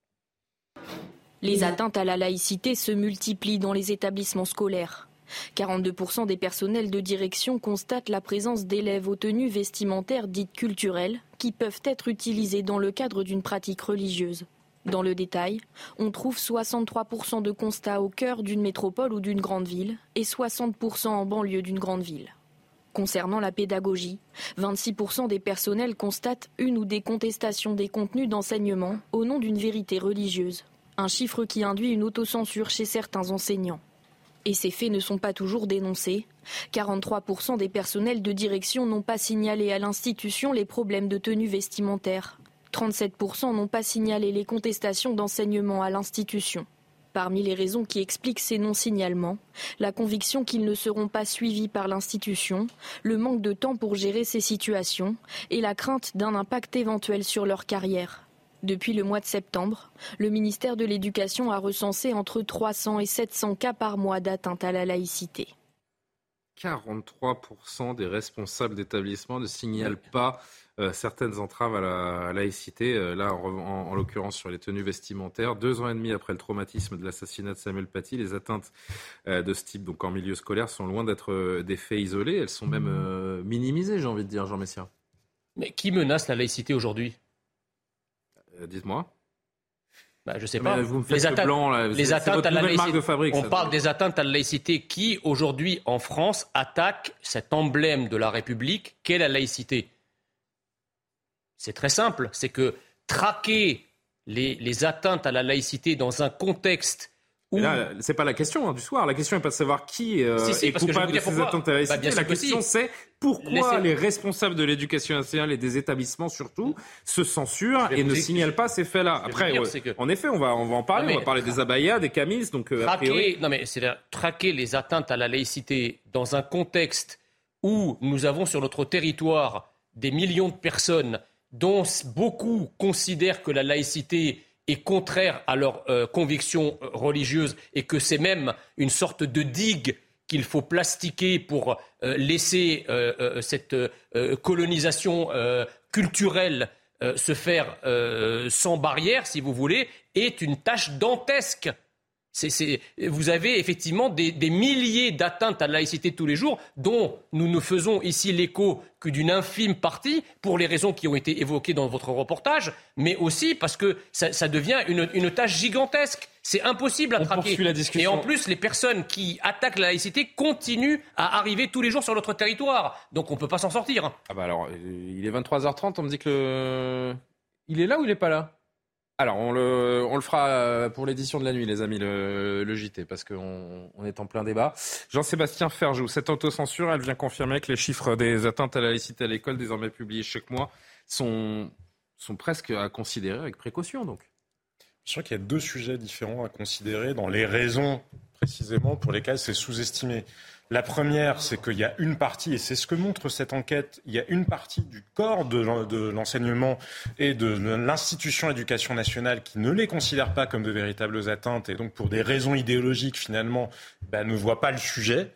[SPEAKER 10] Les atteintes à la laïcité se multiplient dans les établissements scolaires. 42% des personnels de direction constatent la présence d'élèves aux tenues vestimentaires dites culturelles qui peuvent être utilisées dans le cadre d'une pratique religieuse. Dans le détail, on trouve 63% de constats au cœur d'une métropole ou d'une grande ville et 60% en banlieue d'une grande ville. Concernant la pédagogie, 26% des personnels constatent une ou des contestations des contenus d'enseignement au nom d'une vérité religieuse. Un chiffre qui induit une autocensure chez certains enseignants. Et ces faits ne sont pas toujours dénoncés. 43% des personnels de direction n'ont pas signalé à l'institution les problèmes de tenue vestimentaire. 37% n'ont pas signalé les contestations d'enseignement à l'institution. Parmi les raisons qui expliquent ces non-signalements, la conviction qu'ils ne seront pas suivis par l'institution, le manque de temps pour gérer ces situations et la crainte d'un impact éventuel sur leur carrière. Depuis le mois de septembre, le ministère de l'Éducation a recensé entre 300 et 700 cas par mois d'atteinte à la laïcité.
[SPEAKER 2] 43% des responsables d'établissements ne signalent pas certaines entraves à la laïcité. Là, en l'occurrence, sur les tenues vestimentaires. 2 ans et demi après le traumatisme de l'assassinat de Samuel Paty, les atteintes de ce type, donc en milieu scolaire, sont loin d'être des faits isolés. Elles sont même minimisées, j'ai envie de dire, Jean Messia.
[SPEAKER 4] Mais qui menace la laïcité aujourd'hui ?
[SPEAKER 2] Dites-moi.
[SPEAKER 4] Je ne sais pas.
[SPEAKER 2] Vous me faites les atteintes
[SPEAKER 4] à la laïcité.
[SPEAKER 2] De fabrique,
[SPEAKER 4] on parle des atteintes à la laïcité. Qui, aujourd'hui, en France, attaque cet emblème de la République qu'est la laïcité ? C'est très simple. C'est que traquer les atteintes à la laïcité dans un contexte où...
[SPEAKER 2] Là, c'est pas la question du soir. La question n'est pas de savoir qui est coupable de ces atteintes à la laïcité. La question, c'est pourquoi les responsables de l'éducation nationale et des établissements, surtout, se censurent et ne signalent pas ces faits-là. Après, en effet, on va en parler. On va parler des abayas, des camis. Donc,
[SPEAKER 4] traquer les atteintes à la laïcité dans un contexte où nous avons sur notre territoire des millions de personnes dont beaucoup considèrent que la laïcité est contraire à leurs convictions religieuses et que c'est même une sorte de digue qu'il faut plastiquer pour laisser cette colonisation culturelle se faire sans barrière, si vous voulez, est une tâche dantesque. Vous avez effectivement des milliers d'atteintes à la laïcité tous les jours, dont nous ne faisons ici l'écho que d'une infime partie, pour les raisons qui ont été évoquées dans votre reportage, mais aussi parce que ça devient une tâche gigantesque. C'est impossible à traquer. Et en plus, les personnes qui attaquent la laïcité continuent à arriver tous les jours sur notre territoire. Donc on ne peut pas s'en sortir.
[SPEAKER 2] Ah bah alors, il est 23h30, on me dit que il est là ou il n'est pas là ? Alors, on le fera pour l'édition de la nuit, les amis, le JT, parce qu'on est en plein débat. Jean-Sébastien Ferjou, cette autocensure, elle vient confirmer que les chiffres des atteintes à la laïcité à l'école, désormais publiés chaque mois, sont presque à considérer avec précaution, donc.
[SPEAKER 3] Je crois qu'il y a 2 sujets différents à considérer dans les raisons, précisément, pour lesquelles c'est sous-estimé. La première, c'est qu'il y a une partie, et c'est ce que montre cette enquête, il y a une partie du corps de l'enseignement et de l'institution éducation nationale qui ne les considère pas comme de véritables atteintes et donc pour des raisons idéologiques finalement ne voit pas le sujet.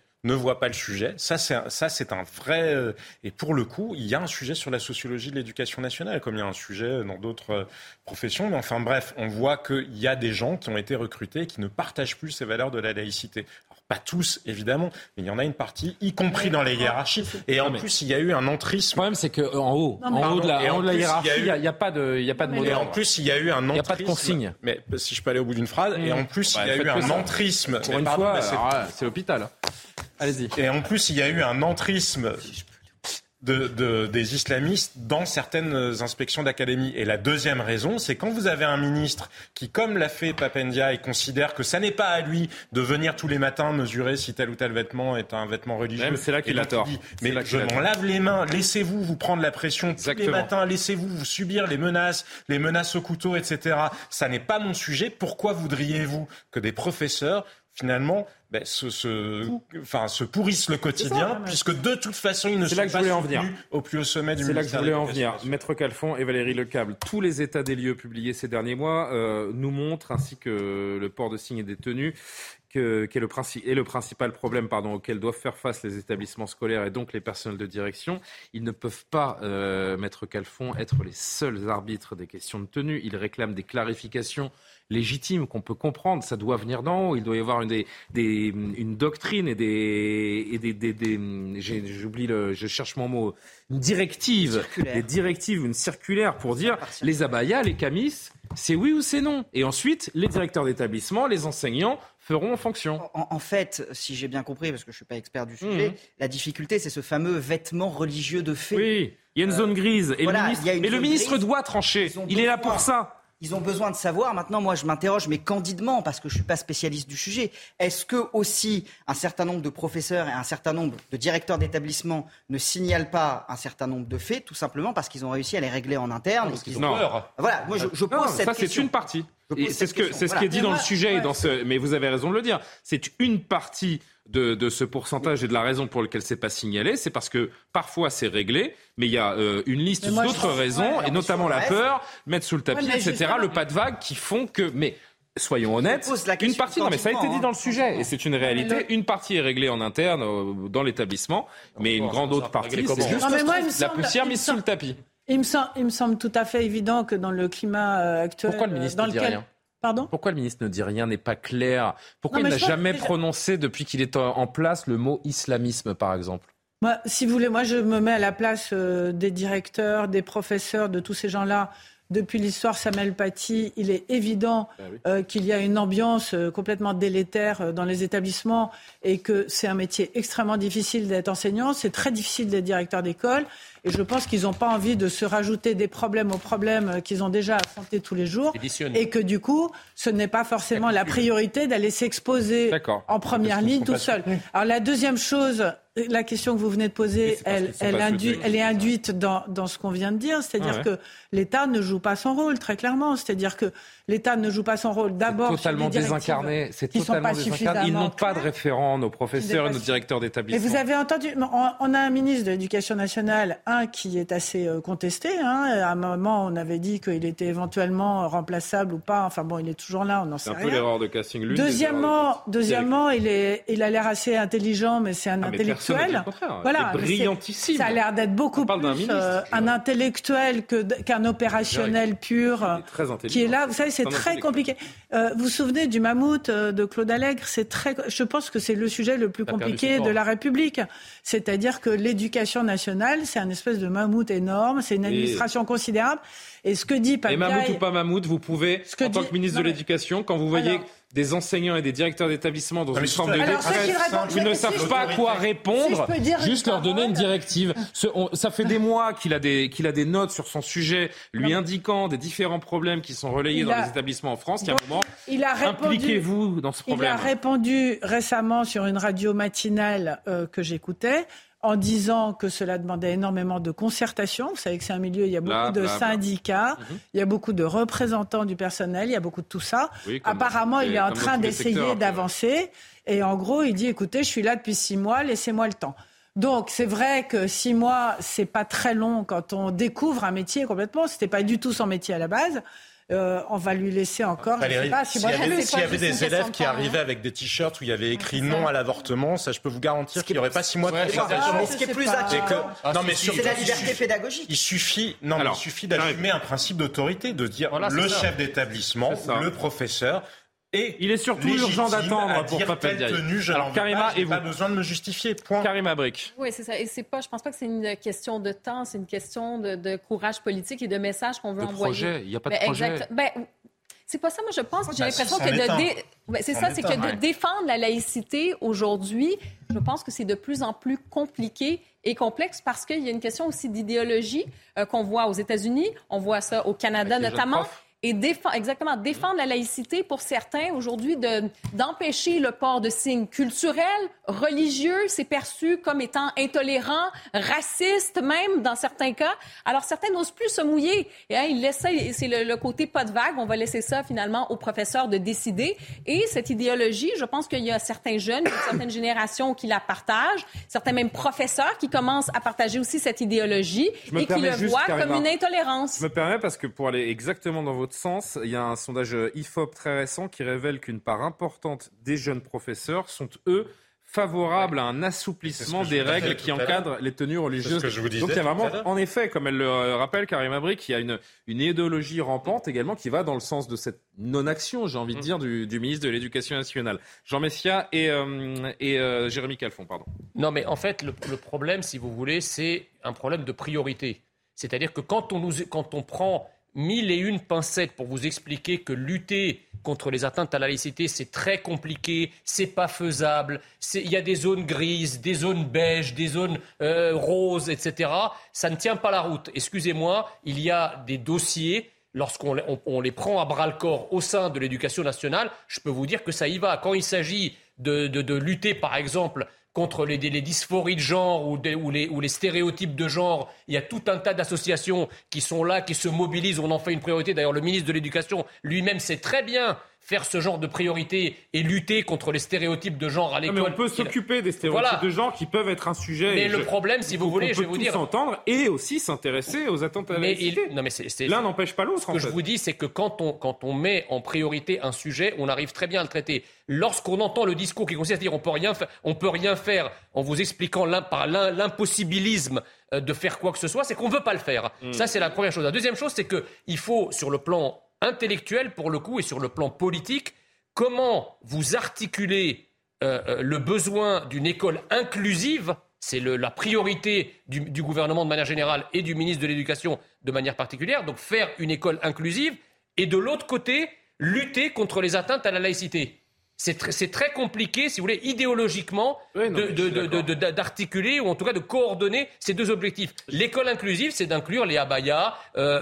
[SPEAKER 3] Ça, c'est un vrai... Et pour le coup, il y a un sujet sur la sociologie de l'éducation nationale, comme il y a un sujet dans d'autres professions. Mais enfin bref, on voit qu'il y a des gens qui ont été recrutés et qui ne partagent plus ces valeurs de la laïcité. Alors, pas tous, évidemment, mais il y en a une partie, y compris dans les hiérarchies. Et en plus, il y a eu un entrisme.
[SPEAKER 2] Le problème, c'est qu'en haut, de la hiérarchie, il n'y a pas de modèle.
[SPEAKER 3] Et en plus, il y a eu un entrisme.
[SPEAKER 2] Il n'y a pas de consigne.
[SPEAKER 3] Mais si je peux aller au bout d'une phrase. Et en plus, il y a eu un entrisme.
[SPEAKER 2] Pour une fois, c'est l'hôpital. Allez-y.
[SPEAKER 3] Et en plus, il y a eu un entrisme des islamistes dans certaines inspections d'académie. Et la deuxième raison, c'est quand vous avez un ministre qui, comme l'a fait Pape Ndiaye, considère que ça n'est pas à lui de venir tous les matins mesurer si tel ou tel vêtement est un vêtement religieux.
[SPEAKER 2] Ouais, mais c'est là qu'il a tort.
[SPEAKER 3] Mais je m'en lave les mains, laissez-vous vous prendre la pression tous les matins, laissez-vous vous subir les menaces au couteau, etc. Ça n'est pas mon sujet. Pourquoi voudriez-vous que des professeurs finalement se pourrissent le quotidien, puisque de toute façon, ils ne sont pas soutenus au plus haut sommet du ministère.
[SPEAKER 2] C'est là que je voulais en venir. Maître Calfon et Valérie Lecable, tous les états des lieux publiés ces derniers mois nous montrent, ainsi que le port de signes et des tenues, qu'est le principal problème auquel doivent faire face les établissements scolaires et donc les personnels de direction. Ils ne peuvent pas, Maître Calfon, être les seuls arbitres des questions de tenue. Ils réclament des clarifications légitimes qu'on peut comprendre. Ça doit venir d'en haut. Il doit y avoir une doctrine et je cherche mon mot, une directive, une circulaire pour dire les abayas, les camis, c'est oui ou c'est non. Et ensuite, les directeurs d'établissement, les enseignants feront en fonction.
[SPEAKER 7] En fait, si j'ai bien compris, parce que je ne suis pas expert du sujet, la difficulté, c'est ce fameux vêtement religieux de fait.
[SPEAKER 2] Oui, il y a une zone grise. Et le ministre doit trancher. Il est là pour ça.
[SPEAKER 7] Ils ont besoin de savoir. Maintenant, moi, je m'interroge, mais candidement, parce que je ne suis pas spécialiste du sujet. Est-ce que aussi un certain nombre de professeurs et un certain nombre de directeurs d'établissement ne signalent pas un certain nombre de faits, tout simplement parce qu'ils ont réussi à les régler en interne?
[SPEAKER 2] Non.
[SPEAKER 7] Voilà, moi, je pose cette question.
[SPEAKER 2] Ça, c'est une partie. Et c'est ce qui est dit dans le sujet. Mais vous avez raison de le dire. C'est une partie de ce pourcentage et de la raison pour laquelle c'est pas signalé, c'est parce que parfois c'est réglé, mais il y a une liste d'autres raisons, et notamment la peur, mettre sous le tapis, etc., le pas de vague qui font que... Mais soyons honnêtes, une partie, non mais ça a été dit dans le sujet, et c'est une réalité, une partie est réglée en interne dans l'établissement, mais une grande autre partie, c'est juste la poussière mise sous le tapis.
[SPEAKER 8] Il me semble tout à fait évident que dans le climat actuel...
[SPEAKER 2] Pourquoi le ministre ne dit rien ?
[SPEAKER 8] Pardon ?
[SPEAKER 2] Pourquoi le ministre ne dit rien, n'est pas clair ? Pourquoi il n'a jamais prononcé, depuis qu'il est en place, le mot islamisme, par exemple ?
[SPEAKER 8] Si vous voulez, moi je me mets à la place des directeurs, des professeurs, de tous ces gens-là. Depuis l'histoire Samuel Paty, il est évident qu'il y a une ambiance complètement délétère dans les établissements et que c'est un métier extrêmement difficile d'être enseignant. C'est très difficile d'être directeur d'école. Et je pense qu'ils n'ont pas envie de se rajouter des problèmes aux problèmes qu'ils ont déjà affrontés tous les jours. Et que du coup, ce n'est pas forcément la priorité d'aller s'exposer en première ligne tout seul. Alors la deuxième chose, la question que vous venez de poser, elle est induite dans ce qu'on vient de dire. C'est-à-dire que l'État ne joue pas son rôle, très clairement. C'est-à-dire que l'État ne joue pas son rôle d'abord sur des directives qui ne sont pas suffisamment.
[SPEAKER 2] Ils n'ont pas de référent, nos professeurs et nos directeurs d'établissement.
[SPEAKER 8] Et vous avez entendu, on a un ministre de l'Éducation nationale, qui est assez contesté. À un moment, on avait dit qu'il était éventuellement remplaçable ou pas. Enfin bon, il est toujours là, on n'en sait rien.
[SPEAKER 2] C'est un peu l'erreur de casting.
[SPEAKER 8] Deuxièmement, il a l'air assez intelligent, mais c'est un intellectuel.
[SPEAKER 2] Voilà, il est brillantissime.
[SPEAKER 8] Ça a l'air d'être beaucoup plus un intellectuel qu'un opérationnel pur qui est là. Vous savez, c'est très compliqué. Vous vous souvenez du mammouth de Claude Allègre ? Je pense que c'est le sujet le plus compliqué de la République. C'est-à-dire que l'éducation nationale, c'est un espèce de mammouth énorme, c'est une administration considérable. Et ce que dit Pape Gaye...
[SPEAKER 2] Et mammouth ou pas mammouth, vous pouvez, en tant que ministre de l'Éducation, quand vous voyez des enseignants et des directeurs d'établissement dans une forme de détresse, ils ne savent pas à quoi répondre, juste leur donner une directive. Ça fait des mois qu'il a des notes sur son sujet, lui indiquant des différents problèmes qui sont relayés dans les établissements en France. Il y a un moment, impliquez-vous dans ce problème.
[SPEAKER 8] Il a répondu récemment sur une radio matinale que j'écoutais, en disant que cela demandait énormément de concertation. Vous savez que c'est un milieu, il y a beaucoup de syndicats, il y a beaucoup de représentants du personnel, il y a beaucoup de tout ça. Apparemment, il est en train d'essayer d'avancer. Et en gros, il dit, écoutez, je suis là depuis 6 mois, laissez-moi le temps. Donc, c'est vrai que 6 mois, c'est pas très long quand on découvre un métier complètement. C'était pas du tout son métier à la base. On va lui laisser encore.
[SPEAKER 3] Valérie, s'il y avait des élèves qui arrivaient avec des t-shirts où il y avait écrit non à l'avortement, ça je peux vous garantir qu'il n'y aurait pas 6 mois de concertation.
[SPEAKER 7] Ce qui est plus inquiétant, c'est la liberté pédagogique.
[SPEAKER 3] Il suffit d'assumer un principe d'autorité, de dire le chef d'établissement, le professeur. Et
[SPEAKER 2] il est surtout urgent d'attendre pour Pape Gaye.
[SPEAKER 3] Alors Karima, et vous, pas besoin de me justifier. Point.
[SPEAKER 2] Karima Brick.
[SPEAKER 11] Oui, c'est ça. Et je pense pas que c'est une question de temps, c'est une question de courage politique et de message qu'on veut envoyer.
[SPEAKER 2] Il n'y a pas de projet.
[SPEAKER 11] C'est pas ça. Moi, je pense que j'ai l'impression que de défendre la laïcité aujourd'hui, je pense que c'est de plus en plus compliqué et complexe parce qu'il y a une question aussi d'idéologie qu'on voit aux États-Unis, on voit ça au Canada notamment. Et défendre la laïcité pour certains aujourd'hui, d'empêcher le port de signes culturels, religieux, c'est perçu comme étant intolérant, raciste même dans certains cas. Alors certains n'osent plus se mouiller. Et ils laissent ça, c'est le côté pas de vague. On va laisser ça finalement aux professeurs de décider. Et cette idéologie, je pense qu'il y a certains jeunes, certaines générations qui la partagent, certains même professeurs qui commencent à partager aussi cette idéologie et qui le voient comme une intolérance.
[SPEAKER 2] Je me permets parce que pour aller exactement dans votre sens, il y a un sondage IFOP très récent qui révèle qu'une part importante des jeunes professeurs sont, eux, favorables à un assouplissement des règles qui encadrent les tenues religieuses. Donc il y a vraiment, en effet, comme elle le rappelle, Karima Brick, il y a une idéologie rampante également qui va dans le sens de cette non-action, j'ai envie de dire, du ministre de l'Éducation nationale. Jean Messia et Jérémy Calfon, pardon.
[SPEAKER 4] Non, mais en fait, le problème, si vous voulez, c'est un problème de priorité. C'est-à-dire que quand on prend 1001 pincettes pour vous expliquer que lutter contre les atteintes à la laïcité, c'est très compliqué, c'est pas faisable, il y a des zones grises, des zones beiges, des zones roses, etc. Ça ne tient pas la route. Excusez-moi, il y a des dossiers, lorsqu'on les prend à bras-le-corps au sein de l'Éducation nationale, je peux vous dire que ça y va. Quand il s'agit de lutter, par exemple, contre les dysphories de genre ou les stéréotypes de genre. Il y a tout un tas d'associations qui sont là, qui se mobilisent. On en fait une priorité. D'ailleurs, le ministre de l'Éducation lui-même sait très bien faire ce genre de priorité et lutter contre les stéréotypes de genre à l'école.
[SPEAKER 2] Mais on peut s'occuper des stéréotypes de genre qui peuvent être un sujet.
[SPEAKER 4] Mais le problème, si vous voulez, je vais vous dire...
[SPEAKER 2] On peut tous s'entendre et aussi s'intéresser aux attentes à la laïcité. L'un n'empêche pas l'autre.
[SPEAKER 4] Ce que je vous dis, c'est que quand on met en priorité un sujet, on arrive très bien à le traiter. Lorsqu'on entend le discours qui consiste à dire on peut rien faire en vous expliquant par l'impossibilisme de faire quoi que ce soit, c'est qu'on ne veut pas le faire. Ça, c'est la première chose. La deuxième chose, c'est qu'il faut, sur le plan intellectuel, pour le coup, et sur le plan politique, comment vous articulez le besoin d'une école inclusive, c'est la priorité du gouvernement de manière générale et du ministre de l'Éducation de manière particulière, donc faire une école inclusive, et de l'autre côté, lutter contre les atteintes à la laïcité. C'est très compliqué, si vous voulez, idéologiquement, d'articuler ou en tout cas de coordonner ces deux objectifs. L'école inclusive, c'est d'inclure les abayas,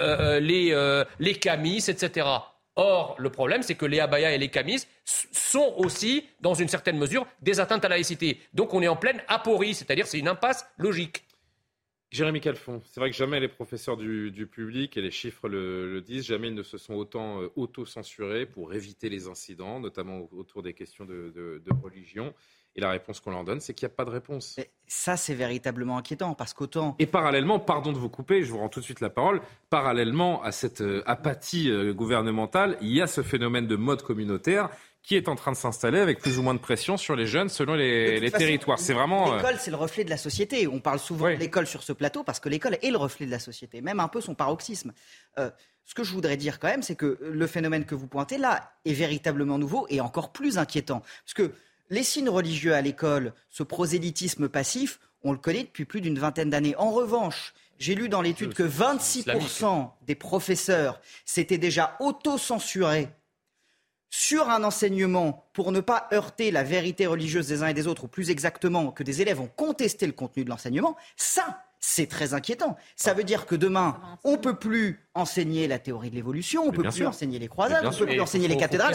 [SPEAKER 4] les camis, etc. Or, le problème, c'est que les abayas et les camis sont aussi, dans une certaine mesure, des atteintes à la laïcité. Donc on est en pleine aporie, c'est-à-dire c'est une impasse logique.
[SPEAKER 2] Jérémy Calfon, c'est vrai que jamais les professeurs du public, et les chiffres le disent, jamais ils ne se sont autant auto-censurés pour éviter les incidents, notamment autour des questions de religion. Et la réponse qu'on leur donne, c'est qu'il n'y a pas de réponse.
[SPEAKER 7] Mais ça, c'est véritablement inquiétant, parce qu'autant...
[SPEAKER 2] Et parallèlement, pardon de vous couper, je vous rends tout de suite la parole, parallèlement à cette apathie gouvernementale, il y a ce phénomène de mode communautaire qui est en train de s'installer avec plus ou moins de pression sur les jeunes selon les territoires. C'est vraiment...
[SPEAKER 7] L'école, c'est le reflet de la société. On parle souvent de l'école sur ce plateau parce que l'école est le reflet de la société, même un peu son paroxysme. Ce que je voudrais dire quand même, c'est que le phénomène que vous pointez là est véritablement nouveau et encore plus inquiétant. Parce que les signes religieux à l'école, ce prosélytisme passif, on le connaît depuis plus d'une vingtaine d'années. En revanche, j'ai lu dans l'étude que 26% des professeurs s'étaient déjà auto-censurés sur un enseignement pour ne pas heurter la vérité religieuse des uns et des autres, ou plus exactement que des élèves ont contesté le contenu de l'enseignement, ça, c'est très inquiétant. Ça veut dire que demain, on ne peut plus enseigner la théorie de l'évolution, on ne peut plus enseigner les croisades, on ne peut plus enseigner les cathédrales.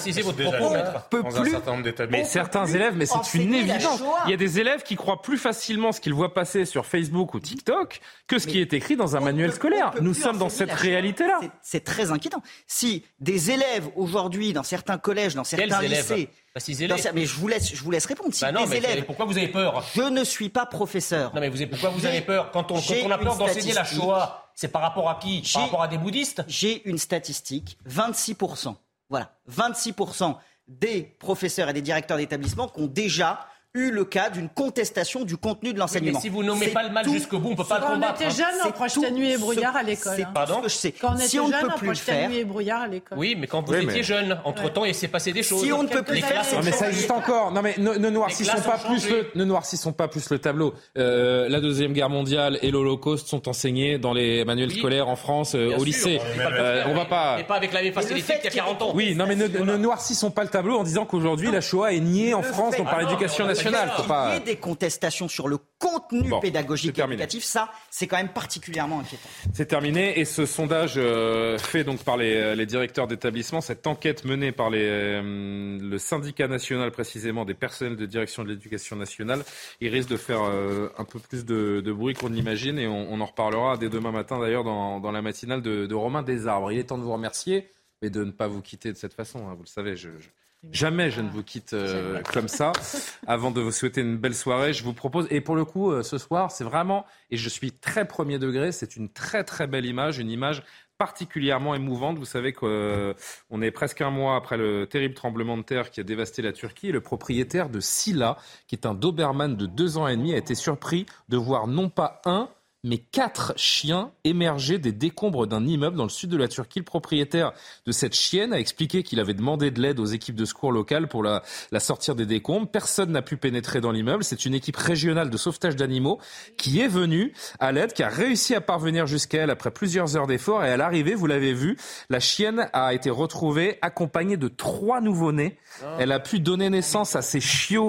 [SPEAKER 2] Mais certains élèves, mais c'est une évidence. Il y a des élèves qui croient plus facilement ce qu'ils voient passer sur Facebook ou TikTok que ce qui est écrit dans un manuel scolaire. Nous sommes dans cette réalité-là.
[SPEAKER 7] C'est très inquiétant. Si des élèves aujourd'hui, dans certains collèges, dans certains lycées... Mais je vous laisse répondre. Si des élèves,
[SPEAKER 4] pourquoi vous avez peur ?
[SPEAKER 7] Je ne suis pas professeur.
[SPEAKER 4] Non, mais pourquoi vous avez peur ? Quand on a peur d'enseigner la Shoah, c'est par rapport à qui ? Par rapport à des bouddhistes ?
[SPEAKER 7] J'ai une statistique, 26%. Voilà, 26% des professeurs et des directeurs d'établissement qui ont déjà eu le cas d'une contestation du contenu de l'enseignement.
[SPEAKER 4] Mais si vous nommez pas le mal jusqu'au bout, on ne peut pas le combattre.
[SPEAKER 8] Quand on était jeune, on projetait nuit et brouillard à l'école.
[SPEAKER 7] Pardon ?
[SPEAKER 8] Quand on était jeune, on projetait nuit et brouillard à l'école.
[SPEAKER 4] Oui, mais quand vous étiez jeune, entre-temps, il s'est passé des choses.
[SPEAKER 7] Si on ne peut plus faire...
[SPEAKER 2] Non, mais ça existe encore. Non, mais ne noircissons pas plus le tableau. La Deuxième Guerre mondiale et l'Holocauste sont enseignés dans les manuels scolaires en France, au lycée. On va pas...
[SPEAKER 4] Mais pas avec la même facilité qu'il y a 40 ans.
[SPEAKER 2] Oui, non, mais ne noircissons pas le tableau en disant qu'aujourd'hui, la Shoah est niée en France par l'éducation nationale.
[SPEAKER 7] Qu'il y ait des contestations sur le contenu pédagogique et éducatif, ça, c'est quand même particulièrement inquiétant.
[SPEAKER 2] C'est terminé. Et ce sondage fait donc par les directeurs d'établissement, cette enquête menée par le syndicat national précisément des personnels de direction de l'éducation nationale, il risque de faire un peu plus de bruit qu'on l'imagine. Et on en reparlera dès demain matin d'ailleurs dans la matinale de Romain Desarbres. Il est temps de vous remercier, mais de ne pas vous quitter de cette façon. Hein, vous le savez, jamais je ne vous quitte comme ça. Avant de vous souhaiter une belle soirée, je vous propose, et pour le coup, ce soir, c'est vraiment, et je suis très premier degré, c'est une très très belle image, une image particulièrement émouvante. Vous savez qu'on est presque un mois après le terrible tremblement de terre qui a dévasté la Turquie. Et le propriétaire de Silla, qui est un Doberman de 2 ans et demi, a été surpris de voir non pas un, mais 4 chiens émerger des décombres d'un immeuble dans le sud de la Turquie. Le propriétaire de cette chienne a expliqué qu'il avait demandé de l'aide aux équipes de secours locales pour la sortir des décombres. Personne n'a pu pénétrer dans l'immeuble. C'est une équipe régionale de sauvetage d'animaux qui est venue à l'aide, qui a réussi à parvenir jusqu'à elle après plusieurs heures d'efforts. Et à l'arrivée, vous l'avez vu, la chienne a été retrouvée accompagnée de 3 nouveau-nés. Elle a pu donner naissance à ses chiots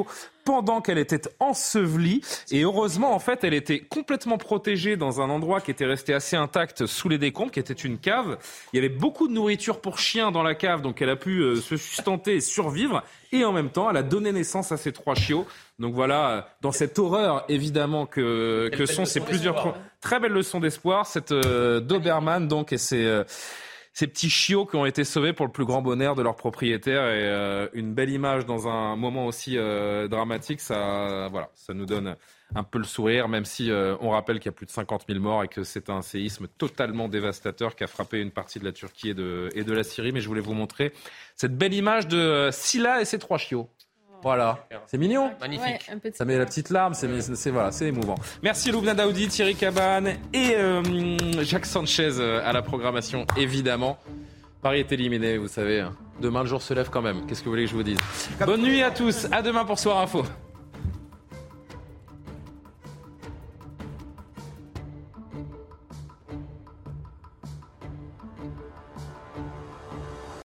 [SPEAKER 2] pendant qu'elle était ensevelie. Et heureusement, en fait, elle était complètement protégée dans un endroit qui était resté assez intact sous les décombres, qui était une cave. Il y avait beaucoup de nourriture pour chiens dans la cave, donc elle a pu se sustenter et survivre. Et en même temps, elle a donné naissance à ces 3 chiots. Donc voilà, dans cette horreur, évidemment, que sont ces plusieurs... Très belle leçon d'espoir, cette Doberman, donc, et ces petits chiots qui ont été sauvés pour le plus grand bonheur de leur propriétaire. Et une belle image dans un moment aussi dramatique, ça nous donne un peu le sourire, même si on rappelle qu'il y a plus de 50 000 morts et que c'est un séisme totalement dévastateur qui a frappé une partie de la Turquie et de la Syrie. Mais je voulais vous montrer cette belle image de Scylla et ses 3 chiots. Voilà, c'est mignon.
[SPEAKER 4] Magnifique.
[SPEAKER 2] Ouais, ça met la petite larme, c'est émouvant. Merci Loubna Daoudi, Thierry Cabane et Jacques Sanchez à la programmation, évidemment. Paris est éliminé, vous savez. Demain, le jour se lève quand même. Qu'est-ce que vous voulez que je vous dise ? Bonne nuit à tous. À demain pour Soir Info.